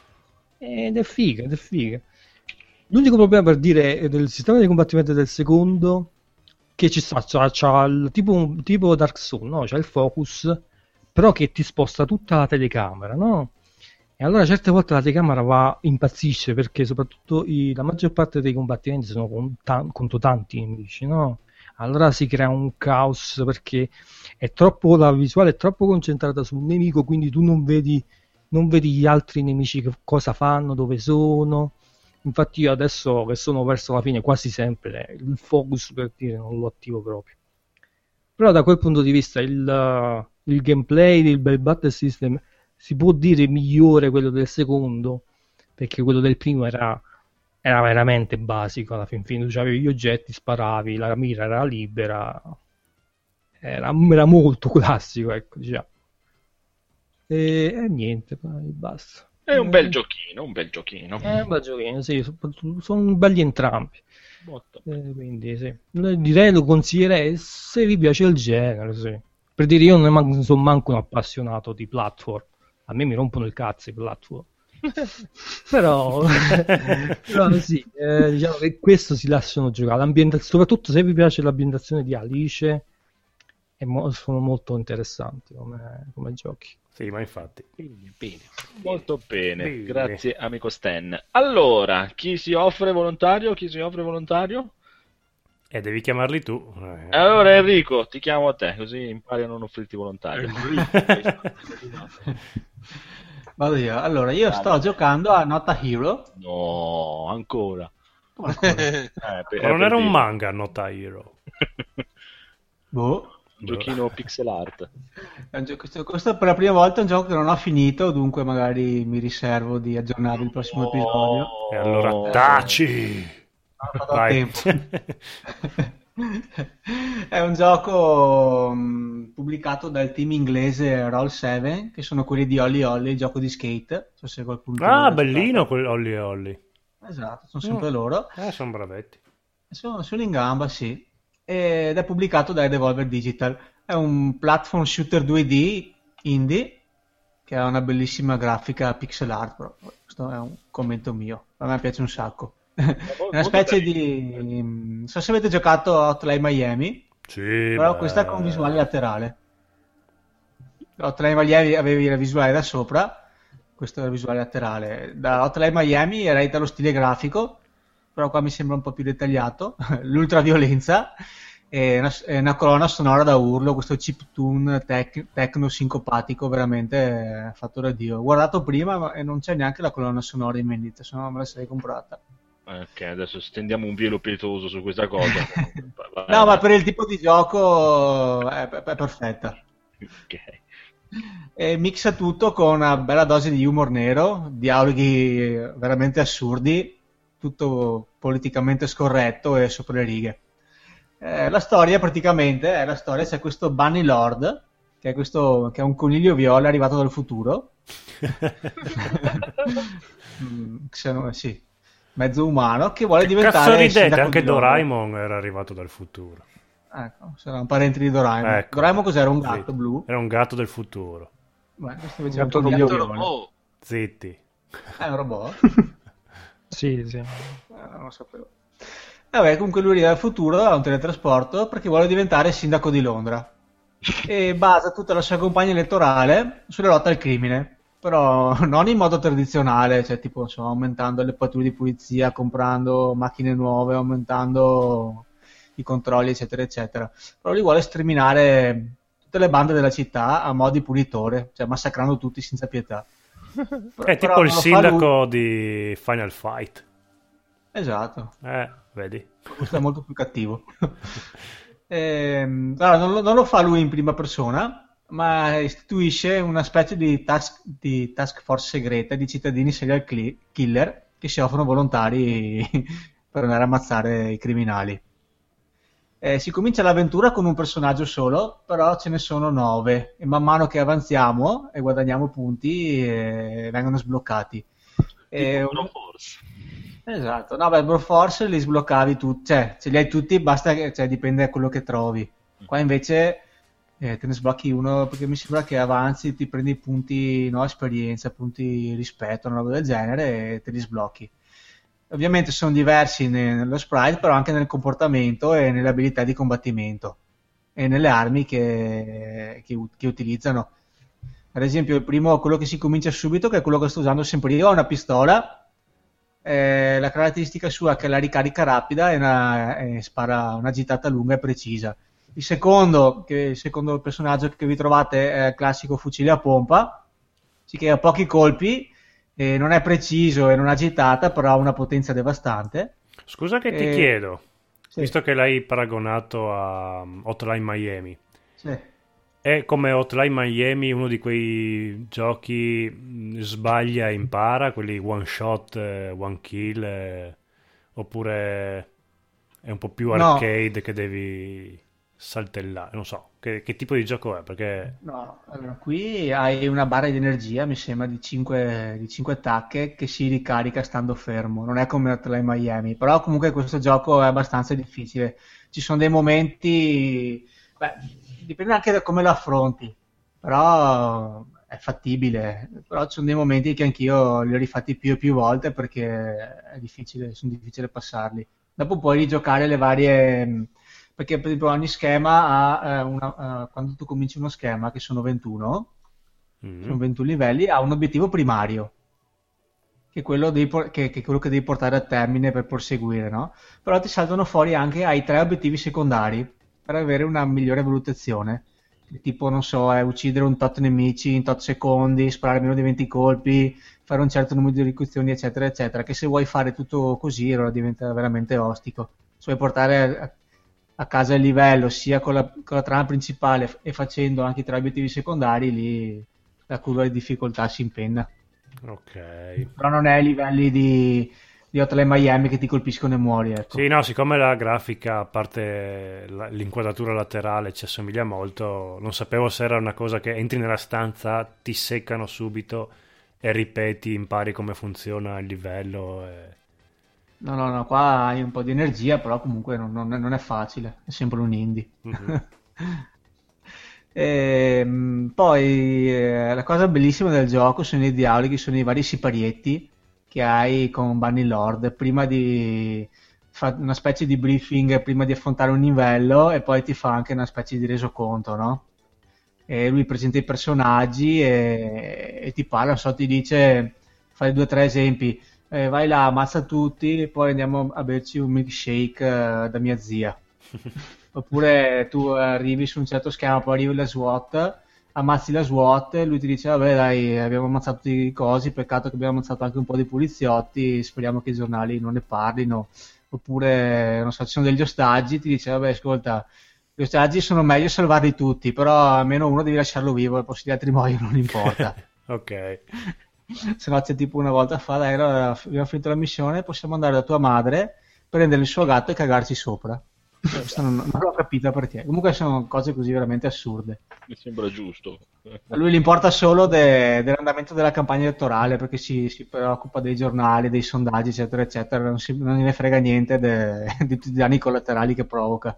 [SPEAKER 8] Ed è figa, ed è figa. L'unico problema per dire del sistema di combattimento del secondo che ci sta, c'ha, c'ha il, tipo, tipo Dark Souls, no? C'ha il focus, però che ti sposta tutta la telecamera, no? E allora certe volte la telecamera va impazzisce perché soprattutto i, la maggior parte dei combattimenti sono con ta- contro tanti nemici, no? Allora si crea un caos perché è troppo, la visuale è troppo concentrata sul nemico, quindi tu non vedi, non vedi gli altri nemici che cosa fanno, dove sono. Infatti io adesso che sono verso la fine quasi sempre il focus per dire non lo attivo proprio. Però da quel punto di vista il, il gameplay del bel battle system si può dire migliore quello del secondo, perché quello del primo era, era veramente basico alla fin fine, tu avevi gli oggetti, sparavi, la mira era libera, era, era molto classico, ecco, diciamo. E, e niente, poi basta.
[SPEAKER 3] È un bel giochino, un bel giochino.
[SPEAKER 8] È un bel giochino, sì, sono belli entrambi. Eh, quindi sì, direi lo consiglierei se vi piace il genere, sì. Per dire, io non, man- non sono manco un appassionato di platform. A me mi rompono il cazzo i platform. però, però sì, eh, diciamo che questo si lasciano giocare. L'ambientazione, soprattutto se vi piace l'ambientazione di Alice, è mo- sono molto interessanti come, come giochi.
[SPEAKER 1] Sì, ma infatti.
[SPEAKER 3] Bene, bene. Molto bene. bene, grazie amico Stan. Allora, chi si offre volontario? Chi si offre volontario?
[SPEAKER 1] E eh, devi chiamarli tu.
[SPEAKER 3] Eh. Allora Enrico, ti chiamo a te, così impari a non offrirti volontario.
[SPEAKER 4] Vado io. Allora, io Vado. sto giocando a Not a Hero.
[SPEAKER 3] No, ancora.
[SPEAKER 4] ancora?
[SPEAKER 3] eh, per,
[SPEAKER 1] Ma non era dire. un manga Not a Hero.
[SPEAKER 4] Boh.
[SPEAKER 3] Giochino pixel art.
[SPEAKER 4] È un gioco- questo, questo per la prima volta è un gioco che non ho finito, dunque magari mi riservo di aggiornare il prossimo episodio.
[SPEAKER 1] E allora taci!
[SPEAKER 4] Non ho fatto
[SPEAKER 1] Vai.
[SPEAKER 4] tempo. È un gioco mh, pubblicato dal team inglese Roll sette, che sono quelli di Olli Olli, il gioco di skate. Non so se qualcuno
[SPEAKER 1] Ah,
[SPEAKER 4] l'ha
[SPEAKER 1] bellino
[SPEAKER 4] giocato.
[SPEAKER 1] quel Olli Olli.
[SPEAKER 4] Esatto, sono sempre loro.
[SPEAKER 1] Eh, sono bravetti.
[SPEAKER 4] Sono, sono in gamba, sì. Ed è pubblicato da Devolver Digital. È un platform shooter due D indie che ha una bellissima grafica pixel art, però questo è un commento mio. A me piace un sacco. È una specie di... Non so se avete giocato a Hotline Miami,
[SPEAKER 1] Sì,
[SPEAKER 4] però
[SPEAKER 1] beh.
[SPEAKER 4] questa è con visuale laterale. Hotline Miami avevi la visuale da sopra, questo è la visuale laterale. Da Hotline Miami era dallo stile grafico, però qua mi sembra un po' più dettagliato. L'ultraviolenza e una, e una colonna sonora da urlo, questo chiptune tec- tecno sincopatico veramente eh, fatto da Dio. Ho guardato prima ma- e non c'è neanche la colonna sonora in vendita, se no me la sarei comprata.
[SPEAKER 3] Ok, adesso stendiamo un velo pietoso su questa cosa. Vai,
[SPEAKER 4] No, ma
[SPEAKER 3] vai.
[SPEAKER 4] per il tipo di gioco è, è perfetta.
[SPEAKER 3] Ok.
[SPEAKER 4] E mixa tutto con una bella dose di humor nero, dialoghi veramente assurdi, tutto politicamente scorretto e sopra le righe. Eh, la storia praticamente è la storia, c'è questo Bunny Lord, che è, questo, che è un coniglio viola arrivato dal futuro. Mm, se no- sì, mezzo umano, che vuole
[SPEAKER 1] Che
[SPEAKER 4] diventare
[SPEAKER 1] cazzo ridete?
[SPEAKER 4] sindaco
[SPEAKER 1] Anche
[SPEAKER 4] di Londra.
[SPEAKER 1] Doraemon era arrivato dal futuro.
[SPEAKER 4] Ecco, sarà un parente di Doraemon.
[SPEAKER 1] Ecco.
[SPEAKER 4] Doraemon cos'era? Un gatto
[SPEAKER 1] Zitto.
[SPEAKER 4] blu?
[SPEAKER 1] Era un gatto del futuro.
[SPEAKER 4] Beh, questo invece è un
[SPEAKER 8] Gatto
[SPEAKER 4] coniglio
[SPEAKER 7] Gatto
[SPEAKER 4] viola.
[SPEAKER 7] robot.
[SPEAKER 1] Zitti.
[SPEAKER 4] È un robot?
[SPEAKER 8] Sì, sì.
[SPEAKER 4] Eh, non lo sapevo. Vabbè, comunque lui arriva dal futuro, ha un teletrasporto perché vuole diventare sindaco di Londra e basa tutta la sua campagna elettorale sulla lotta al crimine, però non in modo tradizionale, cioè tipo insomma, aumentando le pattuglie di polizia, comprando macchine nuove, aumentando i controlli, eccetera, eccetera. Però lui vuole sterminare tutte le bande della città a mo' di punitore, cioè massacrando tutti senza pietà.
[SPEAKER 1] È tipo
[SPEAKER 4] Però
[SPEAKER 1] il
[SPEAKER 4] non lo fa
[SPEAKER 1] sindaco di Final Fight.
[SPEAKER 4] lui. Esatto.
[SPEAKER 1] Eh, vedi?
[SPEAKER 4] Questo è molto più cattivo. Ehm, allora, non, lo, non lo fa lui in prima persona, ma istituisce una specie di task, di task force segreta di cittadini serial cli- killer che si offrono volontari per andare a ammazzare i criminali. Eh, si comincia l'avventura con un personaggio solo, però ce ne sono nove e man mano che avanziamo e guadagniamo punti eh, vengono sbloccati. E
[SPEAKER 3] Tipo
[SPEAKER 4] un-
[SPEAKER 3] Broforce.
[SPEAKER 4] Esatto, no, beh, Broforce li sbloccavi tutti, cioè ce li hai tutti, basta che, cioè, dipende da quello che trovi. Qua invece eh, te ne sblocchi uno perché mi sembra che avanzi, ti prendi punti, no, esperienza, punti rispetto, una roba del genere e te li sblocchi. Ovviamente sono diversi ne- nello sprite, però anche nel comportamento e nelle abilità di combattimento e nelle armi che, che u- che utilizzano. Ad esempio, il primo, quello che si comincia subito, che è quello che sto usando sempre io, è una pistola. Eh, la caratteristica sua è che la ricarica rapida e, una, e spara una gittata lunga e precisa. Il secondo, che, il secondo personaggio che vi trovate è il classico fucile a pompa, sì che ha pochi colpi, eh, non è preciso e non ha gittata, però ha una potenza devastante.
[SPEAKER 1] Scusa che ti
[SPEAKER 4] Eh,
[SPEAKER 1] chiedo,
[SPEAKER 4] sì,
[SPEAKER 1] visto che l'hai paragonato a um, Hotline Miami,
[SPEAKER 4] sì.
[SPEAKER 1] è come Hotline Miami uno di quei giochi mh, sbaglia e impara, quelli one shot, eh, one kill, eh, oppure è un po' più
[SPEAKER 4] No.
[SPEAKER 1] arcade che devi saltellare, non so, che, che tipo di gioco è, perché
[SPEAKER 4] No, allora, qui hai una barra di energia, mi sembra, di cinque, di cinque tacche che si ricarica stando fermo. Non è come Hotline Miami, però comunque questo gioco è abbastanza difficile. Ci sono dei momenti, beh, dipende anche da come lo affronti, però è fattibile. Però ci sono dei momenti che anch'io li ho rifatti più e più volte perché è difficile, sono difficili passarli. Dopo puoi rigiocare le varie... Perché per esempio ogni schema ha eh, una, eh, quando tu cominci uno schema che sono ventuno,
[SPEAKER 1] mm,
[SPEAKER 4] sono ventuno livelli, ha un obiettivo primario, che è quello, devi por- che, che è quello che devi portare a termine per proseguire, no? Però ti saltano fuori anche ai tre obiettivi secondari per avere una migliore valutazione. Tipo, non so, è uccidere un tot nemici in tot secondi, sparare meno di venti colpi, fare un certo numero di ricuzioni, eccetera, eccetera. Che se vuoi fare tutto così, allora diventa veramente ostico. Se vuoi portare a, a casa il livello sia con la, con la trama principale e facendo anche i tre obiettivi secondari, lì la curva di difficoltà si impenna.
[SPEAKER 1] Ok.
[SPEAKER 4] Però non è ai livelli di, di Hotline Miami che ti colpiscono e muori, ecco.
[SPEAKER 1] Sì, no, siccome la grafica, a parte la- l'inquadratura laterale, ci assomiglia molto, non sapevo se era una cosa che entri nella stanza, ti seccano subito e ripeti, impari come funziona il livello. E...
[SPEAKER 4] No, no, no, qua hai un po' di energia, però comunque non, non è, non è facile, è sempre un indie.
[SPEAKER 1] Mhm.
[SPEAKER 4] Ehm, poi eh, la cosa bellissima del gioco sono i dialoghi, sono i vari siparietti che hai con Bunny Lord prima di fa una specie di briefing prima di affrontare un livello e poi ti fa anche una specie di resoconto, no? E lui presenta i personaggi e, e ti parla, non so, ti dice, fai due o tre esempi, eh, vai là, ammazza tutti e poi andiamo a berci un milkshake eh, da mia zia. Oppure tu arrivi su un certo schema, poi arrivi la SWAT, ammazzi la SWAT, lui ti dice vabbè dai, abbiamo ammazzato tutti i cosi, peccato che abbiamo ammazzato anche un po' di poliziotti, speriamo che i giornali non ne parlino. Oppure, non so, ci sono degli ostaggi, ti dice vabbè ascolta, gli ostaggi sono meglio salvarli tutti, però almeno uno devi lasciarlo vivo, e poi se gli altri muoiono non importa.
[SPEAKER 1] Ok.
[SPEAKER 4] Se no c'è tipo una volta fa, dai, allora abbiamo finito la missione, possiamo andare da tua madre, prendere il suo gatto e cagarci sopra. Questo non, non l'ho capito perché. Comunque sono cose così veramente assurde.
[SPEAKER 3] Mi sembra giusto.
[SPEAKER 4] A lui gli importa solo de- dell'andamento della campagna elettorale perché si, si preoccupa dei giornali, dei sondaggi, eccetera, eccetera. Non, si, non gliene frega niente de- di tutti i danni collaterali che provoca.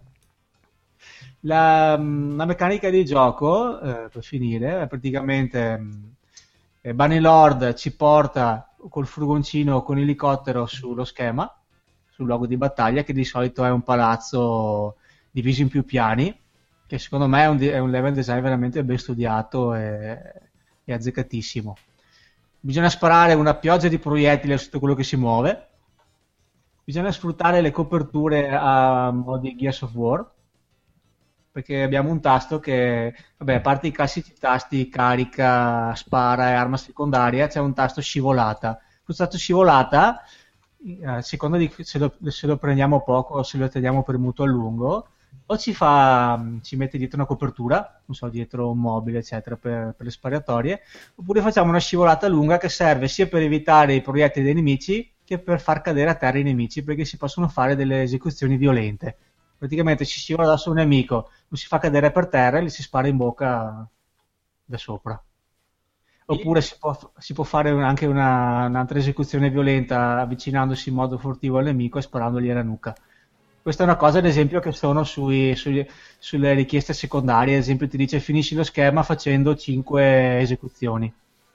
[SPEAKER 4] La, la meccanica di gioco, eh, per finire, è praticamente eh, Bunny Lord ci porta col furgoncino o con l'elicottero sullo schema, sul luogo di battaglia, che di solito è un palazzo diviso in più piani, che secondo me è un, è un level design veramente ben studiato e, e azzeccatissimo. Bisogna sparare una pioggia di proiettili su tutto quello che si muove, bisogna sfruttare le coperture a mo' di Gears of War, perché abbiamo un tasto che, vabbè, a parte i classici tasti carica, spara e arma secondaria, c'è un tasto scivolata. Questo tasto scivolata, a seconda di se lo, se lo prendiamo poco o se lo teniamo premuto a lungo, o ci fa, ci mette dietro una copertura, non so, dietro un mobile, eccetera, per, per le sparatorie, oppure facciamo una scivolata lunga che serve sia per evitare i proiettili dei nemici che per far cadere a terra i nemici, perché si possono fare delle esecuzioni violente. Praticamente si scivola da su un nemico, lo si fa cadere per terra e gli si spara in bocca da sopra. Oppure si può, si può fare anche una, un'altra esecuzione violenta avvicinandosi in modo furtivo al nemico e sparandogli alla nuca. Questa è una cosa, ad esempio, che sono sui, sui, sulle richieste secondarie. Ad esempio ti dice finisci lo schema facendo cinque esecuzioni.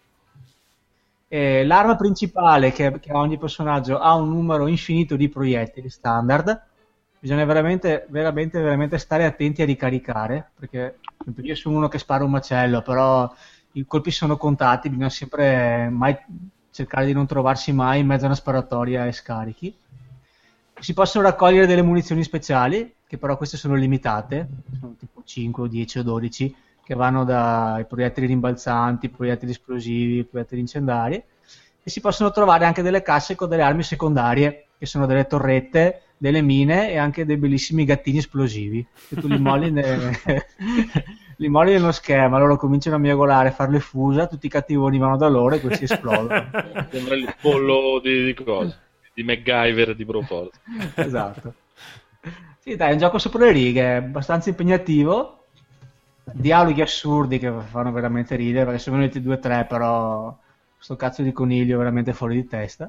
[SPEAKER 4] E l'arma principale che, che ogni personaggio ha un numero infinito di proiettili standard. Bisogna veramente, veramente, veramente stare attenti a ricaricare, perché io sono uno che spara un macello, però i colpi sono contati, bisogna sempre mai cercare di non trovarsi mai in mezzo a una sparatoria e scarichi. Si possono raccogliere delle munizioni speciali, che però queste sono limitate, sono tipo cinque o dieci o dodici, che vanno dai proiettili rimbalzanti, proiettili esplosivi, proiettili incendiari, e si possono trovare anche delle casse con delle armi secondarie, che sono delle torrette, delle mine e anche dei bellissimi gattini esplosivi, che tu li molli, ne... li molli nello schema, loro cominciano a miagolare, a fare le fusa, tutti i cattivoni vanno da loro e questi esplodono.
[SPEAKER 3] Sembra il pollo di, di cosa? Di MacGyver di Broforce.
[SPEAKER 4] Esatto. Sì, dai, è un gioco sopra le righe, è abbastanza impegnativo, dialoghi assurdi che fanno veramente ridere, perché sono venuti due o tre, però sto cazzo di coniglio è veramente fuori di testa.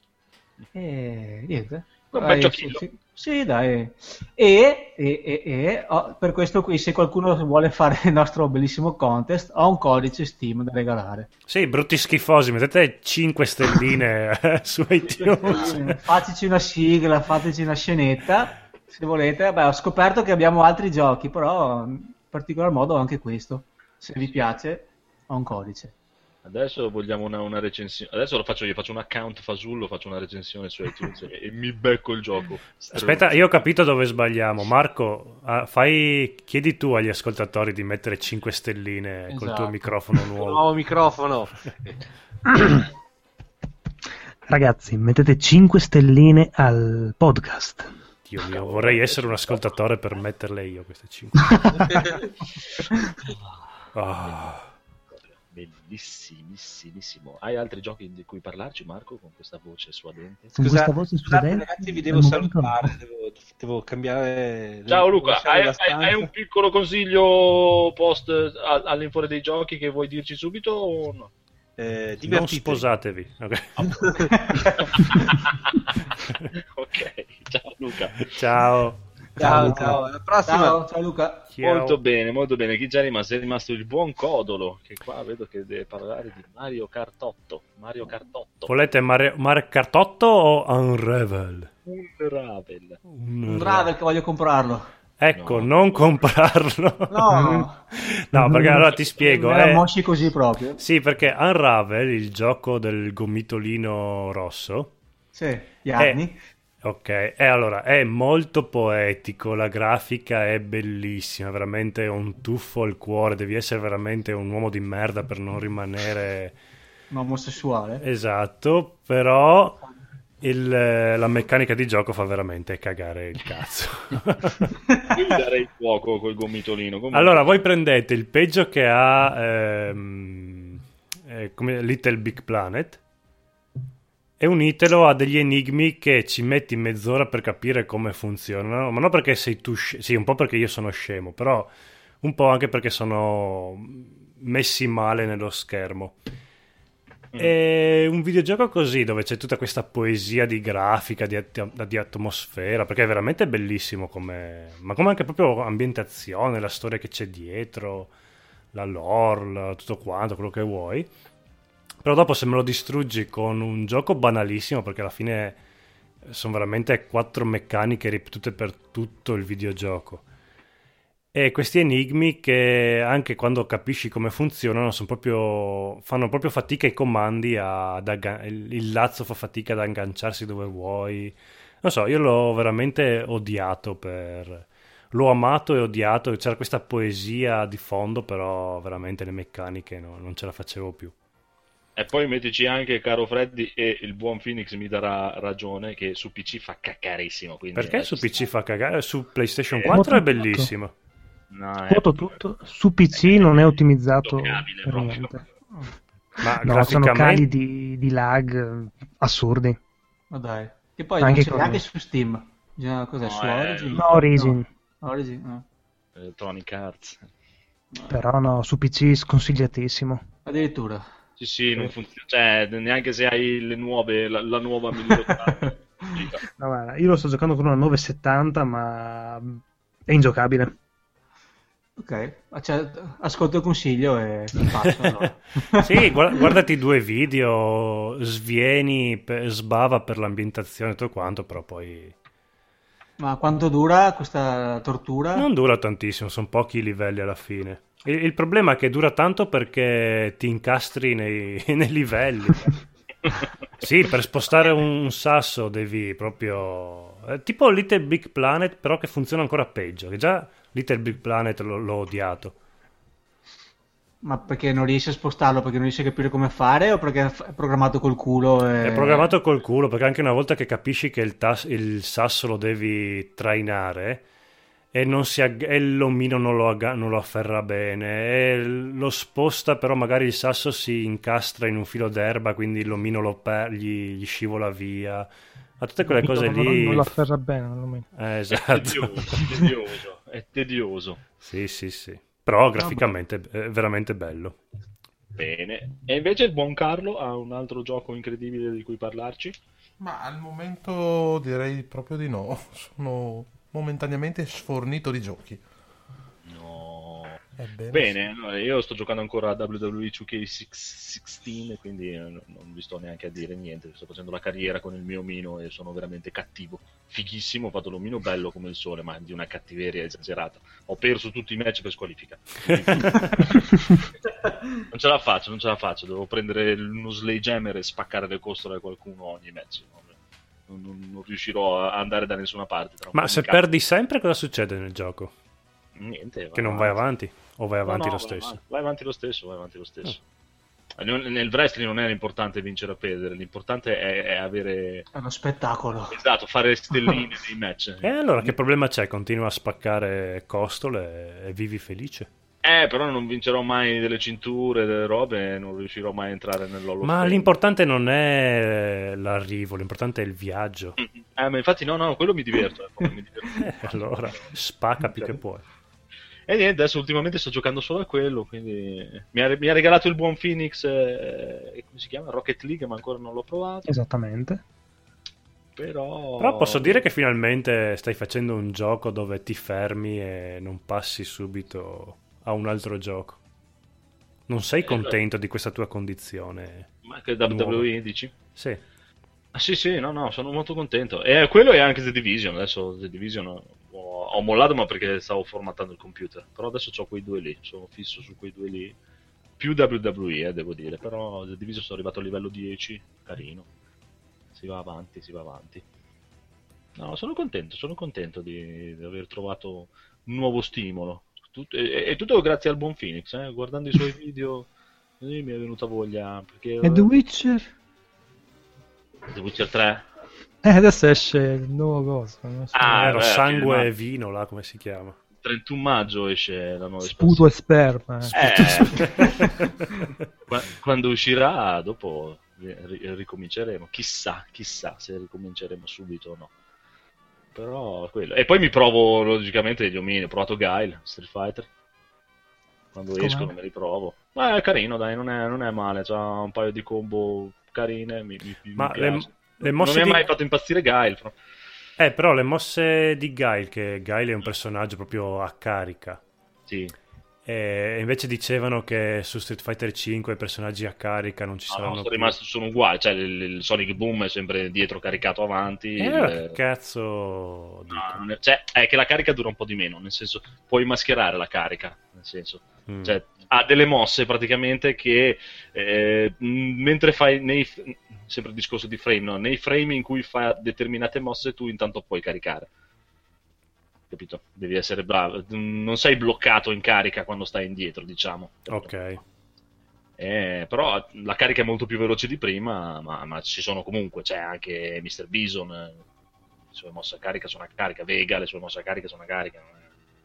[SPEAKER 4] E niente.
[SPEAKER 3] Un bel giochino.
[SPEAKER 4] Sì, sì, dai. E, e, e, e oh, per questo qui, se qualcuno vuole fare il nostro bellissimo contest, ho un codice Steam da regalare.
[SPEAKER 1] Sì, brutti schifosi, mettete cinque stelline su iTunes.
[SPEAKER 4] Fateci una sigla, fateci una scenetta, se volete. Beh, ho scoperto che abbiamo altri giochi, però in particolar modo anche questo. Se vi piace, ho un codice.
[SPEAKER 3] Adesso vogliamo una, una recensione. Adesso lo faccio io, faccio un account fasullo, faccio una recensione su iTunes e, e mi becco il gioco.
[SPEAKER 1] Aspetta, io ho capito dove sbagliamo. Marco, ah, fai, chiedi tu agli ascoltatori di mettere cinque stelline
[SPEAKER 7] Esatto.
[SPEAKER 1] col tuo microfono nuovo.
[SPEAKER 7] Nuovo microfono.
[SPEAKER 5] Ragazzi, mettete cinque stelline al podcast.
[SPEAKER 1] Dio mio, vorrei essere un ascoltatore per metterle io queste cinque. Ah.
[SPEAKER 3] Bellissimissimissimo. Hai altri giochi di cui parlarci, Marco, con questa voce suadente?
[SPEAKER 4] Con
[SPEAKER 7] Scusa,
[SPEAKER 4] questa voce
[SPEAKER 7] scusate,
[SPEAKER 4] studente,
[SPEAKER 7] ragazzi, vi devo
[SPEAKER 4] al momento-
[SPEAKER 7] salutare, devo, devo cambiare.
[SPEAKER 3] Ciao
[SPEAKER 7] devo
[SPEAKER 3] Luca,
[SPEAKER 7] lasciare
[SPEAKER 3] hai,
[SPEAKER 7] la
[SPEAKER 3] hai-
[SPEAKER 7] stanza.
[SPEAKER 3] hai un piccolo consiglio post a- all'infuori dei giochi che vuoi dirci subito o no?
[SPEAKER 7] Eh,
[SPEAKER 1] Non
[SPEAKER 7] divertitevi.
[SPEAKER 1] sposatevi. Ok.
[SPEAKER 3] Ok, ciao Luca.
[SPEAKER 1] Ciao.
[SPEAKER 7] Ciao,
[SPEAKER 4] Luca.
[SPEAKER 7] ciao, alla prossima.
[SPEAKER 4] Ciao, ciao Luca.
[SPEAKER 1] Ciao.
[SPEAKER 3] Molto bene, molto bene. Chi già è rimasto? È rimasto il buon Codolo, che qua vedo che deve parlare di Mario Kart otto. Mario Kart otto.
[SPEAKER 1] Volete Mario, Mario Kart otto o Unravel?
[SPEAKER 3] Un Ravel.
[SPEAKER 4] Un Ravel che voglio comprarlo.
[SPEAKER 1] Ecco,
[SPEAKER 3] No.
[SPEAKER 1] non comprarlo.
[SPEAKER 4] No,
[SPEAKER 1] No, perché allora ti spiego.
[SPEAKER 4] me la
[SPEAKER 1] eh.
[SPEAKER 4] mosci così proprio.
[SPEAKER 1] Sì, perché Unravel, il gioco del gomitolino rosso,
[SPEAKER 4] Sì, gli anni.
[SPEAKER 1] ok, e allora è molto poetico, la grafica è bellissima, veramente un tuffo al cuore, devi essere veramente un uomo di merda per non rimanere
[SPEAKER 4] Un omosessuale.
[SPEAKER 1] esatto, però il- la meccanica di gioco fa veramente cagare il cazzo.
[SPEAKER 3] Io gli darei il fuoco col gomitolino. Comunque-
[SPEAKER 1] Allora, voi prendete il peggio che ha ehm, eh, come Little Big Planet e unitelo a degli enigmi che ci metti mezz'ora per capire come funzionano, ma non perché sei tu sce- sì, un po' perché io sono scemo, però un po' anche perché sono messi male nello schermo. È un videogioco così dove c'è tutta questa poesia di grafica, di, at- di atmosfera, perché è veramente bellissimo come, ma come anche proprio ambientazione, la storia che c'è dietro, la lore, la- tutto quanto, quello che vuoi. Però dopo se me lo distruggi con un gioco banalissimo, perché alla fine sono veramente quattro meccaniche ripetute per tutto il videogioco. E questi enigmi che anche quando capisci come funzionano sono proprio, fanno proprio fatica i comandi a- ad agga- il, il lazzo fa fatica ad agganciarsi dove vuoi. Non so, io l'ho veramente odiato per... L'ho amato e odiato, c'era questa poesia di fondo, però veramente le meccaniche no, non ce la facevo più.
[SPEAKER 3] E poi mettici anche, caro Freddy, e il buon Phoenix mi darà ragione, che su P C fa cacarissimo. Quindi
[SPEAKER 1] Perché
[SPEAKER 3] eh,
[SPEAKER 1] su
[SPEAKER 3] ci
[SPEAKER 1] P C
[SPEAKER 3] sta.
[SPEAKER 1] fa cagare? Su PlayStation
[SPEAKER 3] Eh,
[SPEAKER 1] quattro è
[SPEAKER 5] tutto.
[SPEAKER 1] bellissimo.
[SPEAKER 3] No, è
[SPEAKER 5] Foto
[SPEAKER 3] proprio-
[SPEAKER 5] tutto. Su P C non è ottimizzato
[SPEAKER 3] intoccabile
[SPEAKER 5] per
[SPEAKER 3] proprio.
[SPEAKER 5] niente.
[SPEAKER 1] Ma
[SPEAKER 5] No, sono cali
[SPEAKER 1] graficamente...
[SPEAKER 5] di, di lag eh, assurdi.
[SPEAKER 4] Ma dai. Che poi
[SPEAKER 5] Anche
[SPEAKER 4] non c'è
[SPEAKER 5] con-
[SPEAKER 4] neanche su Steam. Bisogna- Cos'è?
[SPEAKER 3] No,
[SPEAKER 4] su
[SPEAKER 3] eh,
[SPEAKER 4] Origin?
[SPEAKER 5] No, Origin.
[SPEAKER 4] No. Origin, no.
[SPEAKER 3] Electronic Arts.
[SPEAKER 5] Però no, su P C sconsigliatissimo.
[SPEAKER 4] Addirittura.
[SPEAKER 3] Sì, sì, non funziona. Cioè, neanche se hai le nuove, la, la nuova migliore.
[SPEAKER 5] No, guarda, io lo sto giocando con una novecentosettanta, ma è ingiocabile.
[SPEAKER 4] Ok, cioè, ascolto il consiglio e faccio allora.
[SPEAKER 1] Sì, guarda- guardati due video, svieni, pe- sbava per l'ambientazione e tutto quanto, però poi
[SPEAKER 4] Ma quanto dura questa tortura?
[SPEAKER 1] non dura tantissimo, sono pochi i livelli alla fine. Il, il problema è che dura tanto perché ti incastri nei, nei livelli. Sì, per spostare un sasso devi proprio... è tipo Little Big Planet, però che funziona ancora peggio, che già Little Big Planet l'ho, l'ho odiato.
[SPEAKER 4] Ma perché non riesci a spostarlo? Perché non riesci a capire come fare? O perché è programmato col culo? E...
[SPEAKER 1] È programmato col culo, perché anche una volta che capisci che il, tas- il sasso lo devi trainare e, non si agg- e l'omino non lo, agga- non lo afferra bene e lo sposta, però magari il sasso si incastra in un filo d'erba, quindi l'omino lo per- gli, gli scivola via. Ma tutte quelle cose
[SPEAKER 5] Non,
[SPEAKER 1] lì...
[SPEAKER 5] non la afferra bene, almeno.
[SPEAKER 1] Eh,
[SPEAKER 3] È
[SPEAKER 1] esatto.
[SPEAKER 3] tedioso, è tedioso, è tedioso.
[SPEAKER 1] Sì, sì, sì. Però graficamente è veramente bello.
[SPEAKER 3] Bene. E invece il buon Carlo ha un altro gioco incredibile di cui parlarci?
[SPEAKER 6] Ma al momento direi proprio di no. Sono momentaneamente sfornito di giochi.
[SPEAKER 3] No.
[SPEAKER 6] Ebbene,
[SPEAKER 3] Bene, allora, io sto giocando ancora a W W E due K dodici, quindi eh, non non vi sto neanche a dire niente. Sto facendo la carriera con il mio omino e sono veramente cattivo. Fighissimo, ho fatto l'omino bello come il sole, ma di una cattiveria esagerata. Ho perso tutti i match per squalifica. Non ce la faccio, non ce la faccio. Devo prendere uno sledgehammer e spaccare le costole a qualcuno ogni match. Non, non- non riuscirò a andare da nessuna parte. tra un
[SPEAKER 1] Ma
[SPEAKER 3] po'
[SPEAKER 1] se
[SPEAKER 3] mi cazzo.
[SPEAKER 1] perdi sempre cosa succede nel gioco?
[SPEAKER 3] Niente,
[SPEAKER 1] Che non vai avanti? O vai avanti
[SPEAKER 3] No, no,
[SPEAKER 1] lo
[SPEAKER 3] vai
[SPEAKER 1] stesso?
[SPEAKER 3] avanti, vai avanti lo stesso, vai avanti lo stesso. Nel wrestling non è l'importante vincere o perdere, l'importante è, è avere...
[SPEAKER 4] È uno spettacolo.
[SPEAKER 3] Esatto, fare le stelline nei match.
[SPEAKER 1] E allora che problema c'è? Continua a spaccare costole e vivi felice.
[SPEAKER 3] Eh, però non vincerò mai delle cinture, delle robe, non riuscirò mai a entrare nell'Hall of
[SPEAKER 1] Ma
[SPEAKER 3] Fame.
[SPEAKER 1] l'importante non è l'arrivo, l'importante è il viaggio.
[SPEAKER 3] Eh, ma infatti no, no, quello mi diverto. Ecco, mi diverto.
[SPEAKER 1] Eh, allora, spacca più che puoi.
[SPEAKER 3] E niente, adesso ultimamente sto giocando solo a quello, quindi mi ha, mi ha regalato il buon Phoenix, eh, come si chiama? Rocket League, ma ancora non l'ho provato.
[SPEAKER 5] Esattamente.
[SPEAKER 3] Però...
[SPEAKER 1] Però posso dire che finalmente stai facendo un gioco dove ti fermi e non passi subito a un altro gioco. Non sei contento di questa tua condizione?
[SPEAKER 3] Ma che W W E dici?
[SPEAKER 1] Sì.
[SPEAKER 3] Ah, sì, sì, no, no, sono molto contento. E quello è anche The Division. Adesso The Division ho, ho mollato, ma perché stavo formattando il computer. Però adesso ho quei due lì, sono fisso su quei due lì. Più W W E, eh, devo dire. Però The Division sono arrivato a livello dieci, carino. Si va avanti, si va avanti. No, sono contento, sono contento di, di aver trovato un nuovo stimolo. Tutto, e, e tutto grazie al buon Phoenix, eh? Guardando i suoi video eh, mi è venuta voglia. Perché,
[SPEAKER 8] E The Witcher?
[SPEAKER 3] The Witcher tre?
[SPEAKER 8] Eh, adesso esce il nuovo cosa. Non so.
[SPEAKER 3] Ah,
[SPEAKER 1] Ero
[SPEAKER 3] beh,
[SPEAKER 1] sangue
[SPEAKER 3] fine
[SPEAKER 1] e vino, là, come si chiama?
[SPEAKER 3] trentuno maggio esce la nuova
[SPEAKER 8] Sputo e sperma. Eh.
[SPEAKER 3] Eh, Qua- quando uscirà, dopo ri- ricominceremo. Chissà, chissà se ricominceremo subito o no. Però quello. E poi mi provo logicamente gli omini. Ho provato Guile, Street Fighter. Quando
[SPEAKER 8] Com'è?
[SPEAKER 3] escono me li provo. Ma è carino, dai, non è, non è male. C'ha un paio di combo carine. Mi, mi, mi
[SPEAKER 1] Ma
[SPEAKER 3] piace.
[SPEAKER 1] le, le
[SPEAKER 3] Non
[SPEAKER 1] mosse
[SPEAKER 3] mi ha
[SPEAKER 1] di...
[SPEAKER 3] mai fatto impazzire Guile. Però.
[SPEAKER 1] Eh, però le mosse di Guile, che Guile è un personaggio proprio a carica.
[SPEAKER 3] Sì.
[SPEAKER 1] E invece dicevano che su Street Fighter cinque i personaggi a carica non ci
[SPEAKER 3] No,
[SPEAKER 1] saranno
[SPEAKER 3] no,
[SPEAKER 1] più.
[SPEAKER 3] sono rimasti sono uguali. Cioè, il, il Sonic Boom è sempre dietro caricato avanti.
[SPEAKER 1] Eh,
[SPEAKER 3] il-
[SPEAKER 1] cazzo dico.
[SPEAKER 3] No, non è, cioè, è che la carica dura un po' di meno, nel senso, puoi mascherare la carica, nel senso,
[SPEAKER 1] Mm.
[SPEAKER 3] cioè, ha delle mosse praticamente che eh, mh, mentre fai nei, sempre il discorso di frame, no? Nei frame in cui fa determinate mosse tu intanto puoi caricare, capito? Devi essere bravo, non sei bloccato in carica quando stai indietro, diciamo.
[SPEAKER 1] Ok.
[SPEAKER 3] Eh, però la carica è molto più veloce di prima, ma, ma ci sono comunque, c'è anche mister Bison, eh, le sue mosse a carica sono a carica, Vega, le sue mosse a carica sono a carica. non è-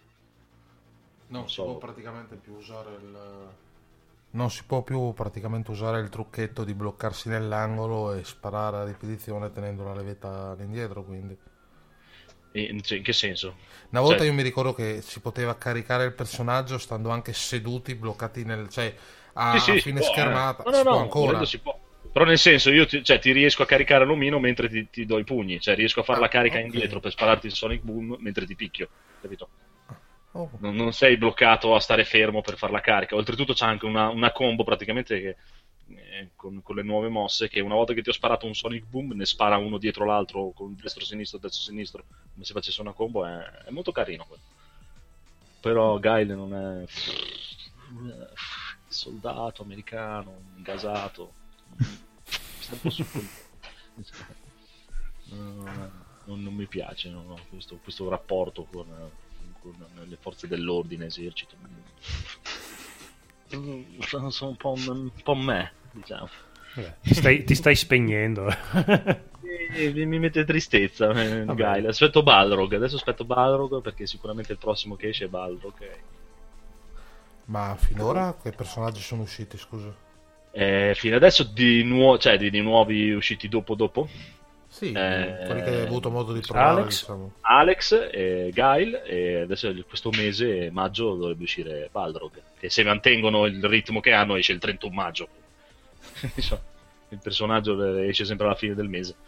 [SPEAKER 6] Non
[SPEAKER 3] Non
[SPEAKER 6] si
[SPEAKER 3] so.
[SPEAKER 6] può praticamente più usare il... Non si può più praticamente usare il trucchetto di bloccarsi nell'angolo e sparare a ripetizione tenendo la levetta all'indietro, quindi...
[SPEAKER 3] In, cioè, in che senso?
[SPEAKER 6] Una volta
[SPEAKER 3] Cioè-
[SPEAKER 6] io mi ricordo che si poteva caricare il personaggio stando anche seduti, bloccati nel... cioè a,
[SPEAKER 3] Sì, sì,
[SPEAKER 6] a
[SPEAKER 3] si
[SPEAKER 6] fine
[SPEAKER 3] può, eh.
[SPEAKER 6] schermata.
[SPEAKER 3] No, no,
[SPEAKER 6] si
[SPEAKER 3] no,
[SPEAKER 6] può ancora.
[SPEAKER 3] volendo si può. Però nel senso, io ti, cioè, ti riesco a caricare l'omino mentre ti, ti do i pugni, cioè riesco a fare
[SPEAKER 6] Ah,
[SPEAKER 3] la carica
[SPEAKER 6] ok.
[SPEAKER 3] indietro per spararti il Sonic Boom mentre ti picchio, capito?
[SPEAKER 6] Oh.
[SPEAKER 3] Non, non sei bloccato a stare fermo per fare la carica. Oltretutto c'è anche una, una combo praticamente che, eh, con, con le nuove mosse, che una volta che ti ho sparato un Sonic Boom ne spara uno dietro l'altro con destro-sinistro, destro-sinistro, come se facesse una combo. È, è molto carino quello. Però Guile non è... soldato americano, ingasato. Sta un po' su quel- No, non, non mi piace no, no, questo, questo rapporto con, con le forze dell'ordine, esercito. Sono, sono un, po', un po' me, diciamo.
[SPEAKER 1] Vabbè, ti, stai, ti stai spegnendo.
[SPEAKER 3] E mi, mi mette tristezza eh,
[SPEAKER 1] Vabbè.
[SPEAKER 3] Guile. Aspetto Balrog, adesso aspetto Balrog perché sicuramente il prossimo che esce è Balrog.
[SPEAKER 6] Ma finora che personaggi sono usciti, scusa?
[SPEAKER 3] Eh, fino adesso di, nuo- cioè, di, di nuovi usciti dopo dopo
[SPEAKER 6] Sì,
[SPEAKER 3] Eh,
[SPEAKER 6] quelli che hai avuto modo di provare,
[SPEAKER 1] Alex?
[SPEAKER 6] diciamo.
[SPEAKER 3] Alex e Guile, e adesso questo mese maggio dovrebbe uscire Balrog, che se mantengono il ritmo che hanno esce il trentuno maggio. Il personaggio esce sempre alla fine del mese.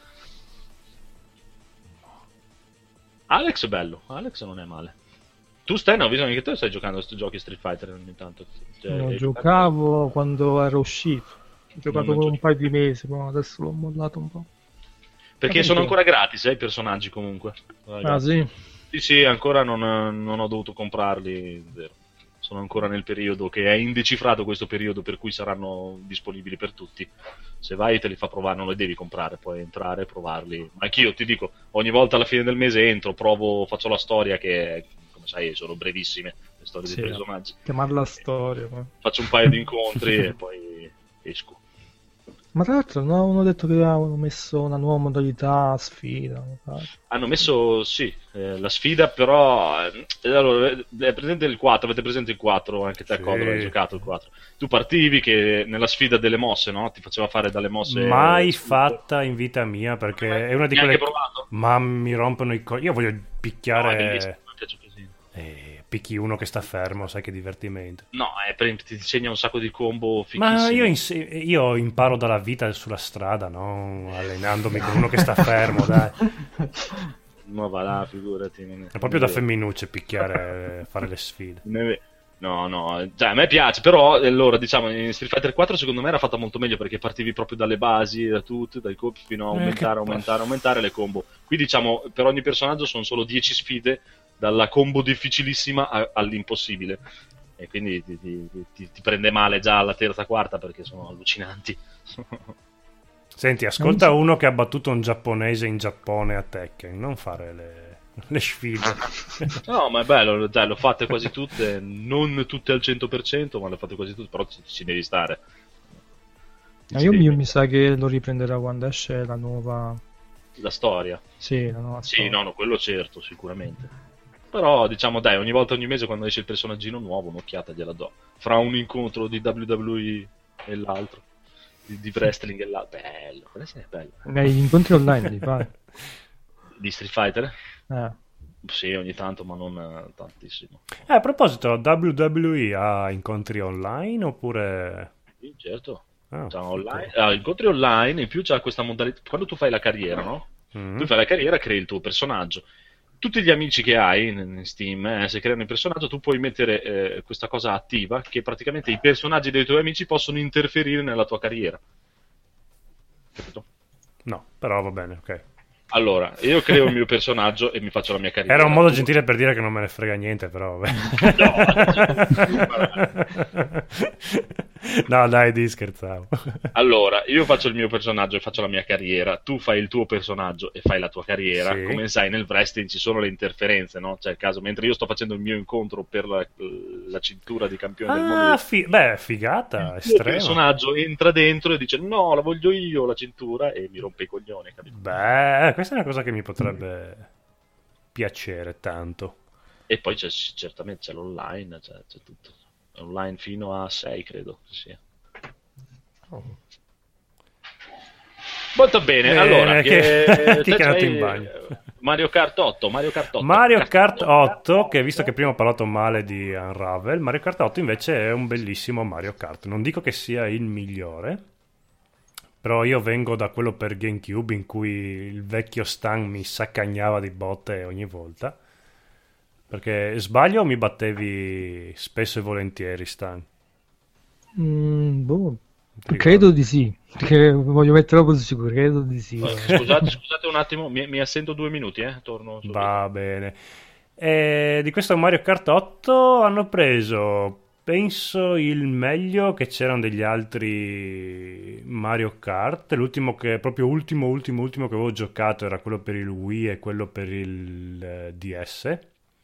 [SPEAKER 3] Alex è bello, Alex non è male. Tu stai, no, bisogna che tu stai giocando a questi giochi Street Fighter ogni tanto. Cioè,
[SPEAKER 8] Non
[SPEAKER 3] hai
[SPEAKER 8] giocavo quando ero uscito. Ho giocato
[SPEAKER 3] Non
[SPEAKER 8] per
[SPEAKER 3] giochi.
[SPEAKER 8] un paio di mesi, ma adesso l'ho mollato un po'.
[SPEAKER 3] Perché
[SPEAKER 8] Ah,
[SPEAKER 3] sono
[SPEAKER 8] perché?
[SPEAKER 3] ancora gratis, eh, i personaggi comunque.
[SPEAKER 8] Ah,
[SPEAKER 3] Ragazzi.
[SPEAKER 8] sì?
[SPEAKER 3] Sì, sì, ancora non, non ho dovuto comprarli, zero. Sono ancora nel periodo che è indecifrato, questo periodo per cui saranno disponibili per tutti. Se vai te li fa provare, non li devi comprare, puoi entrare e provarli. Ma anch'io ti dico, ogni volta alla fine del mese entro, provo, faccio la storia che, come sai, sono brevissime le storie
[SPEAKER 8] Sì,
[SPEAKER 3] dei personaggi.
[SPEAKER 8] chiamarla storia. Ma...
[SPEAKER 3] Faccio un paio di incontri e poi esco.
[SPEAKER 8] Ma tra l'altro non avevano detto che avevano messo una nuova modalità sfida.
[SPEAKER 3] Hanno messo, sì, eh, la sfida, però eh, allora, è presente il quattro, avete presente il quattro, anche te
[SPEAKER 1] Sì.
[SPEAKER 3] Codolo hai giocato il quattro. Tu partivi che nella sfida delle mosse, no? Ti faceva fare dalle mosse
[SPEAKER 1] Mai
[SPEAKER 3] scudo.
[SPEAKER 1] fatta in vita mia, perché è una di
[SPEAKER 3] Neanche
[SPEAKER 1] quelle...
[SPEAKER 3] provato?
[SPEAKER 1] Ma mi rompono i coglioni. Io voglio
[SPEAKER 3] No, è
[SPEAKER 1] picchiare...
[SPEAKER 3] bellissimo, mi piace così.
[SPEAKER 1] Eh, picchi uno che sta fermo, sai che divertimento.
[SPEAKER 3] No, è per, ti insegna un sacco di combo fichissimi.
[SPEAKER 1] Ma io, inse- io imparo dalla vita sulla strada, non allenandomi con uno che sta fermo, dai.
[SPEAKER 3] Ma va là, figurati. Non è,
[SPEAKER 1] È proprio da
[SPEAKER 3] non è-
[SPEAKER 1] femminucce picchiare, fare le sfide.
[SPEAKER 3] non è- No, no, cioè, a me piace, però allora diciamo in Street Fighter quattro secondo me era fatta molto meglio perché partivi proprio dalle basi, da tutto, dai colpi fino a
[SPEAKER 1] Eh,
[SPEAKER 3] aumentare,
[SPEAKER 1] che
[SPEAKER 3] aumentare,
[SPEAKER 1] pass-
[SPEAKER 3] aumentare le combo. Qui diciamo per ogni personaggio sono solo dieci sfide, dalla combo difficilissima a- all'impossibile. E quindi ti, ti- ti- ti prende male già alla terza, quarta perché sono allucinanti.
[SPEAKER 1] Senti, ascolta uno che ha battuto un giapponese in Giappone a Tekken, non fare le, le sfide.
[SPEAKER 3] No, ma è bello, dai, l'ho fatte quasi tutte, non tutte al cento per cento, ma le ho fatte quasi tutte, però ci, ci devi stare.
[SPEAKER 8] Ma
[SPEAKER 3] Ci
[SPEAKER 8] io
[SPEAKER 3] devi-
[SPEAKER 8] mi, mi sa che lo riprenderà quando esce la nuova.
[SPEAKER 3] La storia.
[SPEAKER 8] Sì, la nuova
[SPEAKER 3] Sì,
[SPEAKER 8] storia.
[SPEAKER 3] no, no, quello certo, sicuramente. Però, diciamo, dai, ogni volta, ogni mese, quando esce il personaggino nuovo, un'occhiata gliela do. Fra un incontro di W W E e l'altro, di, di wrestling e l'altro. Bello, quello sì è bello.
[SPEAKER 8] Eh, Gli incontri online li fai.
[SPEAKER 3] Di Street Fighter?
[SPEAKER 8] Eh.
[SPEAKER 3] Sì, ogni tanto, ma non eh, tantissimo.
[SPEAKER 1] Eh, a proposito, W W E ha incontri online oppure...
[SPEAKER 3] Sì, certo.
[SPEAKER 1] Ah,
[SPEAKER 3] C'ha online, ah, incontri online, in più c'ha questa modalità. Quando tu fai la carriera, no?
[SPEAKER 1] mm.
[SPEAKER 3] Tu fai la carriera, crei il tuo personaggio. Tutti gli amici che hai in in Steam, eh, se creano il personaggio, tu puoi mettere eh, questa cosa attiva che praticamente i personaggi dei tuoi amici possono interferire nella tua carriera. Capito?
[SPEAKER 1] No, però va bene, ok.
[SPEAKER 3] Allora, io creo il mio personaggio e mi faccio la mia carriera.
[SPEAKER 1] Era un modo
[SPEAKER 3] Tu-
[SPEAKER 1] gentile per dire che non me ne frega niente, però vabbè. No, dai, di scherzavo.
[SPEAKER 3] Allora, io faccio il mio personaggio e faccio la mia carriera, tu fai il tuo personaggio e fai la tua carriera.
[SPEAKER 1] Sì.
[SPEAKER 3] Come sai, nel wrestling ci sono le interferenze, no? Cioè, il caso, mentre io sto facendo il mio incontro per la, la cintura di campione del mondo,
[SPEAKER 1] Ah, fi- beh, figata,
[SPEAKER 3] il mio
[SPEAKER 1] estrema.
[SPEAKER 3] personaggio entra dentro e dice no, la voglio io la cintura e mi rompe i coglioni, capito?
[SPEAKER 1] Beh, questa è una cosa che mi potrebbe piacere tanto.
[SPEAKER 3] E poi c'è, certamente c'è l'online, c'è, c'è tutto. Online fino a sei, credo che sia. Molto bene,
[SPEAKER 1] Bene,
[SPEAKER 3] allora,
[SPEAKER 1] che-
[SPEAKER 3] che,
[SPEAKER 1] ti
[SPEAKER 3] te
[SPEAKER 1] che andato
[SPEAKER 3] c'hai,
[SPEAKER 1] in bagno.
[SPEAKER 3] eh, Mario Kart otto, Mario Kart otto.
[SPEAKER 1] Mario Kart otto, che visto che prima ho parlato male di Unravel, Mario Kart otto invece è un bellissimo Mario Kart. Non dico che sia il migliore, però io vengo da quello per GameCube in cui il vecchio Stan mi saccagnava di botte ogni volta. Perché sbaglio o mi battevi spesso e volentieri, Stan?
[SPEAKER 8] Mm, boh,
[SPEAKER 1] Ti
[SPEAKER 8] credo di sì. Perché voglio metterlo così sicuro, credo di sì.
[SPEAKER 3] Eh, Scusate, scusate un attimo, mi, mi assento due minuti, eh, torno subito.
[SPEAKER 1] Va bene. E di questo Mario Kart otto hanno preso, penso, il meglio che c'erano degli altri Mario Kart. L'ultimo che, proprio ultimo, ultimo, ultimo che avevo giocato era quello per il Wii e quello per il eh, D S.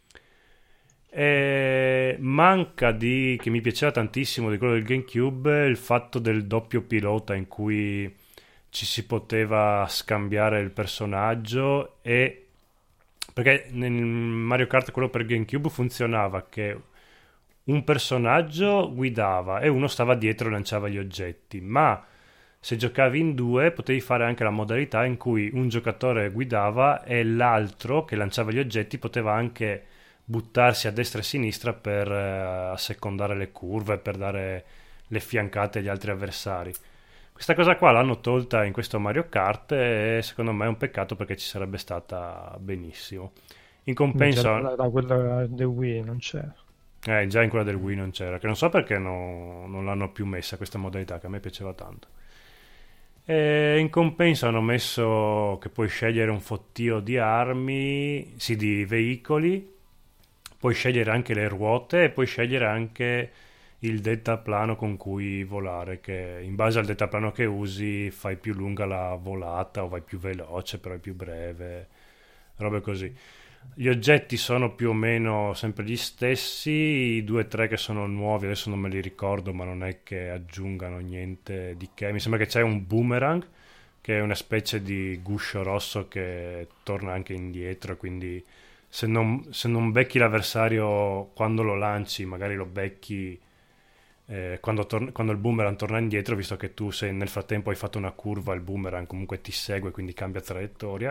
[SPEAKER 1] E manca di, che mi piaceva tantissimo di quello del GameCube, il fatto del doppio pilota in cui ci si poteva scambiare il personaggio, e perché nel Mario Kart quello per GameCube funzionava che un personaggio guidava e uno stava dietro e lanciava gli oggetti, ma se giocavi in due potevi fare anche la modalità in cui un giocatore guidava e l'altro che lanciava gli oggetti poteva anche buttarsi a destra e a sinistra per eh, assecondare le curve, per dare le fiancate agli altri avversari. Questa cosa qua l'hanno tolta in questo Mario Kart e secondo me è un peccato perché ci sarebbe stata benissimo. In compenso,
[SPEAKER 8] C'era da quella del Wii non c'è.
[SPEAKER 1] eh, già in quella del Wii non c'era, che non so perché no- non l'hanno più messa questa modalità, che a me piaceva tanto. E in compenso hanno messo che puoi scegliere un fottio di armi, sì, di veicoli, puoi scegliere anche le ruote e puoi scegliere anche il deltaplano con cui volare, che in base al deltaplano che usi fai più lunga la volata o vai più veloce, però è più breve, robe così. Gli oggetti sono più o meno sempre gli stessi, i due o tre che sono nuovi, adesso non me li ricordo, ma non è che aggiungano niente di che. Mi sembra che c'è un boomerang, che è una specie di guscio rosso che torna anche indietro, quindi se non, se non becchi l'avversario quando lo lanci, magari lo becchi eh, quando, tor- quando il boomerang torna indietro, visto che tu se nel frattempo hai fatto una curva, il boomerang comunque ti segue, quindi cambia traiettoria.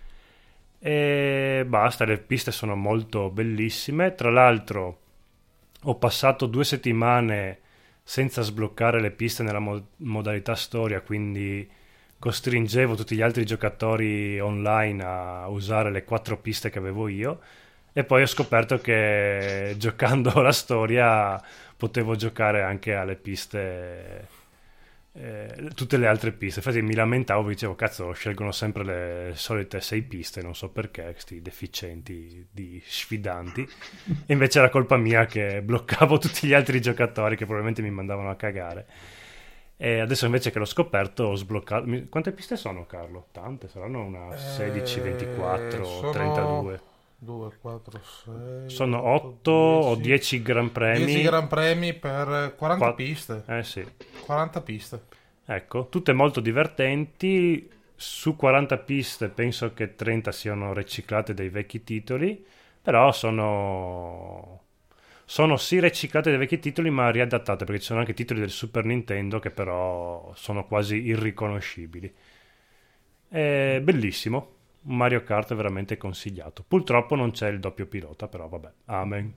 [SPEAKER 1] E basta, le piste sono molto bellissime. Tra l'altro ho passato due settimane senza sbloccare le piste nella mo- modalità storia, quindi costringevo tutti gli altri giocatori online a usare le quattro piste che avevo io, e poi ho scoperto che giocando la storia potevo giocare anche alle piste, eh, tutte le altre piste. Infatti mi lamentavo, dicevo cazzo, scelgono sempre le solite sei piste, non so perché, questi deficienti di sfidanti, e invece era colpa mia che bloccavo tutti gli altri giocatori che probabilmente mi mandavano a cagare. E adesso invece che l'ho scoperto ho sbloccato. Mi- quante piste sono, Carlo? Tante, saranno una sedici, ventiquattro,
[SPEAKER 6] sono
[SPEAKER 1] trentadue.
[SPEAKER 6] due, quattro, sei,
[SPEAKER 1] Sono otto o dieci gran premi.
[SPEAKER 6] dieci gran premi per quaranta
[SPEAKER 1] Qua-
[SPEAKER 6] piste.
[SPEAKER 1] Eh sì.
[SPEAKER 6] quaranta piste.
[SPEAKER 1] Ecco, tutte molto divertenti. Su quaranta piste penso che trenta siano riciclate dai vecchi titoli, però sono sono sì riciclate dai vecchi titoli ma riadattate, perché ci sono anche titoli del Super Nintendo che però sono quasi irriconoscibili. È bellissimo, un Mario Kart veramente consigliato. Purtroppo non c'è il doppio pilota, però vabbè, amen.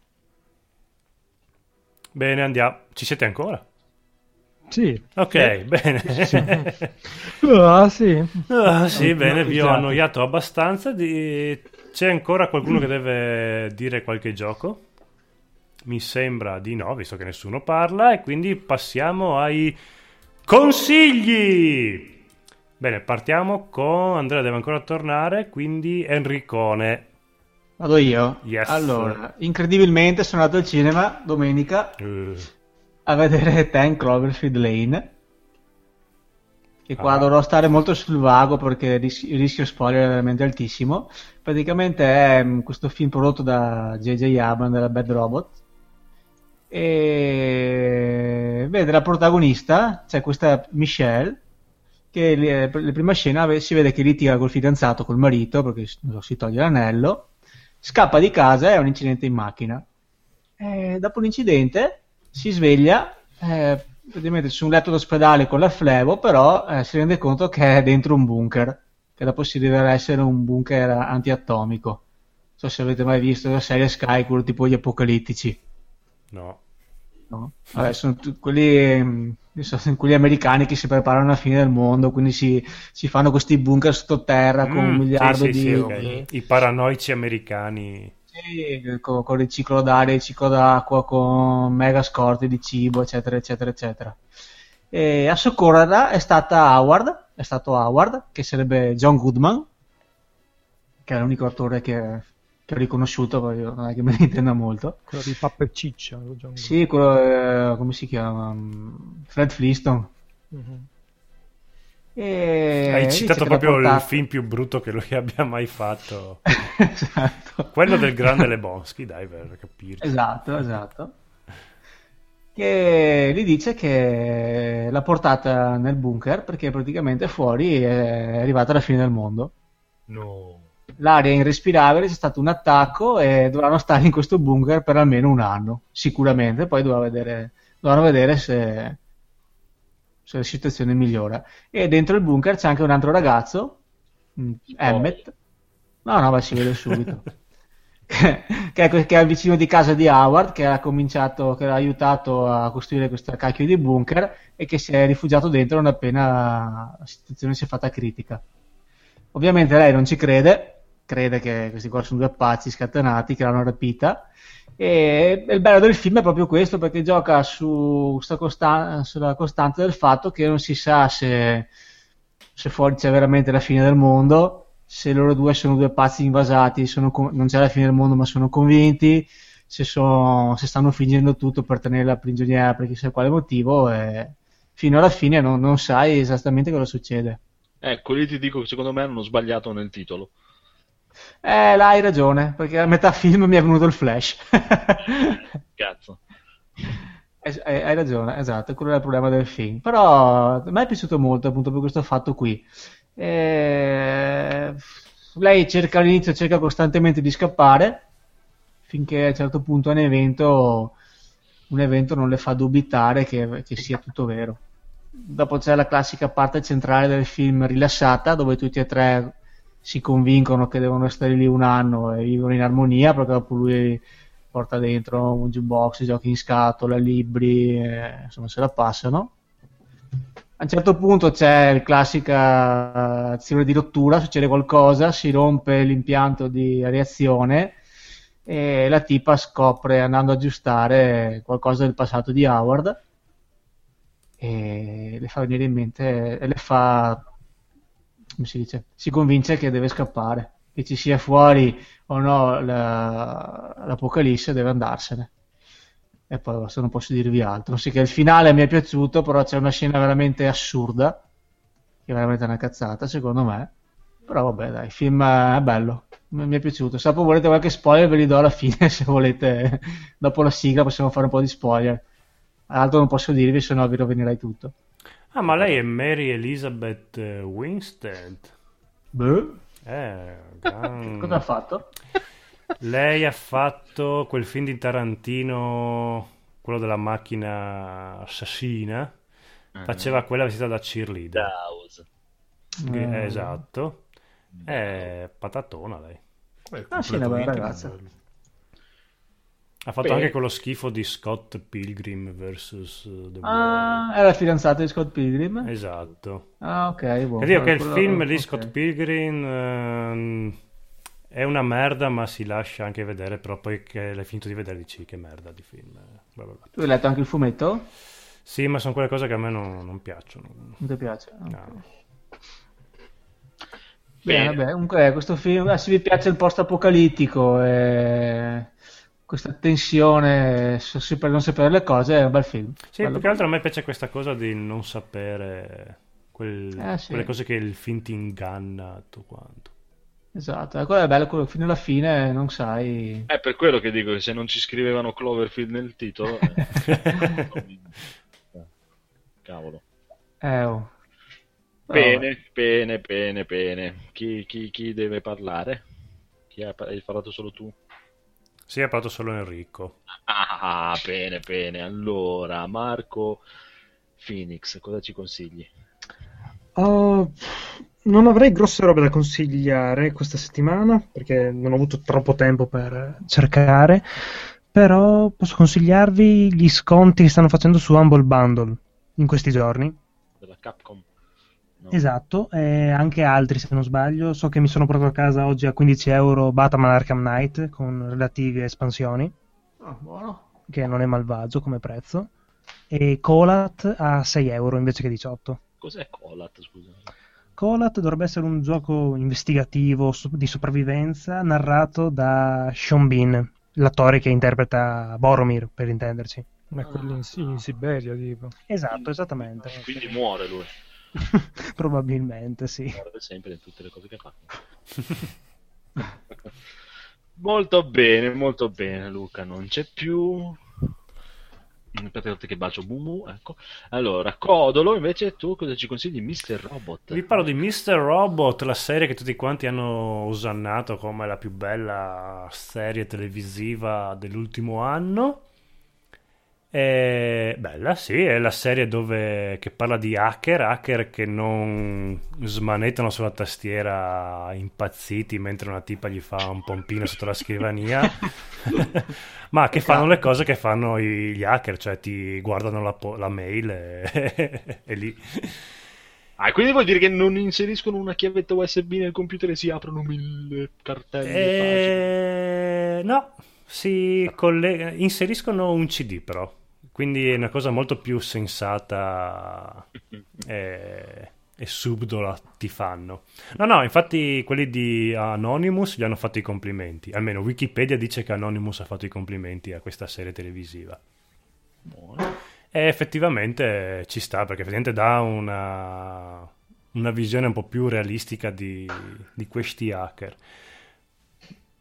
[SPEAKER 1] Bene, andiamo. Ci siete ancora?
[SPEAKER 8] Sì.
[SPEAKER 1] Ok, bene.
[SPEAKER 8] Ah, sì.
[SPEAKER 1] Ah, sì,
[SPEAKER 8] No,
[SPEAKER 1] bene,
[SPEAKER 8] no,
[SPEAKER 1] vi ho
[SPEAKER 8] già.
[SPEAKER 1] annoiato abbastanza. Di... C'è ancora qualcuno che deve dire qualche gioco? Mi sembra di no, visto che nessuno parla, e quindi passiamo ai consigli. Bene, partiamo con Andrea, deve ancora tornare, quindi Enricone.
[SPEAKER 4] Vado io?
[SPEAKER 1] Yes.
[SPEAKER 4] Allora, incredibilmente sono andato al cinema domenica
[SPEAKER 1] Eh,
[SPEAKER 4] a vedere ten Cloverfield Lane, che qua
[SPEAKER 1] Ah.
[SPEAKER 4] dovrò stare molto sul vago perché il ris- il rischio spoiler è veramente altissimo. Praticamente è mm, questo film prodotto da J J. Abrams della Bad Robot, e vede la protagonista, c'è questa Michelle, che le, le prima scena ve- si vede che litiga col fidanzato, col marito, perché non so, si toglie l'anello, scappa di casa e ha un incidente in macchina. E dopo l'incidente si sveglia eh, praticamente su un letto d'ospedale con la flebo, però eh, si rende conto che è dentro un bunker, che dopo si rivela essere un bunker antiatomico. Non so se avete mai visto la serie Sky, quello tipo gli apocalittici.
[SPEAKER 1] no.
[SPEAKER 4] No? Vabbè, sono tu- quelli, ehm, sono quelli americani che si preparano alla fine del mondo, quindi si, si fanno questi bunker sottoterra con un
[SPEAKER 1] Mm,
[SPEAKER 4] miliardo
[SPEAKER 1] sì, sì,
[SPEAKER 4] di...
[SPEAKER 1] sì, ok. I paranoici americani.
[SPEAKER 4] Sì, con, con il ciclo d'aria, il ciclo d'acqua, con mega scorte di cibo, eccetera, eccetera, eccetera. E a soccorrerla è stata Howard, è stato Howard, che sarebbe John Goodman, che è l'unico attore che, che ho riconosciuto, poi io non è che me ne intenda molto.
[SPEAKER 8] Quello di Pappa e Ciccia. lo John
[SPEAKER 4] Sì, quello, eh, come si chiama? Mm, Fred Flintstone.
[SPEAKER 8] Mhm.
[SPEAKER 4] E
[SPEAKER 1] Hai
[SPEAKER 4] dice
[SPEAKER 1] citato
[SPEAKER 4] che l'ha
[SPEAKER 1] proprio il
[SPEAKER 4] portato-
[SPEAKER 1] film più brutto che lui abbia mai fatto.
[SPEAKER 4] Esatto.
[SPEAKER 1] Quello del grande Lebowski, dai, per capirci.
[SPEAKER 4] Esatto, esatto. Che gli dice che l'ha portata nel bunker perché praticamente fuori è arrivata la fine del mondo.
[SPEAKER 1] No.
[SPEAKER 4] L'aria è irrespirabile, c'è stato un attacco e dovranno stare in questo bunker per almeno un anno, sicuramente. Poi dovranno vedere, dovranno vedere se, se la situazione migliora. E dentro il bunker c'è anche un altro ragazzo, mm, Emmett. No, no, ma si vede subito. che, che è, che è il vicino di casa di Howard, che ha cominciato, che l'ha aiutato a costruire questo cacchio di bunker e che si è rifugiato dentro non appena la situazione si è fatta critica. Ovviamente lei non ci crede, crede che questi qua sono due pazzi scatenati che l'hanno rapita. E il bello del film è proprio questo, perché gioca su sta costan- sulla costante del fatto che non si sa se, se fuori c'è veramente la fine del mondo, se loro due sono due pazzi invasati, sono con- non c'è la fine del mondo ma sono convinti, se, sono- se stanno fingendo tutto per tenerla prigioniera per chissà quale motivo, e fino alla fine non, non sai esattamente cosa succede.
[SPEAKER 3] Ecco, lì ti dico che secondo me hanno sbagliato nel titolo.
[SPEAKER 4] Eh, là hai ragione, perché a metà film mi è venuto il flash.
[SPEAKER 3] Cazzo.
[SPEAKER 4] Eh, eh, hai ragione, esatto, quello è il problema del film. Però a me è piaciuto molto appunto per questo fatto qui. Eh, lei cerca all'inizio, cerca costantemente di scappare, finché a un certo punto un evento, un evento non le fa dubitare che, che sia tutto vero. Dopo c'è la classica parte centrale del film rilassata, dove tutti e tre si convincono che devono stare lì un anno e vivono in armonia, perché dopo lui porta dentro un jukebox, giochi in scatola, libri, eh, insomma se la passano. A un certo punto c'è la classica azione di rottura, succede qualcosa, si rompe l'impianto di reazione e la tipa scopre, andando ad aggiustare, qualcosa del passato di Howard e le fa venire in mente e le fa, come si dice, si convince che deve scappare, che ci sia fuori o no la, l'apocalisse, deve andarsene. E poi basta, non posso dirvi altro. Sì che il finale mi è piaciuto, però c'è una scena veramente assurda, che è veramente una cazzata secondo me. Però vabbè dai, il film è bello, mi è piaciuto. Se poi volete qualche spoiler ve li do alla fine, se volete, dopo la sigla possiamo fare un po' di spoiler. Altro non posso dirvi, se no vi rovinerai tutto.
[SPEAKER 1] Ah, ma lei è Mary Elizabeth Winstead.
[SPEAKER 4] Beh.
[SPEAKER 1] Eh, gran...
[SPEAKER 4] Cosa ha fatto?
[SPEAKER 1] Lei ha fatto quel film di Tarantino, quello della macchina assassina. Faceva quella vestita da cheerleader.
[SPEAKER 3] Mm.
[SPEAKER 1] Eh, esatto. È patatona lei.
[SPEAKER 6] Beh,
[SPEAKER 4] Ah, sì, una bella ragazza.
[SPEAKER 6] bello.
[SPEAKER 1] Ha fatto
[SPEAKER 3] Beh.
[SPEAKER 1] anche quello schifo di Scott Pilgrim versus The World.
[SPEAKER 4] Ah, è la fidanzata di Scott Pilgrim?
[SPEAKER 1] Esatto.
[SPEAKER 4] Ah, ok, buono.
[SPEAKER 1] E dico che il
[SPEAKER 4] Quello-
[SPEAKER 1] film di
[SPEAKER 4] ok.
[SPEAKER 1] Scott Pilgrim ehm, è una merda, ma si lascia anche vedere, però poi che l'hai finito di vedere dici che merda di film. eh, bla bla bla.
[SPEAKER 4] Tu hai letto anche il fumetto?
[SPEAKER 1] Sì, ma sono quelle cose che a me non, non piacciono.
[SPEAKER 4] Non ti piace? Ok.
[SPEAKER 1] No.
[SPEAKER 4] Bene, beh, comunque questo film, eh, se vi piace il post-apocalittico e questa tensione su- su- per non sapere le cose, è un bel film.
[SPEAKER 1] Sì,
[SPEAKER 4] Bello.
[SPEAKER 1] più che altro a me piace questa cosa di non sapere quel-
[SPEAKER 4] Eh, sì.
[SPEAKER 1] quelle cose che il film ti inganna, tutto quanto.
[SPEAKER 4] Esatto, e quello è bello, quello fino alla fine non sai...
[SPEAKER 3] È per quello che dico che se non ci scrivevano Cloverfield nel titolo, eh, cavolo.
[SPEAKER 4] Eh, oh. Però,
[SPEAKER 3] Bene, bene, bene, bene. Chi, chi, chi deve parlare? Chi ha, hai parlato solo tu?
[SPEAKER 1] Sì, ha parlato solo Enrico.
[SPEAKER 3] Ah, bene, bene. Allora, Marco Phoenix, cosa ci consigli?
[SPEAKER 5] Uh, non avrei grosse robe da consigliare questa settimana perché non ho avuto troppo tempo per cercare, però posso consigliarvi gli sconti che stanno facendo su Humble Bundle in questi giorni.
[SPEAKER 3] Della Capcom? No.
[SPEAKER 5] Esatto, e anche altri se non sbaglio. So che mi sono portato a casa oggi a quindici euro Batman Arkham Knight con relative espansioni,
[SPEAKER 4] ah, buono.
[SPEAKER 5] che non è malvagio come prezzo, e Colat a sei euro invece che diciotto.
[SPEAKER 3] Cos'è Colat, scusa?
[SPEAKER 5] Colat dovrebbe essere un gioco investigativo so- di sopravvivenza narrato da Sean Bean, l'attore che interpreta Boromir, per intenderci.
[SPEAKER 8] Ma quelli in, in Siberia, tipo.
[SPEAKER 5] Esatto, esattamente.
[SPEAKER 3] Quindi muore lui.
[SPEAKER 5] Probabilmente sì.
[SPEAKER 3] Muore sempre in tutte le cose che fa. Molto bene, molto bene. Luca non c'è più. Aspetta che bacio Mumu, ecco. Allora, Codolo, invece tu cosa ci consigli? mister Robot.
[SPEAKER 1] Vi parlo di mister Robot, la serie che tutti quanti hanno osannato come la più bella serie televisiva dell'ultimo anno. È bella, sì, è la serie dove che parla di hacker, hacker che non smanettano sulla tastiera impazziti mentre una tipa gli fa un pompino sotto la scrivania, ma che fanno le cose che fanno i- gli hacker, cioè ti guardano la, po- la mail e, e lì.
[SPEAKER 3] Ah, quindi vuol dire che non inseriscono una chiavetta U S B nel computer e si aprono mille cartelle
[SPEAKER 1] Eh, no, si collega, inseriscono un C D però, quindi è una cosa molto più sensata e, e subdola ti fanno. No, no, infatti quelli di Anonymous gli hanno fatto i complimenti, almeno Wikipedia dice che Anonymous ha fatto i complimenti a questa serie televisiva. E effettivamente ci sta, perché effettivamente dà una, una visione un po' più realistica di, di questi hacker.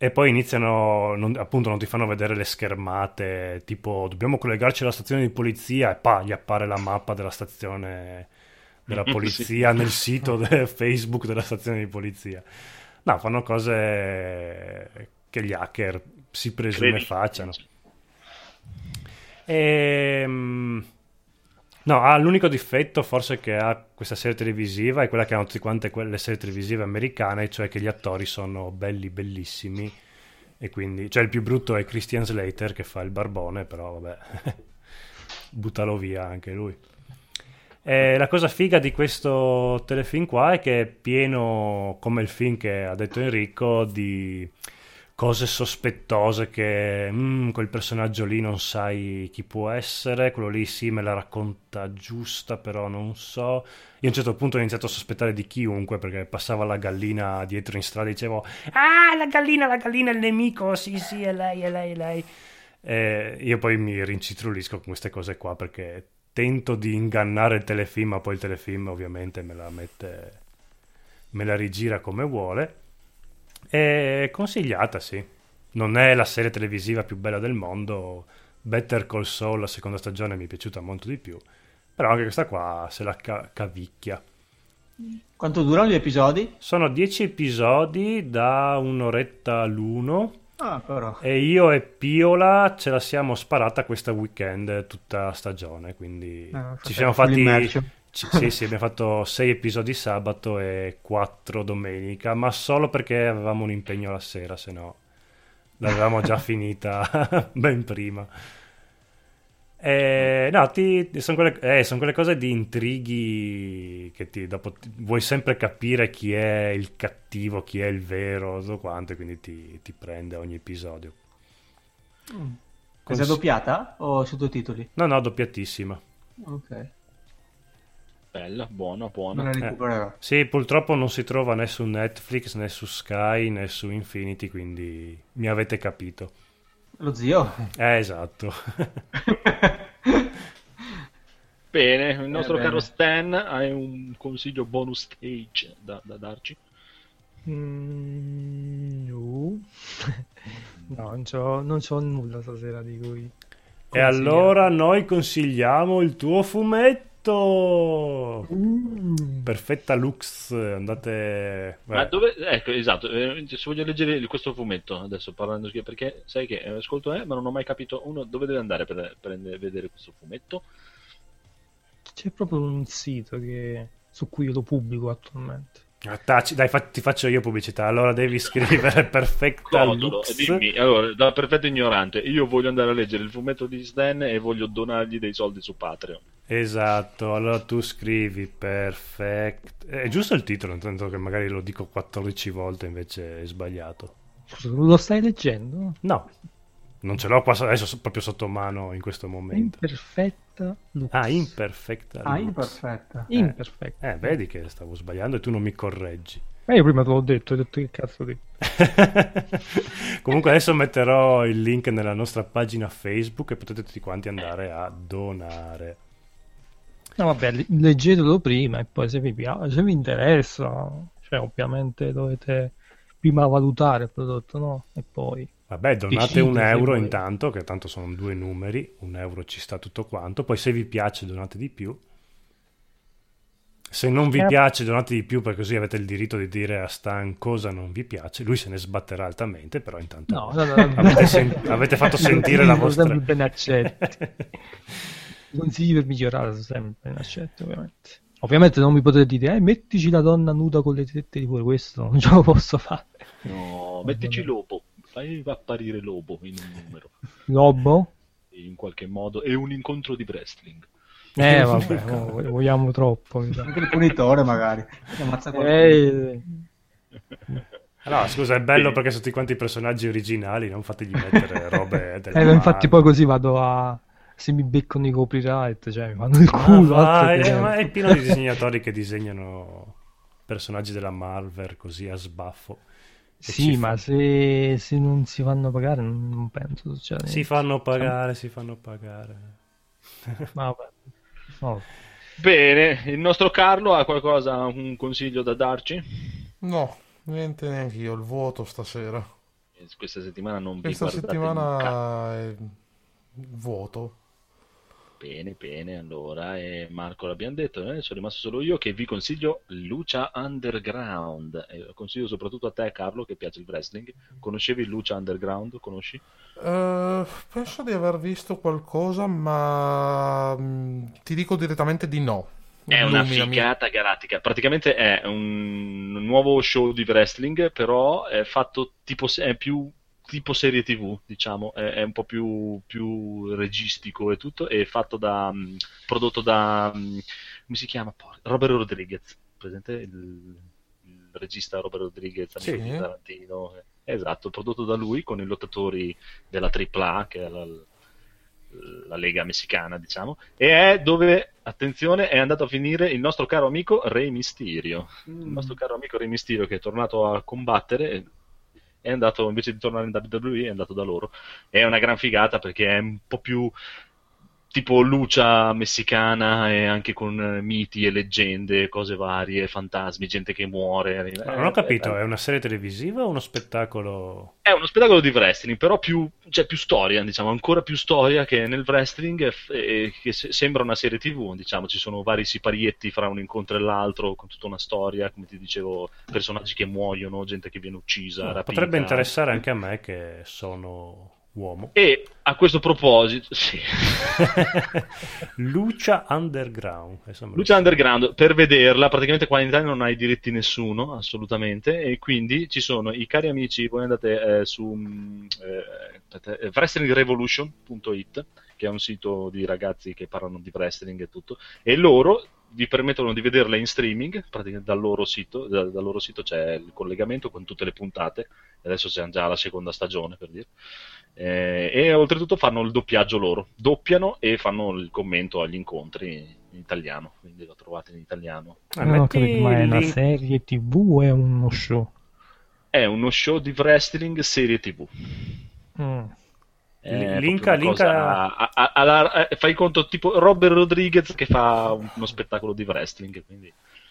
[SPEAKER 1] E poi iniziano, non- appunto non ti fanno vedere le schermate, tipo dobbiamo collegarci alla stazione di polizia e pa, gli appare la mappa della stazione della polizia nel sito de- Facebook della stazione di polizia. No, fanno cose che gli hacker si presume
[SPEAKER 3] Credi?
[SPEAKER 1] facciano. Ehm, No, ha l'unico difetto forse che ha questa serie televisiva è quella che hanno tutte quante quelle serie televisive americane, cioè che gli attori sono belli, bellissimi, e quindi, cioè il più brutto è Christian Slater che fa il barbone, però vabbè, buttalo via anche lui. E la cosa figa di questo telefilm qua è che è pieno, come il film che ha detto Enrico, di cose sospettose che "Mm, quel personaggio lì non sai chi può essere, quello lì sì me la racconta giusta però non so". Io a un certo punto ho iniziato a sospettare di chiunque perché passava la gallina dietro in strada e dicevo "Ah, la gallina, la gallina è il nemico, sì sì è lei, è lei, è lei". E io poi mi rincitrulisco con queste cose qua perché tento di ingannare il telefilm, ma poi il telefilm ovviamente me la mette, me la rigira come vuole. È consigliata, sì. Non è la serie televisiva più bella del mondo. Better Call Saul, la seconda stagione, mi è piaciuta molto di più. Però anche questa qua se la ca- cavicchia.
[SPEAKER 4] Quanto durano gli episodi?
[SPEAKER 1] Sono dieci episodi da un'oretta l'uno.
[SPEAKER 4] Ah, però.
[SPEAKER 1] E io e Piola ce la siamo sparata questa weekend tutta stagione. Quindi
[SPEAKER 4] Ah,
[SPEAKER 1] ci siamo
[SPEAKER 4] full
[SPEAKER 1] fatti.
[SPEAKER 4] immersion.
[SPEAKER 1] Ci- Sì, sì, abbiamo fatto sei episodi sabato e quattro domenica, ma solo perché avevamo un impegno la sera, se no l'avevamo già finita ben prima. E, no, ti, sono quelle, eh, son quelle cose di intrighi che ti, dopo ti- vuoi sempre capire chi è il cattivo, chi è il vero, tutto quanto, e quindi ti, ti prende ogni episodio.
[SPEAKER 4] È
[SPEAKER 1] Cons-
[SPEAKER 4] già doppiata o sottotitoli?
[SPEAKER 1] No, no, doppiatissima.
[SPEAKER 4] Ok,
[SPEAKER 3] Bella, buona,
[SPEAKER 4] me
[SPEAKER 3] buona.
[SPEAKER 4] la recupererò.
[SPEAKER 1] Sì, purtroppo non si trova né su Netflix, né su Sky, né su Infinity, quindi mi avete capito.
[SPEAKER 4] Lo zio?
[SPEAKER 1] Eh, esatto.
[SPEAKER 3] Bene, il nostro
[SPEAKER 4] Eh,
[SPEAKER 3] caro
[SPEAKER 4] bene.
[SPEAKER 3] Stan, hai un consiglio bonus stage da, da darci?
[SPEAKER 8] Mm, no. No, non c'ho, non c'ho nulla stasera di cui
[SPEAKER 1] E
[SPEAKER 8] consigliare.
[SPEAKER 1] allora noi consigliamo il tuo fumetto.
[SPEAKER 8] Mm.
[SPEAKER 1] Perfetta Lux, andate...
[SPEAKER 3] Ma
[SPEAKER 1] beh,
[SPEAKER 3] dove? Ecco, esatto, eh, se voglio leggere questo fumetto adesso parlando, perché sai che eh, ascolto eh, ma non ho mai capito uno dove deve andare per, per vedere questo fumetto.
[SPEAKER 8] C'è proprio un sito che- su cui io lo pubblico attualmente.
[SPEAKER 1] ah, taci, dai, fa- ti faccio io pubblicità. Allora devi scrivere Perfetta
[SPEAKER 3] Codolo,
[SPEAKER 1] Lux.
[SPEAKER 3] dimmi, allora, da perfetto ignorante, io voglio andare a leggere il fumetto di Stan e voglio donargli dei soldi su Patreon.
[SPEAKER 1] Esatto, allora tu scrivi Perfect... È giusto il titolo, intanto che magari lo dico quattordici volte invece è sbagliato.
[SPEAKER 8] Scusa, lo stai leggendo?
[SPEAKER 1] No, non ce l'ho qua so- adesso so- proprio sotto mano in questo momento.
[SPEAKER 8] Imperfetta Lux.
[SPEAKER 1] Ah, Imperfecta
[SPEAKER 4] Ah,
[SPEAKER 1] Lux.
[SPEAKER 4] imperfetta.
[SPEAKER 8] Imperfetta.
[SPEAKER 1] Eh, vedi che stavo sbagliando e tu non mi correggi.
[SPEAKER 8] Ma io prima te l'ho detto, hai detto che cazzo di...
[SPEAKER 1] Comunque adesso metterò il link nella nostra pagina Facebook e potete tutti quanti andare a donare.
[SPEAKER 8] No, vabbè, le- leggetelo prima e poi se vi piace, se vi interessa, cioè ovviamente dovete prima valutare il prodotto, no? E poi...
[SPEAKER 1] Vabbè, donate
[SPEAKER 8] Decidete
[SPEAKER 1] un
[SPEAKER 8] se
[SPEAKER 1] euro
[SPEAKER 8] volete.
[SPEAKER 1] intanto, che tanto sono due numeri, un euro ci sta tutto quanto, poi se vi piace donate di più. Se non vi
[SPEAKER 8] Eh.
[SPEAKER 1] piace donate di più, perché così avete il diritto di dire a Stan cosa non vi piace, lui se ne sbatterà altamente, però intanto
[SPEAKER 8] No, no, no, no.
[SPEAKER 1] avete, sen- avete fatto sentire la
[SPEAKER 8] Sono
[SPEAKER 1] vostra...
[SPEAKER 8] sempre ben accetti. I consigli per migliorare sono sempre ben accetti, ovviamente. Ovviamente non mi potete dire, eh, mettici la donna nuda con le tette di fuori, questo non ce lo posso fare.
[SPEAKER 3] No, mettici Lobo, fai apparire Lobo in un numero,
[SPEAKER 8] Lobo?
[SPEAKER 3] in qualche modo, e un incontro di wrestling.
[SPEAKER 8] Eh, vabbè, no, vogliamo troppo, mi sa.
[SPEAKER 4] Anche il punitore magari. Che ammazza qualcuno.
[SPEAKER 8] Eh,
[SPEAKER 1] No, scusa, è bello perché sono tutti quanti i personaggi originali, non fategli mettere robe della
[SPEAKER 8] eh, ma infatti poi
[SPEAKER 1] Marvel.
[SPEAKER 8] così vado a... Se mi beccano i copyright, cioè mi fanno il
[SPEAKER 1] Ma
[SPEAKER 8] culo. altro
[SPEAKER 1] vai,
[SPEAKER 8] che-
[SPEAKER 1] eh, ma è pieno di disegnatori che disegnano personaggi della Marvel così a sbaffo. E
[SPEAKER 8] Sì,
[SPEAKER 1] ci
[SPEAKER 8] ma
[SPEAKER 1] fa-
[SPEAKER 8] se, se non si fanno pagare non, non penso succeda
[SPEAKER 1] si
[SPEAKER 8] niente.
[SPEAKER 1] fanno pagare, si fanno pagare.
[SPEAKER 8] Vabbè. No.
[SPEAKER 3] Bene, il nostro Carlo ha qualcosa, un consiglio da darci?
[SPEAKER 6] No, niente neanche io, il vuoto stasera.
[SPEAKER 3] questa settimana non vi
[SPEAKER 6] Questa
[SPEAKER 3] guardate un cazzo.
[SPEAKER 6] settimana è vuoto.
[SPEAKER 3] Bene, bene, allora, e Marco l'abbiamo detto, eh, sono rimasto solo io che vi consiglio Lucha Underground, e lo consiglio soprattutto a te Carlo che piace il wrestling. Conoscevi Lucha Underground? Conosci?
[SPEAKER 6] Eh, penso di aver visto qualcosa, ma mm, ti dico direttamente di no.
[SPEAKER 3] È una
[SPEAKER 6] Illuminami.
[SPEAKER 3] figata galattica, praticamente è un nuovo show di wrestling, però è fatto tipo, è più tipo serie tivù, diciamo, è, è un po' più, più registico e tutto, è fatto da, mh, prodotto da, mh, come si chiama? Por- Robert Rodriguez, presente il, il regista Robert Rodriguez, amico
[SPEAKER 6] Sì.
[SPEAKER 3] di Tarantino, eh, esatto, prodotto da lui con i lottatori della tripla A, che è la, la lega messicana, diciamo, e è dove, attenzione, è andato a finire il nostro caro amico Rey Mysterio,
[SPEAKER 1] Mm.
[SPEAKER 3] il nostro caro amico Rey Mysterio che è tornato a combattere, è andato, invece di tornare in W W E, è andato da loro. È una gran figata perché è un po' più tipo lucha messicana e anche con eh, miti e leggende, cose varie, fantasmi, gente che muore.
[SPEAKER 1] Ma non ho capito,
[SPEAKER 3] è,
[SPEAKER 1] è una serie televisiva o uno spettacolo?
[SPEAKER 3] è uno spettacolo di wrestling, però più, cioè, più storia, diciamo, ancora più storia che nel wrestling, e f- e che se- sembra una serie tivù, diciamo, ci sono vari siparietti fra un incontro e l'altro, con tutta una storia, come ti dicevo, personaggi che muoiono, gente che viene uccisa, rapita.
[SPEAKER 1] Potrebbe interessare anche a me che sono uomo.
[SPEAKER 3] E a questo proposito, sì.
[SPEAKER 1] Lucha Underground. adesso me lo
[SPEAKER 3] Lucha
[SPEAKER 1] so.
[SPEAKER 3] Underground, per vederla, praticamente qua in Italia non ha i diritti nessuno, assolutamente, e quindi ci sono i cari amici, voi andate eh, su mm, eh, aspetta, eh, wrestling revolution punto it, che è un sito di ragazzi che parlano di wrestling e tutto, e loro vi permettono di vederla in streaming, praticamente dal loro sito, da- dal loro sito c'è il collegamento con tutte le puntate, e adesso siamo già alla seconda stagione, per dire. Eh, e oltretutto fanno il doppiaggio loro, doppiano e fanno il commento agli incontri in italiano, quindi lo trovate in italiano.
[SPEAKER 1] Ah,
[SPEAKER 8] Non ho
[SPEAKER 1] metti
[SPEAKER 8] capito, ma è
[SPEAKER 1] il
[SPEAKER 8] una
[SPEAKER 1] link-
[SPEAKER 8] serie tivù o è uno show?
[SPEAKER 3] È uno show di wrestling serie tivù.
[SPEAKER 8] Mm.
[SPEAKER 3] È
[SPEAKER 1] Li-
[SPEAKER 3] proprio
[SPEAKER 1] linka-
[SPEAKER 3] una cosa
[SPEAKER 1] linka-
[SPEAKER 3] a- a- alla- eh, fai conto tipo Robert Rodriguez che fa un- uno spettacolo di wrestling, quindi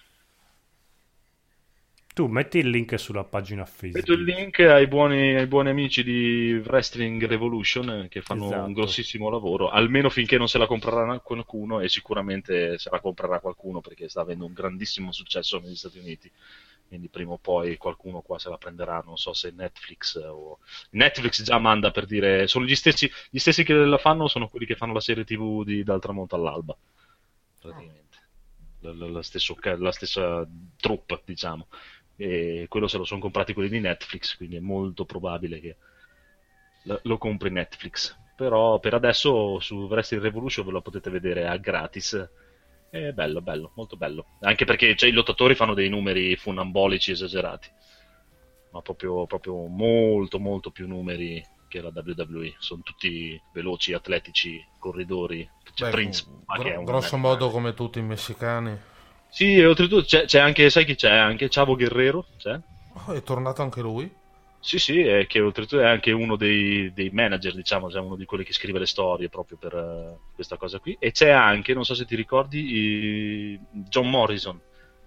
[SPEAKER 1] Tu metti il link sulla pagina Facebook.
[SPEAKER 3] metto il link ai buoni, ai buoni amici di Wrestling Revolution eh, che fanno
[SPEAKER 1] Esatto.
[SPEAKER 3] un grossissimo lavoro, almeno finché non se la comprerà qualcuno, e sicuramente se la comprerà qualcuno perché sta avendo un grandissimo successo negli Stati Uniti, quindi prima o poi qualcuno qua se la prenderà, non so se Netflix o Netflix già manda, per dire, sono gli stessi, gli stessi che la fanno sono quelli che fanno la serie tivù di D'Altramonte all'alba, praticamente la, la- la stesso ca- la stessa troupe, diciamo, e quello se lo sono comprati quelli di Netflix, quindi è molto probabile che lo, lo compri Netflix, però per adesso su Wrestling Revolution ve lo potete vedere a gratis. È bello, bello, molto bello, anche perché cioè, i lottatori fanno dei numeri funambolici esagerati, ma proprio, proprio molto molto più numeri che la W W E, sono tutti veloci, atletici, corridori. C'è
[SPEAKER 6] Beh,
[SPEAKER 3] Prince, ma
[SPEAKER 6] gro-
[SPEAKER 3] che è un
[SPEAKER 6] grosso modo come tutti i messicani.
[SPEAKER 3] Sì, e oltretutto c'è, c'è anche, sai chi c'è? Anche Chavo Guerrero, c'è?
[SPEAKER 6] Oh, è tornato anche lui?
[SPEAKER 3] Sì, sì, è che oltretutto è anche uno dei, dei manager, diciamo, cioè uno di quelli che scrive le storie proprio per eh, questa cosa qui. E c'è anche, non so se ti ricordi, i- John Morrison,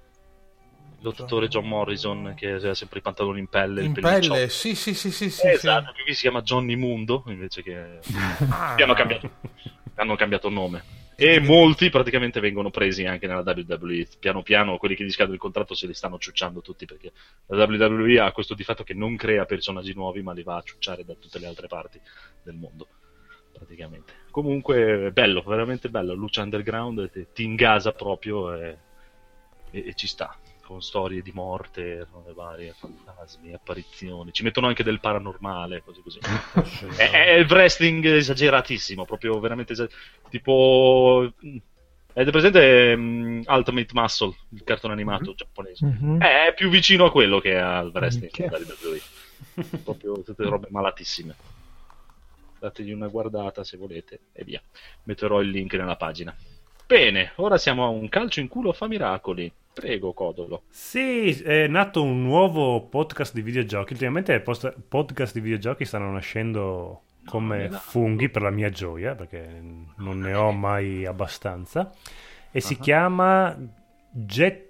[SPEAKER 3] il lottatore John Morrison, che ha sempre i pantaloni in pelle,
[SPEAKER 6] In
[SPEAKER 3] il pelliccio.
[SPEAKER 6] pelle? Sì, sì, sì, sì, sì,
[SPEAKER 3] Esatto, qui si chiama Johnny Mundo, invece che
[SPEAKER 6] Ah.
[SPEAKER 3] Che hanno cambiato, hanno cambiato nome. E molti praticamente vengono presi anche nella W W E. Piano piano quelli che gli scadono il contratto se li stanno ciucciando tutti, perché la W W E ha questo difetto che non crea personaggi nuovi, ma li va a ciucciare da tutte le altre parti del mondo, praticamente. Comunque bello, veramente bello. Lucha Underground ti, ti ingasa proprio e, e- e ci sta, con storie di morte, robe varie, fantasmi, apparizioni. Ci mettono anche del paranormale, così così. È, è il wrestling esageratissimo, proprio veramente esager- tipo mh, avete presente mh, Ultimate Muscle, il cartone animato giapponese?
[SPEAKER 8] Mhm.
[SPEAKER 3] È più vicino a quello che al wrestling
[SPEAKER 8] Minchia.
[SPEAKER 3] della W W E. Proprio tutte robe malatissime. Dategli una guardata se volete e via. Metterò il link nella pagina. Bene, ora siamo a un calcio in culo fa miracoli. Prego, Codolo.
[SPEAKER 1] Sì, è nato un nuovo podcast di videogiochi. Ultimamente i post- podcast di videogiochi stanno nascendo come
[SPEAKER 3] no.
[SPEAKER 1] funghi, per la mia gioia, perché non ne ho mai abbastanza. E si
[SPEAKER 3] Ah.
[SPEAKER 1] chiama Jet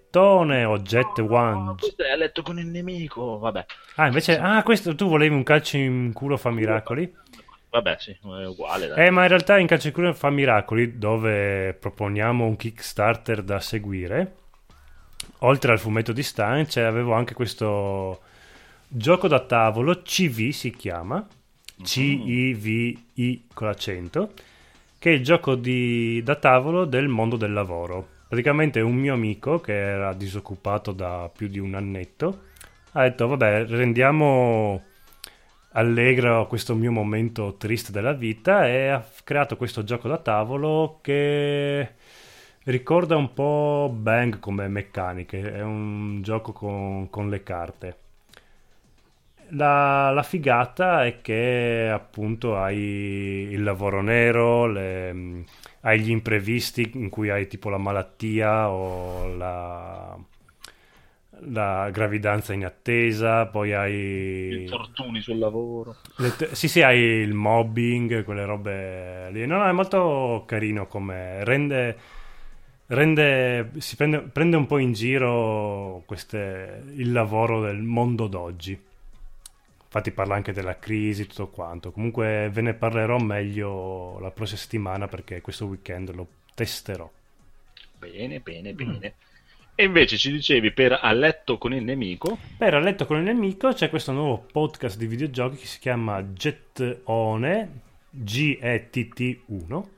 [SPEAKER 1] gettone o Jet One.
[SPEAKER 3] Oh, questo è a letto con il nemico, vabbè.
[SPEAKER 1] Ah, invece, ah, questo tu volevi un calcio in culo fa miracoli?
[SPEAKER 3] Vabbè, sì, è uguale. Dai.
[SPEAKER 1] Eh, ma in realtà in calcio in culo fa miracoli, dove proponiamo un Kickstarter da seguire, oltre al fumetto di Stan, c'è, avevo anche questo gioco da tavolo, C V si chiama, C I V I con l'accento, che è il gioco di, da tavolo del mondo del lavoro. Praticamente un mio amico che era disoccupato da più di un annetto ha detto vabbè, rendiamo allegro questo mio momento triste della vita, e ha creato questo gioco da tavolo che ricorda un po' Bang come meccaniche, è un gioco con, con le carte. La, la figata è che appunto hai il lavoro nero, le, hai gli imprevisti in cui hai tipo la malattia o la, la gravidanza in attesa, poi hai
[SPEAKER 3] infortuni sul lavoro.
[SPEAKER 1] le te- sì sì, hai il mobbing, quelle robe lì. No, no, è molto carino, come rende, rende si prende, prende un po' in giro queste, il lavoro del mondo d'oggi. Infatti parla anche della crisi, tutto quanto. Comunque ve ne parlerò meglio la prossima settimana, perché questo weekend lo testerò.
[SPEAKER 3] Bene, bene, bene. Mm. E invece ci dicevi per A letto con il nemico?
[SPEAKER 1] Per A letto con il nemico c'è questo nuovo podcast di videogiochi che si chiama Gettone, G E T T uno.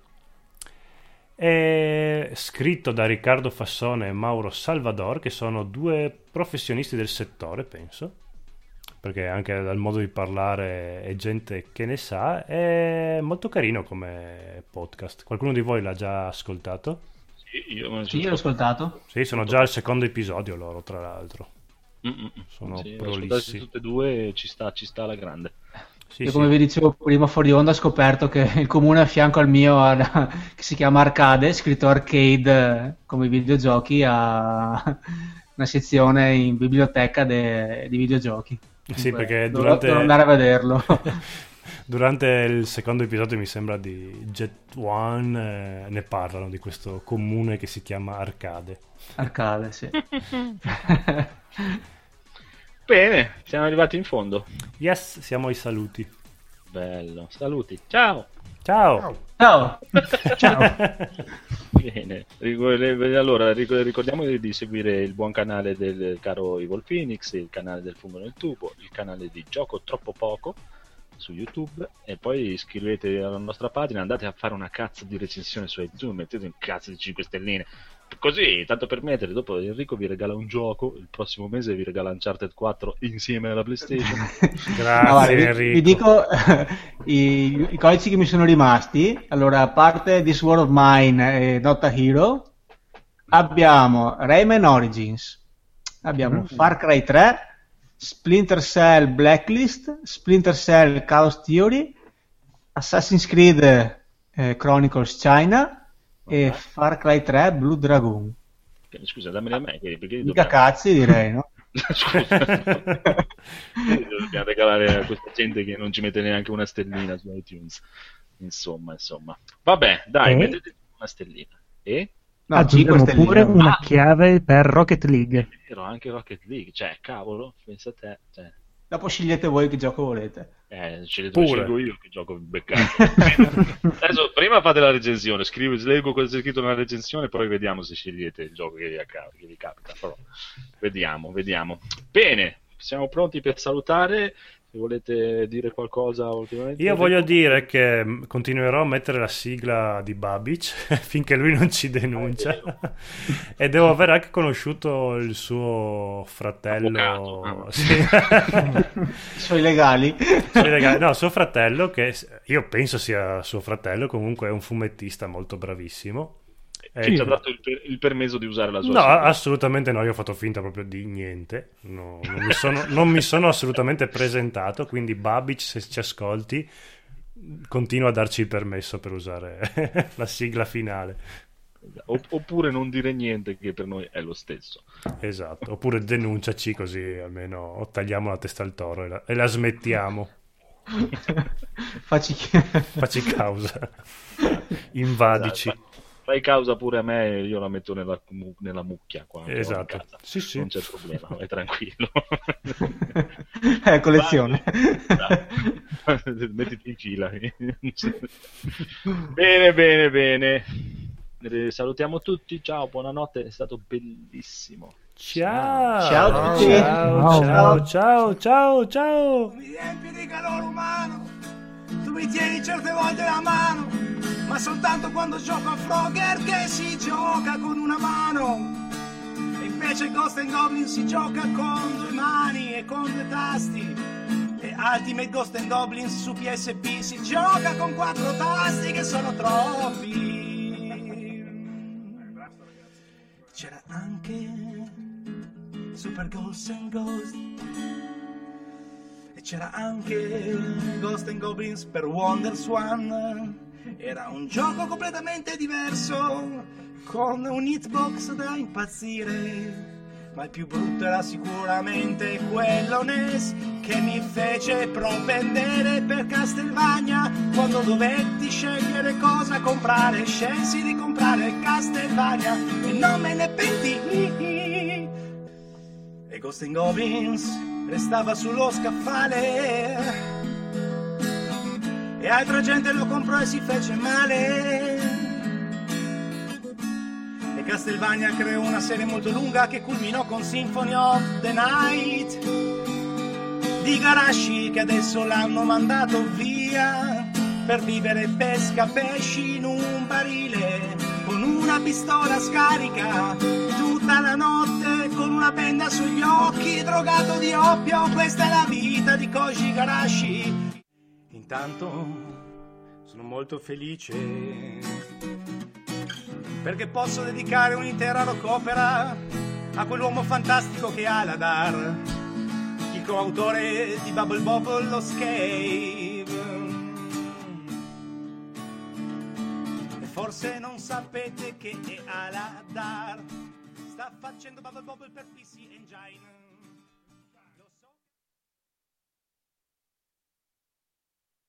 [SPEAKER 1] È scritto da Riccardo Fassone e Mauro Salvador, che sono due professionisti del settore, penso, perché anche dal modo di parlare è gente che ne sa. È molto carino come podcast. Qualcuno di voi l'ha già ascoltato?
[SPEAKER 3] Sì, io,
[SPEAKER 4] sì, l'ho ascoltato.
[SPEAKER 1] Sì, sono già al secondo episodio loro, tra l'altro.
[SPEAKER 3] Mm-mm.
[SPEAKER 1] Sono
[SPEAKER 3] sì,
[SPEAKER 1] prolissi.
[SPEAKER 3] Tutte e due, ci sta, ci sta alla grande.
[SPEAKER 1] Sì,
[SPEAKER 4] io
[SPEAKER 1] sì.
[SPEAKER 4] come vi dicevo prima fuori onda, ho scoperto che il comune a fianco al mio, che si chiama Arcade, scritto arcade come videogiochi, ha una sezione in biblioteca de... di videogiochi.
[SPEAKER 1] Sì, perché
[SPEAKER 4] dovrò,
[SPEAKER 1] durante
[SPEAKER 4] dovrò andare a vederlo.
[SPEAKER 1] durante il secondo episodio, mi sembra, di Jet One, eh, ne parlano di questo comune che si chiama Arcade.
[SPEAKER 4] Arcade, sì.
[SPEAKER 3] Bene, siamo arrivati in fondo.
[SPEAKER 1] Yes, siamo ai saluti.
[SPEAKER 3] Bello, saluti. Ciao.
[SPEAKER 1] Ciao.
[SPEAKER 4] Ciao.
[SPEAKER 5] Ciao.
[SPEAKER 3] Bene, allora ricordiamo di seguire il buon canale del caro Evil Phoenix, il canale del Fungo nel Tubo, il canale di Gioco Troppo Poco su YouTube, e poi iscrivetevi alla nostra pagina, andate a fare una cazzo di recensione su iTunes, mettete un cazzo di cinque stelline, così, tanto per mettere. Dopo Enrico vi regala un gioco, il prossimo mese vi regala Uncharted quattro insieme alla PlayStation.
[SPEAKER 1] Grazie,
[SPEAKER 4] no, guarda,
[SPEAKER 1] Enrico.
[SPEAKER 4] Vi, vi dico i, i codici che mi sono rimasti. Allora, a parte This War of Mine e Not a Hero, abbiamo Rayman Origins, abbiamo mm. Far Cry tre, Splinter Cell Blacklist, Splinter Cell Chaos Theory, Assassin's Creed eh, Chronicles China e Far Cry tre Blue Dragon.
[SPEAKER 3] Scusa, dammi a me, perché
[SPEAKER 4] Mica
[SPEAKER 3] dobbiamo...
[SPEAKER 4] cazzi, direi, no?
[SPEAKER 3] Scusa. Dobbiamo regalare a questa gente che non ci mette neanche una stellina su iTunes. Insomma, insomma. Vabbè, dai,
[SPEAKER 5] e?
[SPEAKER 3] mettete una stellina. E?
[SPEAKER 4] No,
[SPEAKER 5] aggiungiamo pure una
[SPEAKER 3] ah.
[SPEAKER 5] chiave per Rocket League.
[SPEAKER 3] È anche Rocket League, cioè, cavolo, pensa a te. Cioè.
[SPEAKER 4] Dopo scegliete voi che gioco volete.
[SPEAKER 3] Eh, scegliete scelgo io che gioco beccato. Adesso, prima fate la recensione, scrivo, leggo cosa c'è scritto nella recensione, poi vediamo se scegliete il gioco che vi, acca- che vi capita. Però, vediamo, vediamo. Bene, siamo pronti per salutare. Se volete dire qualcosa ultimamente.
[SPEAKER 1] Io voglio dire che continuerò a mettere la sigla di Babic finché lui non ci denuncia. E devo aver anche conosciuto il suo fratello.
[SPEAKER 3] Avvocato.
[SPEAKER 1] Sì.
[SPEAKER 4] I suoi legali.
[SPEAKER 1] Suoi legali. No, suo fratello, che io penso sia suo fratello, comunque è un fumettista molto bravissimo.
[SPEAKER 3] Ci ha dato il, per- il permesso di usare la sua
[SPEAKER 1] No,
[SPEAKER 3] sigla.
[SPEAKER 1] assolutamente no, io ho fatto finta proprio di niente, no, non, mi sono, non mi sono assolutamente presentato, quindi Babic, se ci ascolti, continua a darci il permesso per usare la sigla finale.
[SPEAKER 3] Oppure non dire niente, che per noi è lo stesso.
[SPEAKER 1] Esatto, oppure denunciaci, così almeno tagliamo la testa al toro e la, e la smettiamo.
[SPEAKER 4] Facci...
[SPEAKER 1] Facci causa, invadici.
[SPEAKER 3] Esatto. fai causa pure a me, io la metto nella, nella mucchia qua.
[SPEAKER 1] Esatto.
[SPEAKER 3] In casa.
[SPEAKER 1] Sì, sì.
[SPEAKER 3] Non c'è problema, vai tranquillo.
[SPEAKER 4] Eh, collezione.
[SPEAKER 3] Mettiti in fila. Bene, bene, bene. Eh, salutiamo tutti, ciao, buonanotte, è stato bellissimo.
[SPEAKER 1] Ciao.
[SPEAKER 7] Ciao a tutti.
[SPEAKER 1] Ciao, ciao, ciao, ciao, ciao.
[SPEAKER 9] Mi riempi di calore umano, tu mi tieni certe volte la mano, ma soltanto quando gioco a Frogger che si gioca con una mano. E invece Ghost and Goblin si gioca con due mani e con due tasti. E Ultimate Ghost and Goblin su P S P si gioca con quattro tasti che sono troppi. C'era anche Super Ghost and Ghost e c'era anche Ghost and Goblins per WonderSwan. Era un gioco completamente diverso, con un hitbox da impazzire, ma il più brutto era sicuramente quello N E S che mi fece propendere per Castlevania. Quando dovetti scegliere cosa comprare, scelsi di comprare Castlevania e non me ne pentii. E Ghost and Goblins restava sullo scaffale e altra gente lo comprò e si fece male. E Castlevania creò una serie molto lunga che culminò con Symphony of the Night di Igarashi, che adesso l'hanno mandato via per vivere pesca pesci in un barile con una pistola scarica tutta la notte, con una benda sugli occhi, drogato di oppio. Questa è la vita di Koji Igarashi. Intanto sono molto felice perché posso dedicare un'intera rock opera a quell'uomo fantastico che è Aladar, il coautore di Bubble Bobble lo Escape. E forse non sapete che è Aladar sta facendo Bubble Bobble per P C Engine.